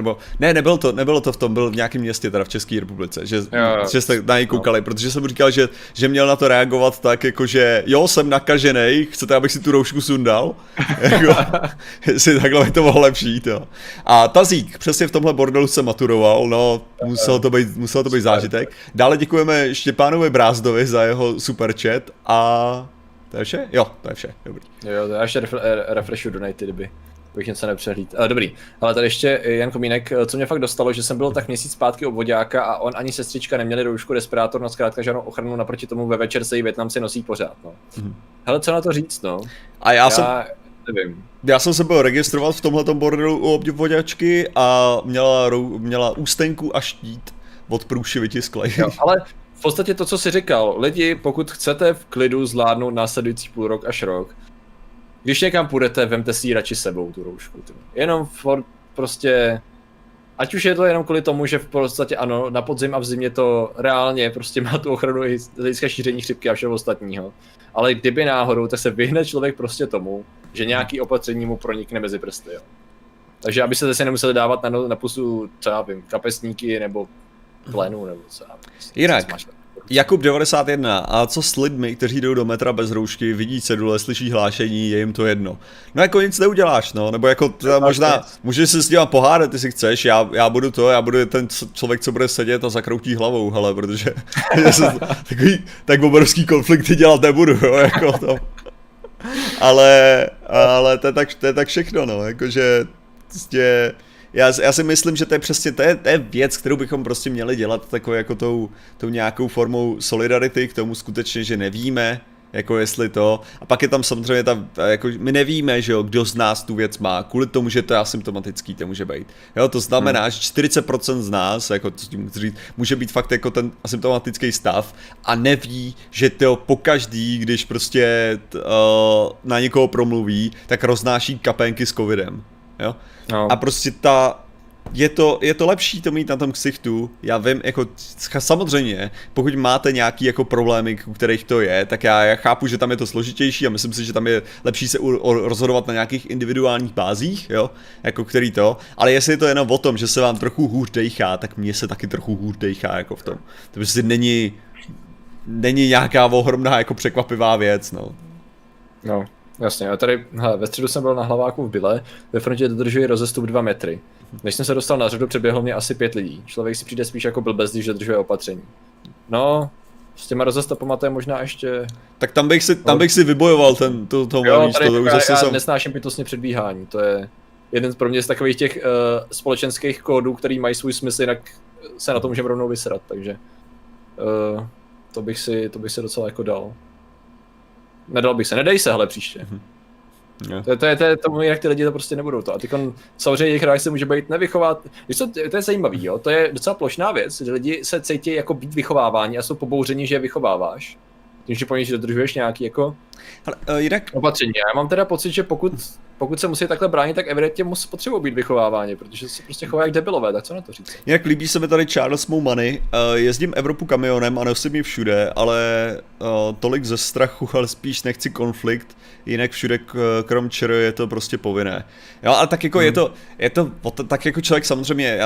nebylo to v tom, byl v nějakém městě, teda v České republice, že se na něj koukali, protože jsem mu říkal, že měl na to reagovat tak, jako že jo, jsem nakažený, chcete, abych si tu roušku sundal? Jako, jestli takhle by to mohlo lepší, to. A Tazík přesně v tomhle bordelu se maturoval, no, muselo to být zážitek. Dále děkujeme Štěpánovi Brázdovi za jeho super chat a to je vše? Jo, to je vše, dobrý. Jo, já ještě refreshu donaty, kdyby bych něco nepřehlíd. Dobrý, ale tady ještě Jan Komínek, co mě fakt dostalo, že jsem byl tak měsíc zpátky u voďáka a on ani sestřička neměli roušku, respirátor, no zkrátka žádnou ochranu, naproti tomu ve večer se jí Vietnamci nosí pořád, no. Hele, co na to říct, no? A já nevím. Já jsem se byl registrovat v tomhletom bordelu u obdivovačky a měla ústenku a štít od průšivy tisklej. Jo, ale v podstatě to, co jsi říkal, lidi, pokud chcete v klidu zvládnout následující půl rok až rok, když někam půjdete, vemte si ji radši sebou, tu roušku. Jenom prostě, ať už je to jenom kvůli tomu, že v podstatě ano, na podzim a v zimě to reálně prostě má tu ochranu i z hlediska šíření chřipky a všeho ostatního. Ale kdyby náhodou, tak se vyhne člověk prostě tomu, že nějaký opatření mu pronikne mezi prsty, jo. Takže aby se zase nemuseli dávat na pusu, co já vím, kapesníky nebo plénu nebo co já vím. Jinak, Jakub 91, a co s lidmi, kteří jdou do metra bez roušky, vidí cedule, slyší hlášení, je jim to jedno. No jako nic neuděláš, no, nebo jako možná, můžeš se s těma pohádat, ty si chceš, já budu ten člověk, co bude sedět a zakroutí hlavou, hele, protože takový tak obrovský konflikty dělat nebudu, jo, jako to. ale to je tak všechno, no, jakože prostě já si myslím, že to je přesně, to je věc, kterou bychom prostě měli dělat takovou jako tou nějakou formou solidarity k tomu skutečně, že nevíme, jako jestli to, a pak je tam samozřejmě jako my nevíme, že jo, kdo z nás tu věc má, kvůli tomu, že to je asymptomatický, to může být. Jo, to znamená, že 40% z nás, jako to tím chci říct, může být fakt jako ten asymptomatický stav a neví, že to pokaždý, když prostě na někoho promluví, tak roznáší kapénky s covidem. Jo? No. A prostě je to lepší to mít na tom ksichtu, já vím, jako samozřejmě, pokud máte nějaký jako problémy, u kterých to je, tak já chápu, že tam je to složitější a myslím si, že tam je lepší se rozhodovat na nějakých individuálních bázích, jo, jako který to, ale jestli je to jenom o tom, že se vám trochu hůř dejchá, tak mně se taky trochu hůř dejchá, jako v tom. To prostě není nějaká ohromná jako překvapivá věc, no. No. Jasně, a tady ve středu jsem byl na Hlaváku v Byle, ve frontě dodržuji rozestup 2 metry. Než jsem se dostal na řadu, přeběhlo mě asi 5 lidí. Člověk si přijde spíš jako blbec, když dodržuje opatření. No, s těma rozestupama to je možná ještě... Tak tam bych si vybojoval to místo, to už zase já nesnáším bytostně předbíhání, to je jeden pro mě z takových těch společenských kódů, který mají svůj smysl, jinak se na to můžeme rovnou vysrat, takže to bych si docela jako dal. Nedal bych se, nedej se, hele, příště. To je tomu, jinak ty lidi to prostě nebudou to. A teď samozřejmě jejich reakce může být nevychovat. Víš co, to je zajímavý, jo? To je docela plošná věc, že lidi se cítí jako být vychováváni a jsou pobouřeni, že je vychováváš. Tím, že po nich dodržuješ nějaký jako opatření. Já mám teda pocit, že pokud se musí takhle bránit, tak evidentně potřebují být vychováváni, protože se prostě chovají jak debilové, tak co na to říct? Jinak líbí se mi tady Charles Money. Jezdím Evropu kamionem a nosím ji všude, ale tolik ze strachu, ale spíš nechci konflikt, jinak všude krom ČR je to prostě povinné. Jo, ale tak jako je to tak jako člověk samozřejmě,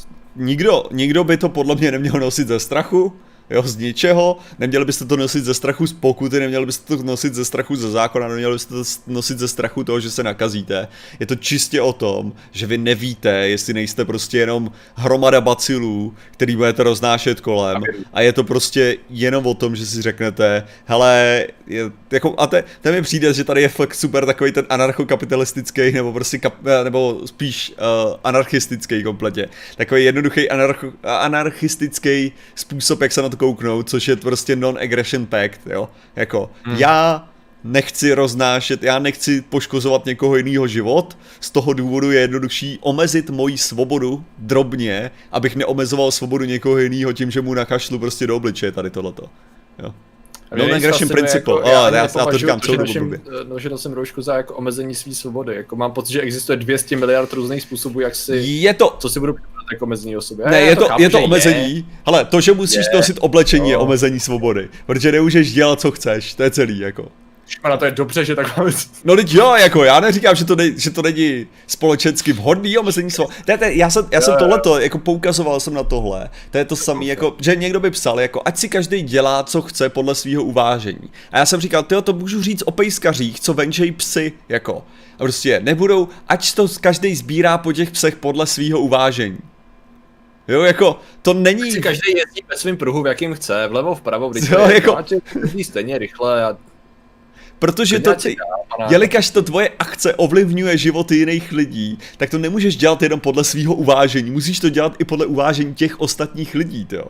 nikdo by to podle mě neměl nosit ze strachu. Jo, z ničeho, neměli byste to nosit ze strachu z pokuty, neměli byste to nosit ze strachu ze zákona, neměli byste to nosit ze strachu toho, že se nakazíte. Je to čistě o tom, že vy nevíte, jestli nejste prostě jenom hromada bacilů, který budete roznášet kolem, a je to prostě jenom o tom, že si řeknete, hele, a to mi přijde, že tady je fakt super takový ten anarchokapitalistický, nebo prostě nebo spíš anarchistický kompletně. Takový jednoduchý anarchistický způsob, jak se na to kouknout, což je prostě non-aggression pact, jo, jako já nechci roznášet, já nechci poškozovat někoho jiného život, z toho důvodu je jednodušší omezit moji svobodu drobně, abych neomezoval svobodu někoho jiného tím, že mu nakašlu prostě do obličeje tady tohleto, jo. Non-aggression principle, jako, já to říkám celou dobu. Nožil jsem roušku za jako omezení své svobody, jako mám pocit, že existuje 200 miliard různých způsobů, jak si, co si budu připravit jako omezení o sobě. Ne, je to omezení, hele, to, že musíš nosit oblečení je omezení svobody, protože nemůžeš dělat, co chceš, to je celý, jako. Škoda, to je dobře, že tak máme. No teď jo, jako já neříkám, že to není společensky vhodný omezení svobody. Já jsem tohleto, jako poukazoval jsem na tohle. To je to samé, jako, že někdo by psal, jako ať si každý dělá, co chce podle svého uvážení. A já jsem říkal, to můžu říct o pejskařích, co venčejí psy, jako. A prostě nebudou, ať to každý sbírá po těch psech podle svého uvážení. Jo, jako, to není... Si každý jezdí ve svým pruhu, v jakým chce, vlevo, vpravo, když jo, jako... jezdí stejně rychle a... Protože jelikož to tvoje akce ovlivňuje životy jiných lidí, tak to nemůžeš dělat jenom podle svého uvážení, musíš to dělat i podle uvážení těch ostatních lidí, jo.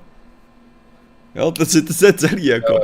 Jo, to je celý, jako.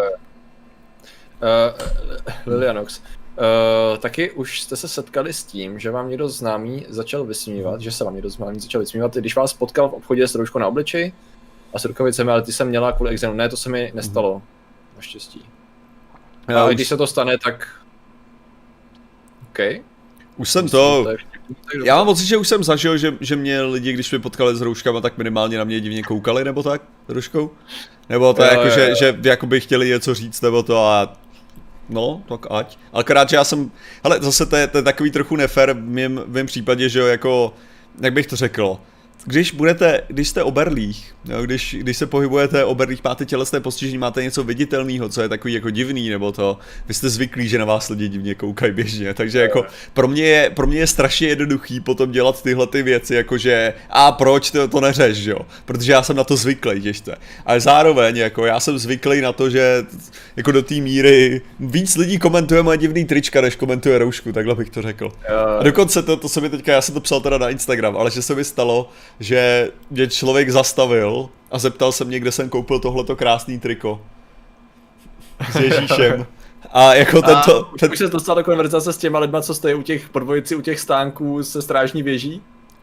Lilianox, taky už jste se setkali s tím, že vám někdo známý začal vysmívat, když vás potkal v obchodě s rouškou na obličeji a s rukavicemi, ale ty jsem měla kvůli exému. Ne, to se mi nestalo, naštěstí. A když se to stane, tak... OK. Už jsem to... Já mám pocit, že už jsem zažil, že mě lidi, když mě potkali s rouškama, tak minimálně na mě divně koukali, nebo tak, rouškou. Nebo to jako, že jakoby chtěli něco říct, nebo to a... No, tak ať. Ale akorát, že já jsem... Hele, zase to je takový trochu nefér v mém případě, že jo, jako... Jak bych to řekl? když jste oberlých, jo, když se pohybujete oberlých, máte tělesné postižení, máte něco viditelného, co je takový jako divný, nebo to, vy jste zvyklí, že na vás lidi divně koukají běžně, takže jako pro mě je strašně jednoduchý potom dělat tyhle ty věci, jakože a proč to neřeš, jo, protože já jsem na to zvyklý těžce, ale zároveň jako já jsem zvyklý na to, že jako do té míry víc lidí komentuje moje divný trička, než komentuje roušku, takhle bych to řekl. A dokonce to se mi teďka, já jsem to psal teda na Instagram, ale že se mi stalo, že mě člověk zastavil a zeptal se mě, kde jsem koupil tohleto krásný triko s Ježíšem. A jako Už jsi dostal do konverzace s těma lidma, co stojí u těch podvojici, u těch stánků se strážní věží?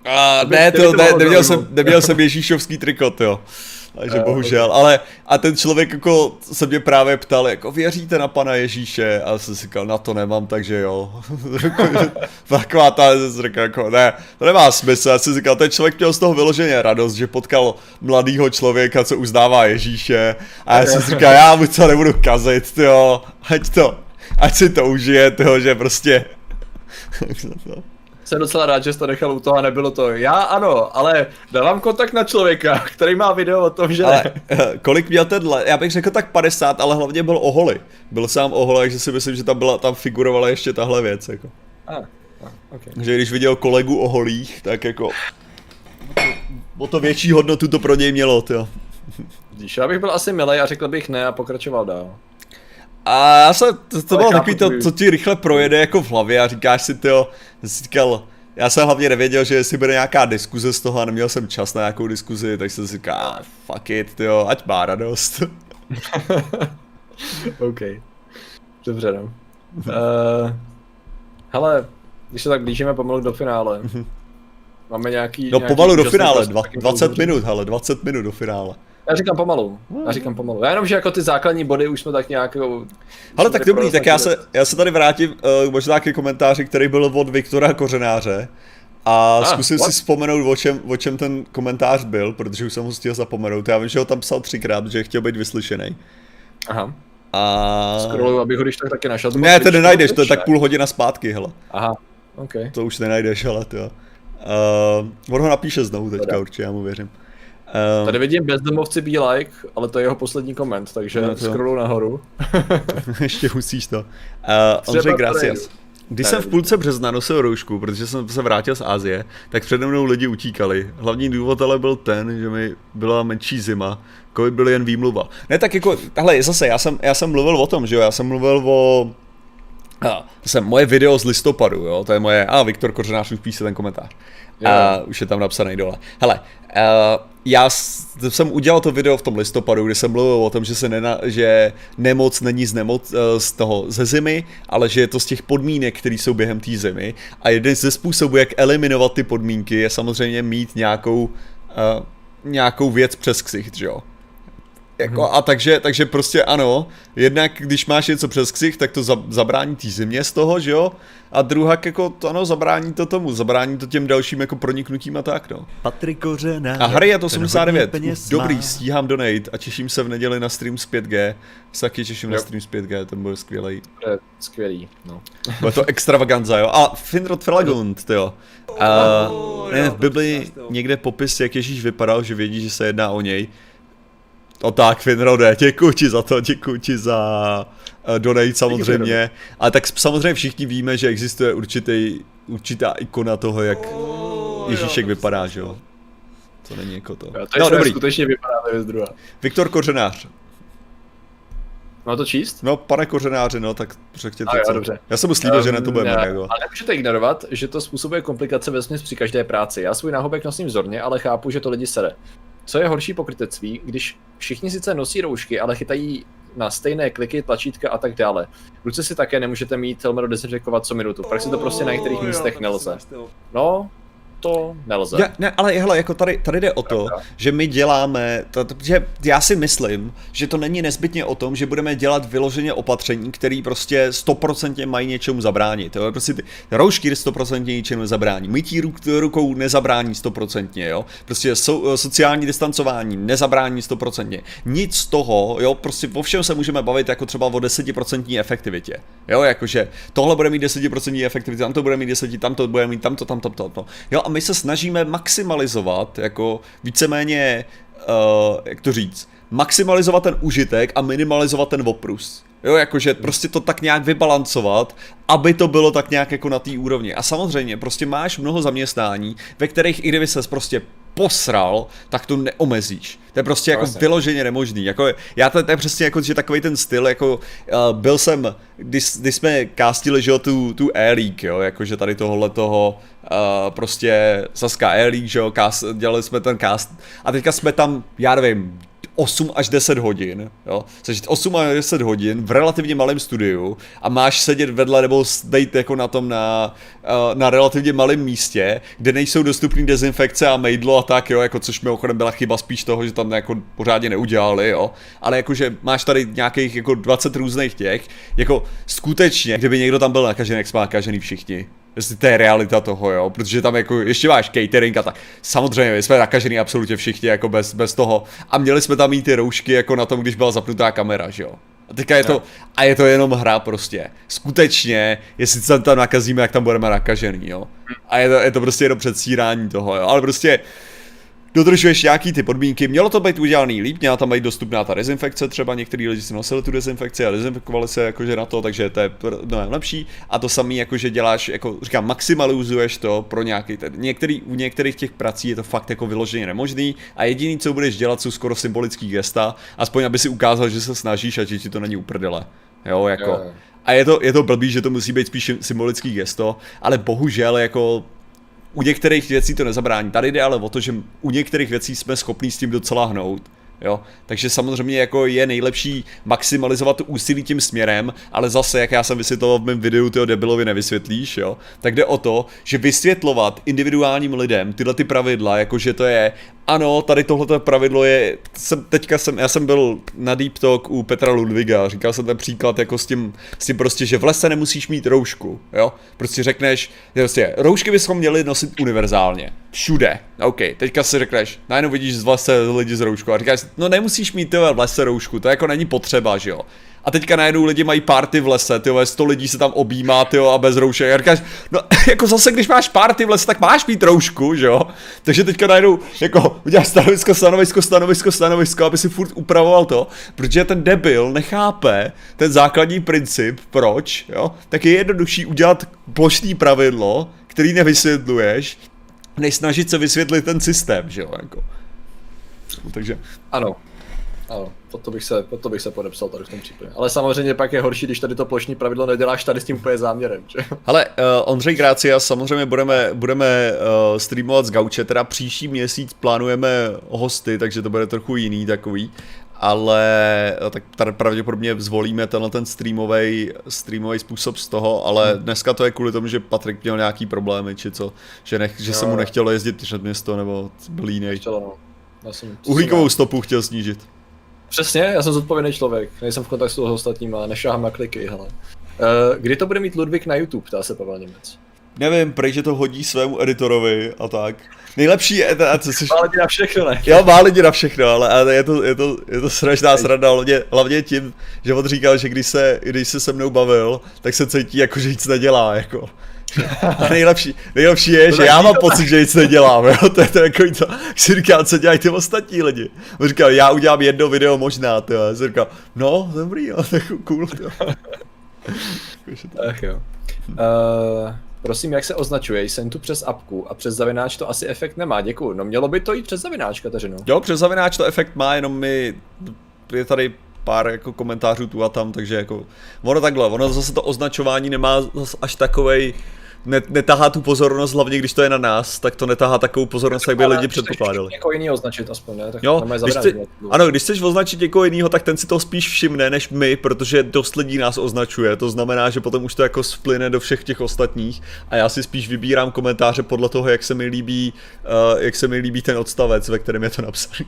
Neměl jsem Ježíšovský trikot, jo. Takže bohužel, ale a ten člověk jako se mě právě ptal, jako věříte na Pana Ježíše? A jsem si říkal, na to nemám, takže jo. Taková ta, jsem říkal, jako ne, to nemá smysl. Já jsem si říkal, ten člověk měl z toho vyloženě radost, že potkal mladýho člověka, co uznává Ježíše. A já jsem si říkal, já mu to nebudu kazit, jo, ať si to užije, tyjo, že prostě... Jsem docela rád, že jsi to nechal u toho a nebylo to. Já ano, ale dávám kontakt na člověka, který má video o tom, že ale, kolik měl tenhle? Já bych řekl tak 50, ale hlavně byl o holi. Byl sám o holi, takže si myslím, že tam figurovala ještě tahle věc. Jako. Okay. Že když viděl kolegu o holích, tak jako o to větší hodnotu to pro něj mělo, jo. Vidíš, já bych byl asi milej a řekl bych ne a pokračoval dál. A to bylo takový to, co ti rychle projede jako v hlavě a říkáš si, tyjo, říkal, já jsem hlavně nevěděl, že jestli bude nějaká diskuze z toho a neměl jsem čas na nějakou diskuzi, tak jsem si říkal, fuck it, tyjo, ať má radost. OK, dobře no. Hele, když se tak blížíme pomalu do finále, máme nějaký... No pomalu do finále, 20 minut, hele, 20 minut do finále. Já říkám pomalu. Já jenom, že jako ty základní body už jsme tak nějak... Ale tak dobrý, tak já se tady vrátím možná ke komentáři, který byl od Viktora Kořenáře. A zkusím si vzpomenout, o čem ten komentář byl, protože už jsem ho stihl zapomenout. Já vím, že ho tam psal 3krát, že chtěl být vyslyšený. Aha. A... Scrolluju, abych ho když tak taky našel. Ne, to nenajdeš, to je tak půl hodina zpátky, hele. Aha, OK. To už nenajdeš, hele, jo. On ho napíše znovu teďka, určitě, já mu věřím. Tady vidím bezdomovci be like, ale to je jeho poslední koment, takže scrolluju nahoru. Ještě musíš to. Ondřej Gracias. Když jsem v půlce března nosil roušku, protože jsem se vrátil z Asie, tak přede mnou lidi utíkali. Hlavní důvod ale byl ten, že mi byla menší zima, covid byl jen výmluva. Ne, tak jako, hele, zase, já jsem mluvil o tom, že jo, já jsem mluvil o... moje video z listopadu, jo, to je moje, Viktor Kořenář už píše ten komentář. Už je tam napsaný dole. Hele, já jsem udělal to video v tom listopadu, kdy jsem mluvil o tom, že nemoc není ze zimy, ale že je to z těch podmínek, které jsou během té zimy. A jeden ze způsobů, jak eliminovat ty podmínky, je samozřejmě mít nějakou věc přes ksicht, že jo. Jako, a takže prostě ano, jednak když máš něco přes ksicht, tak to zabrání té zimě z toho, že jo? A druhak jako to ano, zabrání to těm dalším jako proniknutím a tak, no. Patrik Kořenář. A Harry 89, dobrý, stíhám donate a těším se v neděli na stream z 5G. Se taky těším na stream z 5G, ten bude skvělej. Skvělý, no. Bude to extravaganza, jo. A Finrod Felagund, tyjo. V Biblii někde popis, jak Ježíš vypadal, že vědí, že se jedná o něj. O tak, Finrode, děkuji ti za donate samozřejmě. Ale tak samozřejmě všichni víme, že existuje určitá ikona toho, jak Ježíšek vypadá, že jo. To není jako to. No dobrý. Skutečně vypadá, to je z druhá. Viktor Kořenář. Má to číst? No, pane Kořenáři, no, tak řekněte co. Dobře. Já jsem mu slíbil, že ne to budeme reagovat. Ale nemůžete ignorovat, že to způsobuje komplikace vesměs při každé práci. Já svůj náhubek nosím vzorně, ale chápu, že to lidi sere. Co je horší pokrytectví, když všichni sice nosí roušky, ale chytají na stejné kliky, tlačítka a tak dále. V ruce si také nemůžete mít helmet dezinfikovat co minutu, pak si to prostě na některých místech nelze. No, to nelze. Ne, ale hele, jako tady jde o to, že my děláme, že já si myslím, že to není nezbytně o tom, že budeme dělat vyloženě opatření, které prostě 100% mají něčemu zabránit. Jo? Prostě ty roušky 100% něčemu zabrání, mytí rukou nezabrání 100%, jo? Prostě sociální distancování nezabrání 100%. Nic z toho, jo, prostě o všem se můžeme bavit jako třeba o 10% efektivitě. Jo, jakože tohle bude mít 10% efektivitě, tam to bude mít 10, tam to bude mít tamto. Jo, a a my se snažíme maximalizovat, jako víceméně, jak to říct, maximalizovat ten užitek a minimalizovat ten oprus. Jo, jakože prostě to tak nějak vybalancovat, aby to bylo tak nějak jako na té úrovni. A samozřejmě prostě máš mnoho zaměstnání, ve kterých i kdyby ses prostě posral, tak to neomezíš. To je prostě jako vyloženě nemožný. Jako, to je přesně jako, že takový ten styl, jako byl jsem, když jsme castili, že jo, tu E-League, jo, jakože tady tohohletoho, prostě Saska E-League, že jo, dělali jsme ten cast a teďka jsme tam, já nevím, 8 až 10 hodin, jo, což 8 až 10 hodin v relativně malém studiu a máš sedět vedle nebo dejt jako na tom na relativně malém místě, kde nejsou dostupné dezinfekce a mejdlo a tak, jo, jako což mimochodem byla chyba spíš toho, že tam jako pořádně neudělali, jo, ale jakože máš tady nějakých jako 20 různých těch, jako skutečně, kdyby někdo tam byl nakažený, jak jsme nakažený všichni. Jestli to je realita toho, jo, protože tam jako ještě máš catering a tak. Samozřejmě jsme nakažený absolutně všichni jako bez toho a měli jsme tam mít ty roušky jako na tom, když byla zapnutá kamera, že jo. A teďka je to jenom hra prostě. Skutečně, jestli se tam nakazíme, jak tam budeme nakažený, jo. A je to prostě jenom předstírání toho, jo, ale prostě dodržuješ nějaký ty podmínky, mělo to být udělaný líp, měla tam být dostupná ta dezinfekce, třeba některý lidi si nosili tu dezinfekci a dezinfikovali se jakože na to, takže to je lepší a to samý jakože děláš, jako říkám, maximalizuješ to pro nějaký, u některých těch prací je to fakt jako vyloženě nemožný a jediný, co budeš dělat, jsou skoro symbolický gesta, aspoň aby si ukázal, že se snažíš a že ti to není uprdele, jo, jako. A je to blbý, že to musí být spíš symbolický gesto, ale bohužel jako u některých věcí to nezabrání. Tady jde ale o to, že u některých věcí jsme schopní s tím docela hnout. Jo? Takže samozřejmě jako je nejlepší maximalizovat to úsilí tím směrem, ale zase, jak já jsem vysvětloval v mém videu, ty ho debilovi nevysvětlíš, jo? Tak jde o to, že vysvětlovat individuálním lidem tyhle ty pravidla, jakože to je, ano, tady tohleto pravidlo je, já jsem byl na Deep Talk u Petra Ludviga, říkal jsem ten příklad jako s tím prostě, že v lese nemusíš mít roušku, jo? Prostě řekneš, že prostě roušky bychom měli nosit univerzálně, všude, OK, teďka si řekneš, najednou vidíš z lese lidi s rouškou a říkáš, no nemusíš mít v lese roušku, to jako není potřeba, že jo. A teďka najednou lidi mají party v lese, 100 lidí se tam objímá, a bez roušek. A říkáš, no jako zase, když máš party v lese, tak máš mít roušku, že jo. Takže teďka najednou jako uděláš stanovisko, aby si furt upravoval to, protože ten debil nechápe ten základní princip, proč, jo. Tak je jednodušší udělat plošný pravidlo, který nevysvětluješ, než snažit se vysvětlit ten systém, že jo, jako. Takže. Ano, pod to bych se podepsal tady v tom případě. Ale samozřejmě pak je horší, když tady to plošní pravidlo neděláš tady s tím úplně záměrem, že? Hele, Ondřej Grácia, samozřejmě budeme streamovat z gauče, teda příští měsíc plánujeme hosty, takže to bude trochu jiný takový. Ale tak tady pravděpodobně zvolíme ten streamový způsob z toho, ale dneska to je kvůli tomu, že Patrik měl nějaký problémy, či co, že se mu nechtělo jezdit před město, nebo byl jiný. Uhlíkovou stopu chtěl snížit. Přesně, já jsem zodpovědný člověk, nejsem v kontaktu s ostatníma, nešáhám na kliky, hele. Kdy to bude mít Ludvík na YouTube, ptá se Pavel Němec. Nevím, prej, že to hodí svému editorovi a tak. Nejlepší je, má lidi na všechno, ne? Jo, má lidi na všechno, ale je to strašná sranda, hlavně tím, že on říkal, že když se mnou bavil, tak se cítí jako, že nic nedělá, jako. A nejlepší je, že já mám pocit, že nic nedělám, jo? To je to jako to, si říkám, co dělají ty ostatní lidi. On říkal, já udělám jedno video možná, to já jsem říkal, no, dobrý, jo, to je cool, to. Ach jo. Prosím, jak se označuje? Jsem tu přes apku a přes zavináč to asi efekt nemá, děkuju. No mělo by to jít přes zavináč, Kateřino. Jo, přes zavináč to efekt má, jenom je tady pár jako komentářů tu a tam, takže jako ono zase to označování nemá zase až takovej, netahá tu pozornost, hlavně když to je na nás, tak to netahá takovou pozornost, jak by lidi předpokládali. Někoho jiného označit aspoň, ne? Tak jo, když chceš označit někoho jiného, tak ten si to spíš všimne než my, protože dost lidí nás označuje, to znamená, že potom už to jako splyne do všech těch ostatních a já si spíš vybírám komentáře podle toho, jak se mi líbí ten odstavec, ve kterém je to napsaný.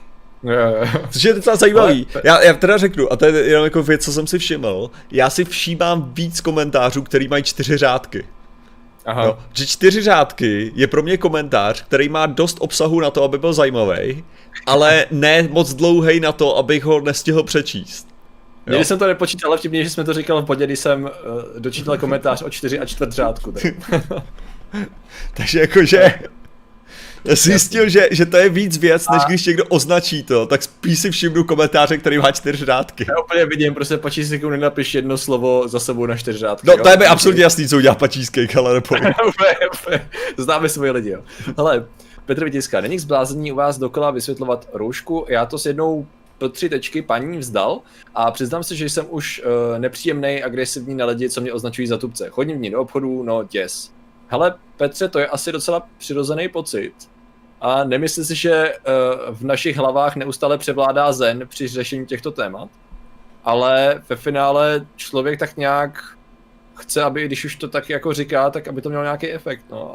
Což je docela zajímavý. Já teda řeknu, a to je jenom jako věc, co jsem si všiml, já si všímám víc komentářů, který mají 4 řádky. Aha. No, že 4 řádky je pro mě komentář, který má dost obsahu na to, aby byl zajímavý, ale ne moc dlouhej na to, abych ho nestihl přečíst. Někdy jsem to nepočítal, ale vtipně, že jsme to říkal v bodě, kdy jsem dočítal komentář o 4 a čtvrt řádku. Tak. Takže jakože... Já si zjistil, že to je víc věc, než když někdo označí to, tak spíš si všimnu komentáře, který má 4 řádky. Já úplně vidím, prostě pačísky nenapiš jedno slovo za sebou na 4 řádky. No to je mi absolutně jasný, co udělá pačískej, ale nepojím. Známe svoje lidi, jo. Hele, Petr Vytiska, není k zblázení u vás dokola vysvětlovat roušku, já to s jednou 3 tečky paní vzdal a přiznám se, že jsem už nepříjemnej, agresivní na lidi, co mě označují za tupce. Chodím v ní do obchodu, no děs. Hele, Petře, to je asi docela přirozený pocit. A nemyslím si, že v našich hlavách neustále převládá zen při řešení těchto témat. Ale ve finále člověk tak nějak chce, aby když už to tak jako říká, tak aby to mělo nějaký efekt, no,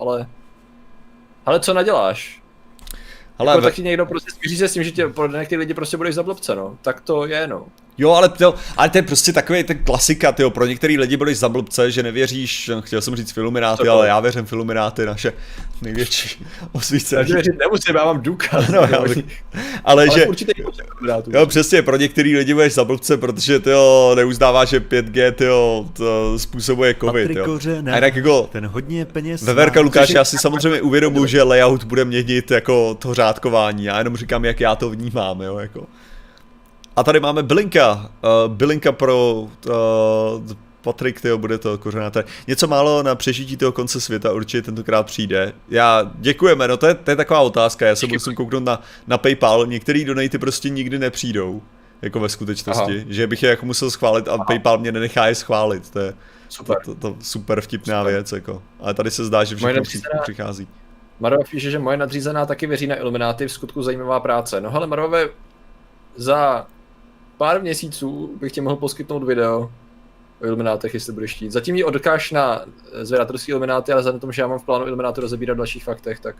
ale co naděláš? Jako tak ti někdo prostě smíří se s tím, že tě pro některé lidi prostě budeš za blbce, no, tak to je, no. Jo, ale to je prostě takový ten klasika, tyjo, pro některý lidi budeš za blbce, že nevěříš, chtěl jsem říct Filumináty, ale já věřím Filumináty, naše největší osvícení. Já věřit nemusím, já mám důkaz. No, ale že, jo, přesně, pro některý lidi budeš za blbce, protože tyjo, neuznává, že 5G tyjo, to způsobuje covid, jo. A jinak jako, ten hodně peněz Veverka Lukáš, já si samozřejmě uvědomuji, že layout bude měnit jako to řádkování, já jenom říkám, jak já to vnímám, jo, jako. A tady máme bylinka pro Patrik, tyjo, bude to kořenáté. Něco málo na přežití toho konce světa určitě tentokrát přijde. Děkujeme, no to je taková otázka, já se musím kouknout na PayPal, některý donaty prostě nikdy nepřijdou, jako ve skutečnosti, že bych je jako musel schválit a PayPal mě nenechá je schválit, to je to super vtipná věc, jako. Ale tady se zdá, že všechno přichází. Marva píše, že moje nadřízená taky věří na Ilumináty, v skutku zajímavá práce. No hele Marvové, za pár měsíců bych ti mohl poskytnout video o Iluminátech, jestli budeš chtít. Zatím ji odkáž na zvědátorský Ilumináty, ale vzhledem tomu, že já mám v plánu Ilumináty rozebírat v dalších faktech, tak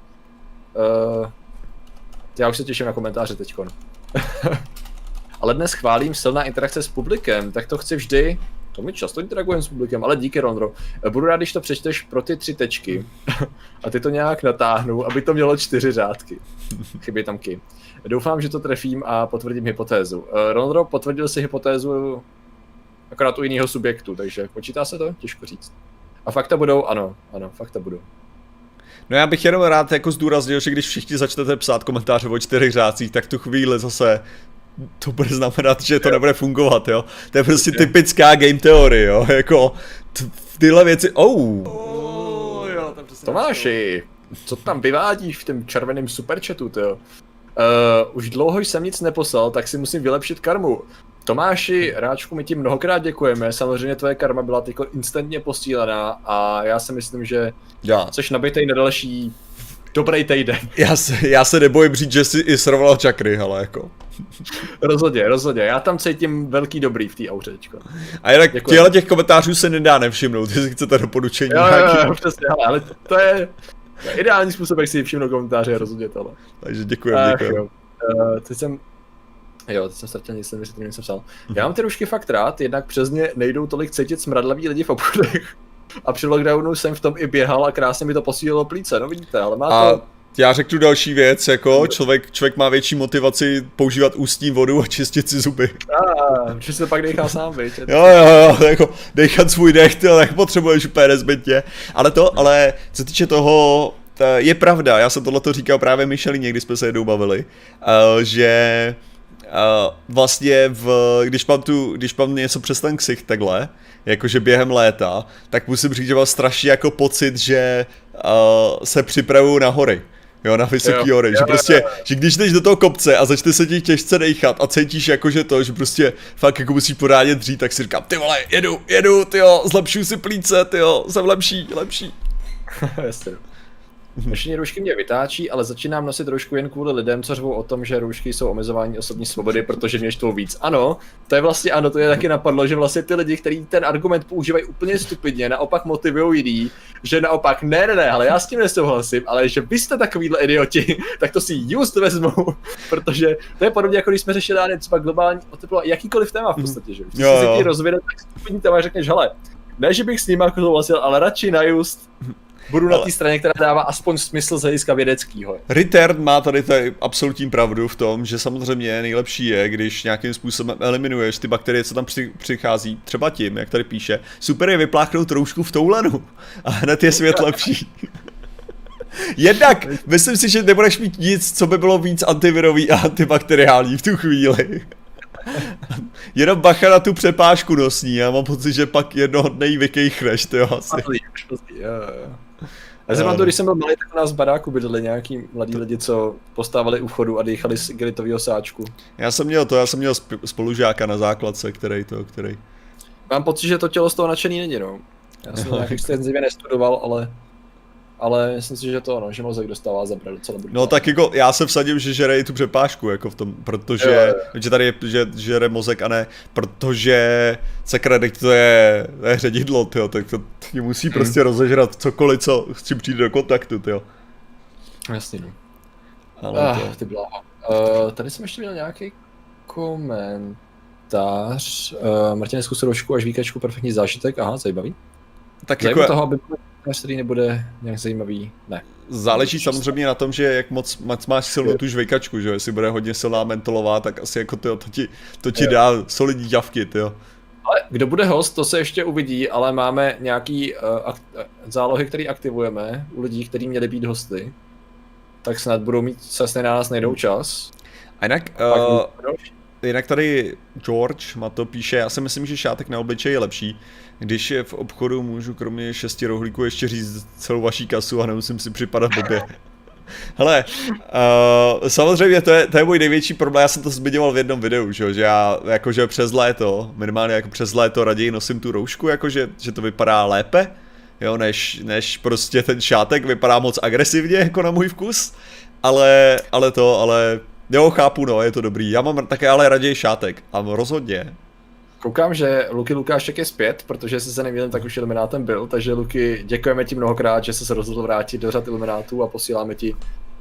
já už se těším na komentáře teďkon. Ale dnes chválím silná interakce s publikem, tak to chci vždy. To my často interagujeme s publikem, ale díky Rondro. Budu rád, když to přečteš pro ty 3 tečky a ty to nějak natáhnu, aby to mělo 4 řádky. Chybí tam ky. Doufám, že to trefím a potvrdím hypotézu. Rondro potvrdil si hypotézu akorát u jiného subjektu, takže počítá se to? Těžko říct. A fakta budou? Ano, fakta budou. No já bych jenom rád jako zdůraznil, že když všichni začnete psát komentáře o 4 řádcích, tak tu chvíli zase to bude znamenat, že to nebude fungovat, jo. To je prostě typická game teorie, jo, jako tyhle věci, jo, Tomáši, co tam vyvádíš v tom červeném superchatu, jo? Už dlouho jsem nic neposlal, tak si musím vylepšit karmu. Tomáši, Ráčku, my ti mnohokrát děkujeme, samozřejmě tvoje karma byla tyko instantně posílená a já si myslím, že jsi nabitej na další dobrý týden. Já se nebojím říct, že jsi i srovnal čakry, hele, jako. Rozhodně, já tam cítím velký dobrý v té auřečko. A jinak těch komentářů se nedá nevšimnout, jestli chcete doporučení. Jo, přesně, ale to je ideální způsob, jak si všimnout komentáře, rozhodně tohle. Takže děkujem. Teď jsem ztratil nic, nevím, jsem psal. Já mám ty rušky fakt rád, jednak přes ně nejdou tolik cítit smradlaví lidi v obchodech. A při lockdownu jsem v tom i běhal a krásně mi to posílilo plíce, no vidíte, ale má to... Já řeknu další věc, jako člověk má větší motivaci používat ústní vodu a čistit si zuby. Že se pak dechá sám, viď? Jo, jako dechat svůj dech, ty tak potřebuješ úplně nezbytně. Ale co týče toho, je pravda, já jsem tohleto říkal právě Micheli, někdy jsme se jednou bavili, že vlastně když mám něco přes ten ksicht takhle, jakože během léta, tak musím říct, že mám strašně jako pocit, že se připravuju na hory. Jo, na vysoký hory, že prostě, že když jdeš do toho kopce a začne se ti těžce dejchat a cítíš jakože to, že prostě fakt jako musíš pořádně dřít, tak si říkám, ty vole, jedu, tyjo, zlepšuju si plíce, tyjo, jsem lepší. Jasně. Nošení roušky mě vytáčí, ale začínám nosit roušku jen kvůli lidem, co řvou o tom, že roušky jsou omezování osobní svobody, protože mě štvou víc. Ano, to je taky napadlo, že vlastně ty lidi, kteří ten argument používají úplně stupidně, naopak motivují jiný, že naopak ne, ale já s tím nesouhlasím, ale že vy jste takovýhle idioti, tak to si just vezmou, protože to je podobně jako když jsme řešili třeba globální oteplování, jakýkoliv téma v podstatě, že? Když se ti rozvěde, tak stupidní téma řekneš, hele, ne, že bych s ním jako souhlasil, ale radši na just. budu na té straně, která dává aspoň smysl z hlediska vědeckýho. Return má tady absolutní pravdu v tom, že samozřejmě nejlepší je, když nějakým způsobem eliminuješ ty bakterie, co tam přichází, třeba tím, jak tady píše, super je vypláchnout roušku v toulenu a hned je svět lepší. Jednak, myslím si, že nebudeš mít nic, co by bylo víc antivirový a antibakteriální v tu chvíli. Jenom bacha na tu přepážku nosní, já mám pocit, že pak jednoho dne jí vykejchneš, ty jo, asi. Já jsem když jsem byl malý, tak u nás v baráku bydleli nějaký mladí lidi, co postávali u vchodu a dýchali z igelitového sáčku. Já jsem měl spolužáka na základce, který. Mám pocit, že to tělo z toho nadšený není, no. Já jsem to nějak extenzivně nestudoval, ale myslím si, že to ono, že mozek dostává zabrat docela brutálně. No tak jako já se vsadím, že žere i tu přepážku jako v tom, protože že tady je, že žere mozek a ne, protože sakra, to je ředidlo, tyjo, tak to musí prostě rozežrat cokoliv, s čím přijde do kontaktu, tyjo. Jasně, no. Ale ty bláho. Tady jsem ještě měl nějaký komentář. Martin, zkus roušku a žvíkačku, perfektní zážitek, aha, zajímavý. Tak jako toho, aby který nebude nějak zajímavý, ne. Záleží samozřejmě na tom, že jak moc máš silnou tu žvejkačku, že jestli bude hodně silná mentolová, tak asi jako to ti dá solidní ďavky, tyjo. Ale kdo bude host, to se ještě uvidí, ale máme nějaký zálohy, které aktivujeme u lidí, kteří měli být hosty. Tak snad budou mít, se na nás najdou čas. A jinak tady George má to píše, já si myslím, že šátek na obličej je lepší. Když je v obchodu, můžu kromě 6 rohlíků ještě říct celou vaší kasu a nemusím si připadat blbě. Hele, samozřejmě to je můj největší problém, já jsem to zmiňoval v jednom videu, že já jakože přes léto, minimálně jako přes léto raději nosím tu roušku, jakože že to vypadá lépe, jo, než prostě ten šátek vypadá moc agresivně jako na můj vkus, ale jo, chápu, no, je to dobrý, já mám také ale raději šátek a rozhodně. Koukám, že Luky Lukášek je zpět, protože se nemýlím, tak už Iluminátem byl, takže Luky, děkujeme ti mnohokrát, že jsi se rozhodl vrátit do řad Iluminátů a posíláme ti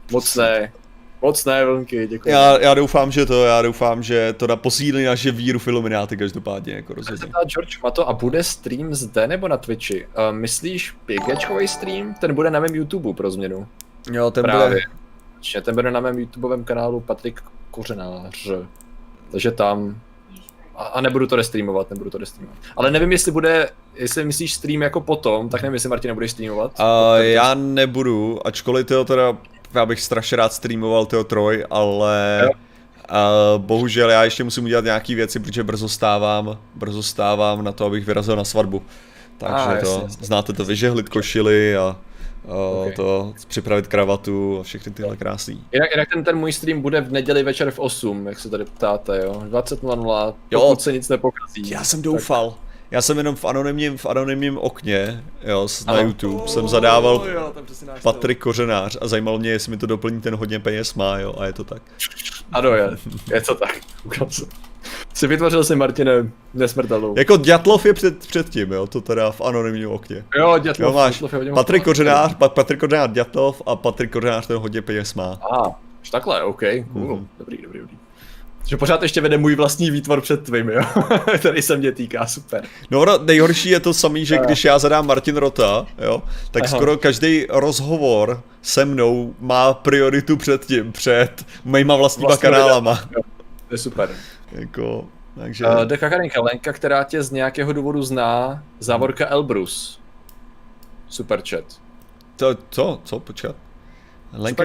mocné vlnky, děkuji. Já doufám, že to posílí naše víru v Ilumináty každopádně, jako rozhodně. George Mato, a bude stream zde nebo na Twitchi? Myslíš 5Gčkový stream? Ten bude na mém YouTube pro změnu. Jo, ten právě. bude. Ten bude na mém YouTubeovém kanálu Patrik Kořenář, takže tam. A nebudu to restreamovat. Ale nevím, jestli myslíš stream jako potom, tak nevím, jestli Martin nebudeš streamovat. Já nebudu, ačkoliv teda, já bych strašně rád streamoval Troj, ale bohužel já ještě musím udělat nějaký věci, protože brzo stávám na to, abych vyrazil na svatbu. Takže znáte to, vyžehlit košili a to připravit kravatu a všechny tyhle krásný. Jinak ten můj stream bude v neděli večer v 8, jak se tady ptáte, jo, 20:00, pokud se nic nepokazí. Já jsem doufal. Já jsem jenom v anonymním okně, jo, na YouTube jsem zadával Patrik Kořenář a zajímalo mě, jestli mi to doplní, ten hodně peněz má, jo, a je to tak. Ano, je to tak, si vytvořil si, Martine, nesmrtelnou. Jako Ďatlov je před tím, jo, to teda v anonymním okně. Jo, Ďatlov, máš Patrik Kořenář, Ďatlov a Patrik Kořenář ten hodně peněz má. Už takhle, OK, cool, dobrý. Že pořád ještě vede můj vlastní výtvor před tvým, jo, který se mě týká, super. No, nejhorší je to samý, že když já zadám Martin Rota, jo, tak skoro každý rozhovor se mnou má prioritu před mýma vlastníma kanálama. Jo, to je super. Jako, takže. Karinka, Lenka, která tě z nějakého důvodu zná, závorka Elbrus. Super chat. Co? Počkat. Lenka,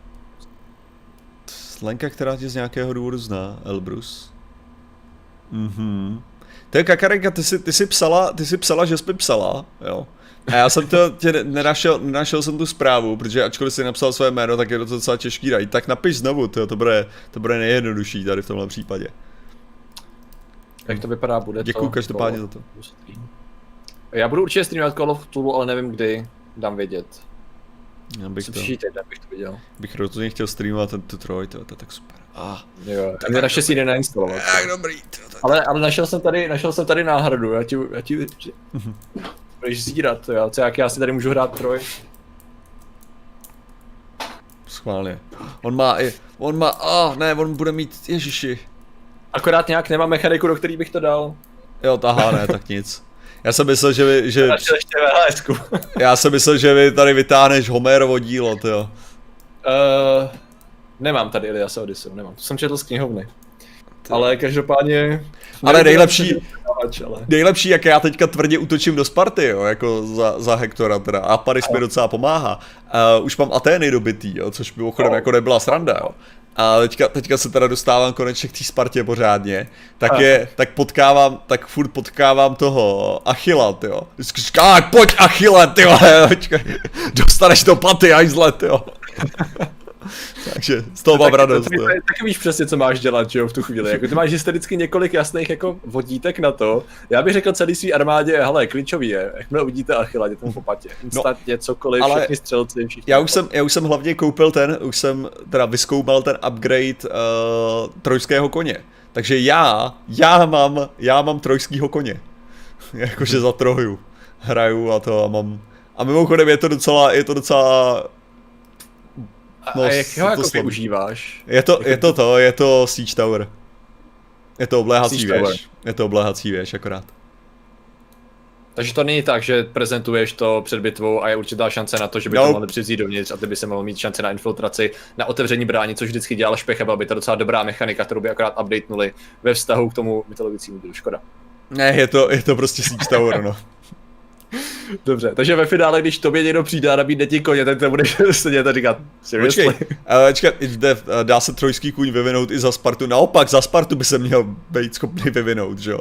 Lenka, která tě z nějakého důvodu zná, Elbrus. To je Kakarenka, ty jsi psala, že jsi mi psala, jo. A já jsem nenašel jsem tu zprávu, protože ačkoliv jsi napsal své jméno, tak je to docela těžký najít. Tak napiš znovu, to bude nejjednodušší tady v tomhle případě. Jak to vypadá, bude Děkuju každopádně za to. Já budu určitě streamovat Call of Cthulhu, ale nevím kdy, dám vědět. Bych to viděl. Bych rozhodně chtěl streamovat ten Troj, to je tak super. Jo, tak naše si jde nainstalovat. Tak dobrý. Ale našel jsem tady náhradu, já ti budeš zírat, jo, jak já si tady můžu hrát Troj. Schválně. On bude mít, ježiši. Akorát nějak nemám mechaniku, do který bych to dal. Jo, ne, tak nic. Já jsem myslel, že ještě VHSku. já jsem myslel, že vy tady vytáhneš Homerovo dílo, tyjo. Nemám tady Iliase Odysseu, nemám. To jsem četl z knihovny. Ale každopádně... Ale nejlepší, jak já teďka tvrdě útočím do Sparty, jo, jako za Hektora teda, a Paris mi docela pomáhá. Už mám Atény dobitý, jo, což mimochodem jako nebyla sranda, jo. A teďka se teda dostávám konečně k té Spartě pořádně, tak furt potkávám toho Achilla, jo. Pojď Achille, ty vole, dostaneš do paty, až zle, jo. Takže z toho mám radost. Taky víš přesně, co máš dělat, že jo, v tu chvíli. Jako ty máš historicky několik jasných jako vodítek na to. Já bych řekl celý svý armádě, hele, klíčový je, jakmile uvidíte Achilla, jděte mu po patě. Instantně cokoliv, všechny střelci, všichni. Já už jsem hlavně koupil už jsem teda vyzkoumal ten upgrade trojského koně. Takže já mám trojskýho koně. Jakože za troju hraju a to a mám. A mimochodem je to docela a jak ho jako využíváš? Je to Siege Tower. Je to obléhací věž akorát. Takže to není tak, že prezentuješ to před bitvou a je určitá šance na to, že by to mohli přivzít dovnitř a ty by se mohl mít šance na infiltraci, na otevření brání, což vždycky dělal Špech a byla by to docela dobrá mechanika, kterou by akorát updatenuli ve vztahu k tomu mytologicímu dílu. Škoda. Ne, je to prostě Siege Tower, no. Dobře, takže ve finále, když tobě někdo přijde a nabídne ti koně, tak to budeš sedět a říkat, Počkej, dá se trojský kůň vyvinout i za Spartu, naopak za Spartu by se měl být schopný vyvinout, že jo?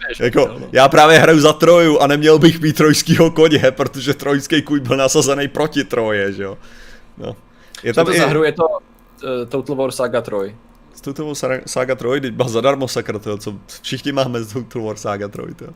Já právě hraju za Troju a neměl bych mít trojskýho koně, protože trojský kůň byl nasazený proti Troje, že jo? No. Co to za hru, je to Total War Saga Troj? Total War Saga Troj, teď má zadarmo sakra, co všichni máme z Total War Saga Troj, to.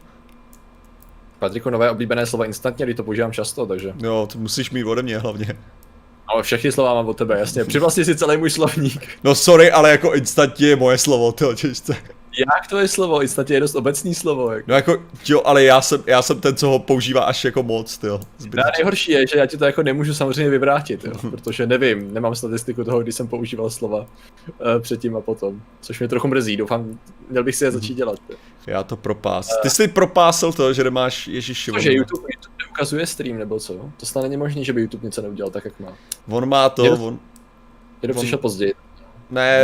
Patriku, nové oblíbené slovo instantně, když to používám často, takže... Jo, to musíš mít ode mě hlavně. Ale všechny slova mám od tebe, jasně. Přivlastni si celý můj slovník. No sorry, ale jako instantně je moje slovo, to těžce. Jak to je slovo? Instantně je dost obecný slovo. Jako. No jako, jo, ale já jsem ten, co ho používá až jako moc, jo. Nejhorší je, že já ti to jako nemůžu samozřejmě vyvrátit, jo, protože nevím, nemám statistiku toho, kdy jsem používal slova předtím a potom, což mě trochu mrzí, doufám, měl bych si je začít dělat. Jo. Já to Ty jsi propásl to, že nemáš Ježiši. Že YouTube neukazuje stream nebo co? To snad není možný, že by YouTube něco neudělal tak, jak má. On má to, Někdo přišel později. Ne,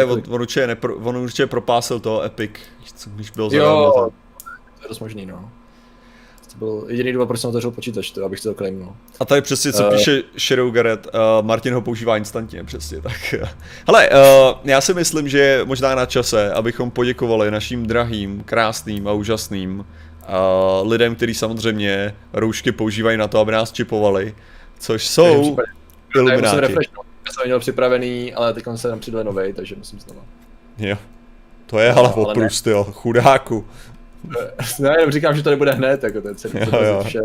on určitě propásil to Epic, když byl zadarmo. To je dost možný, no. To byl jediný důvod, proč jsem otevřel počítač, to, abych si to claimnul. A tady přesně, co píše Shadow Garrett, Martin ho používá instantně, přesně tak. Hele, já si myslím, že je možná na čase, abychom poděkovali našim drahým, krásným a úžasným lidem, kteří samozřejmě roušky používají na to, aby nás čipovali, což jsou Ilumináti. Já jsem měl připravený, ale teď se nám přidali novej, takže musím znova. Jo, to je ale oprust, jo, chudáku. Ne, jenom říkám, že to nebude hned, jako to je celý vše.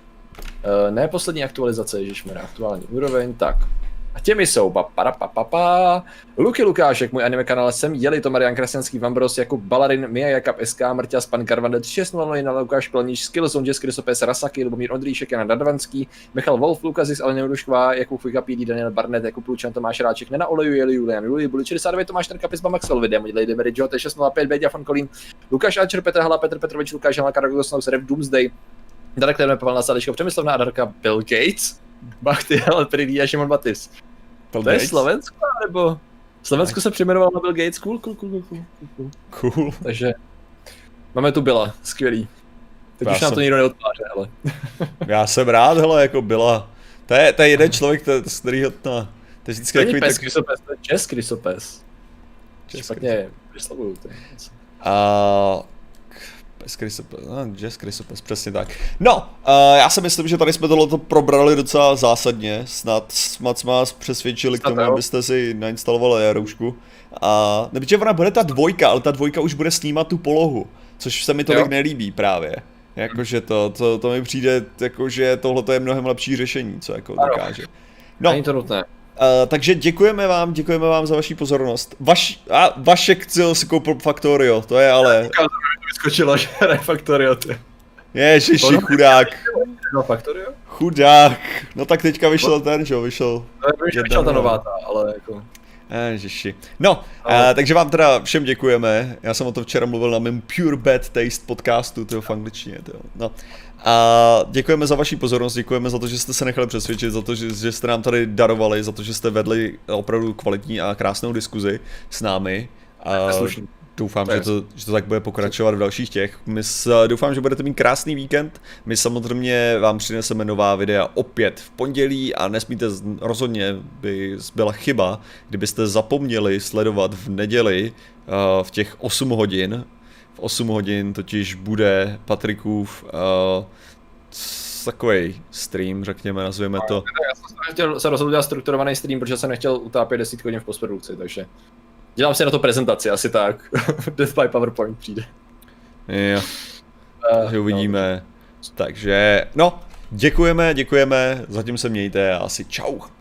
Ne poslední aktualizace, ježišmarja, aktuální úroveň, tak. A těmi jsou Luky Lukášek, můj anime kanál jsem Jeli, to Marian Krasňanský, Vambros, Jakub Balarin, Mia Jakab SK, Mrťas, Pan Karvande 3600, Jana Lukáš Plníš, Skillzone, Jess Krysopes, Rasaki, Lubomír Ondříšek, Jana Dadvanský, Michal Wolf, Lukazis, Alena Rušková, Jakub Fujka, PD, Daniel Barnett, Jakub Lučan, Tomáš Ráček, Nena Oleju, Jeli, Julian, Juli, Buli 69, Tomáš Trnka, Pisba, Maxwell, Videa, Lady Mary, Joe, T605, Béďa, Fan Kolín, Lukáš Alčer, Petr Hala, Petr Petrovič, Lukáš Hala, Karagosnaus, Rev, Doomsday, Darek Téme, Pavel Nasádečko, Přemyslovná Adarka, Bill Gates, Bachty, ale Pridý a Šimon Batis. To je Slovensko, nebo? Slovensko se přejmenoval na Bill Gates, cool. Takže máme tu Billa, skvělý. Teď už nám to nikdo neodpáře, ale. Já jsem rád, hele, jako Billa. To je jeden člověk, z kterýho to je vždycky takový... To není Pes Krysopes, to je Jess Krysopes. Špatně vyslovuju to. Jess Krysopes, přesně tak. No, já si myslím, že tady jsme tohleto probrali docela zásadně. Snad jsme vás přesvědčili k tomu, abyste si nainstalovali roušku. A protože ona bude ta dvojka, ale ta dvojka už bude snímat tu polohu, což se mi tolik nelíbí právě. Jakože to mi přijde, jakože tohle je mnohem lepší řešení, co jako dokáže. No. Není to nutné. Takže děkujeme vám za vaši pozornost. Vašek si koupil Factorio, to je ale... Vyskočilo, že hraje Factorio, ty. Ježiši, chudák. No, Factorio? Chudák. No tak teďka vyšel ten, že jo, vyšel ta nová, ale jako... Ježiši. No, takže vám teda všem děkujeme. Já jsem o tom včera mluvil na mém Pure Bad Taste podcastu, to v angličtině. No. A děkujeme za vaši pozornost, děkujeme za to, že jste se nechali přesvědčit, za to, že jste nám tady darovali, za to, že jste vedli opravdu kvalitní a krásnou diskuzi s námi. Doufám, že to tak bude pokračovat v dalších těch. Doufám, že budete mít krásný víkend. My samozřejmě vám přineseme nová videa opět v pondělí a nesmíte, rozhodně by byla chyba, kdybyste zapomněli sledovat v neděli v těch 8 hodin. V 8 hodin totiž bude Patrikův takovej stream, řekněme, nazveme to. Já jsem chtěl se rozhodl dělat strukturovaný stream, protože jsem nechtěl utápět 10 hodin v postprodukci, takže dělám si na to prezentaci, asi tak. Death by PowerPoint přijde. Jo, takže uvidíme. Takže, no, děkujeme, zatím se mějte a asi čau.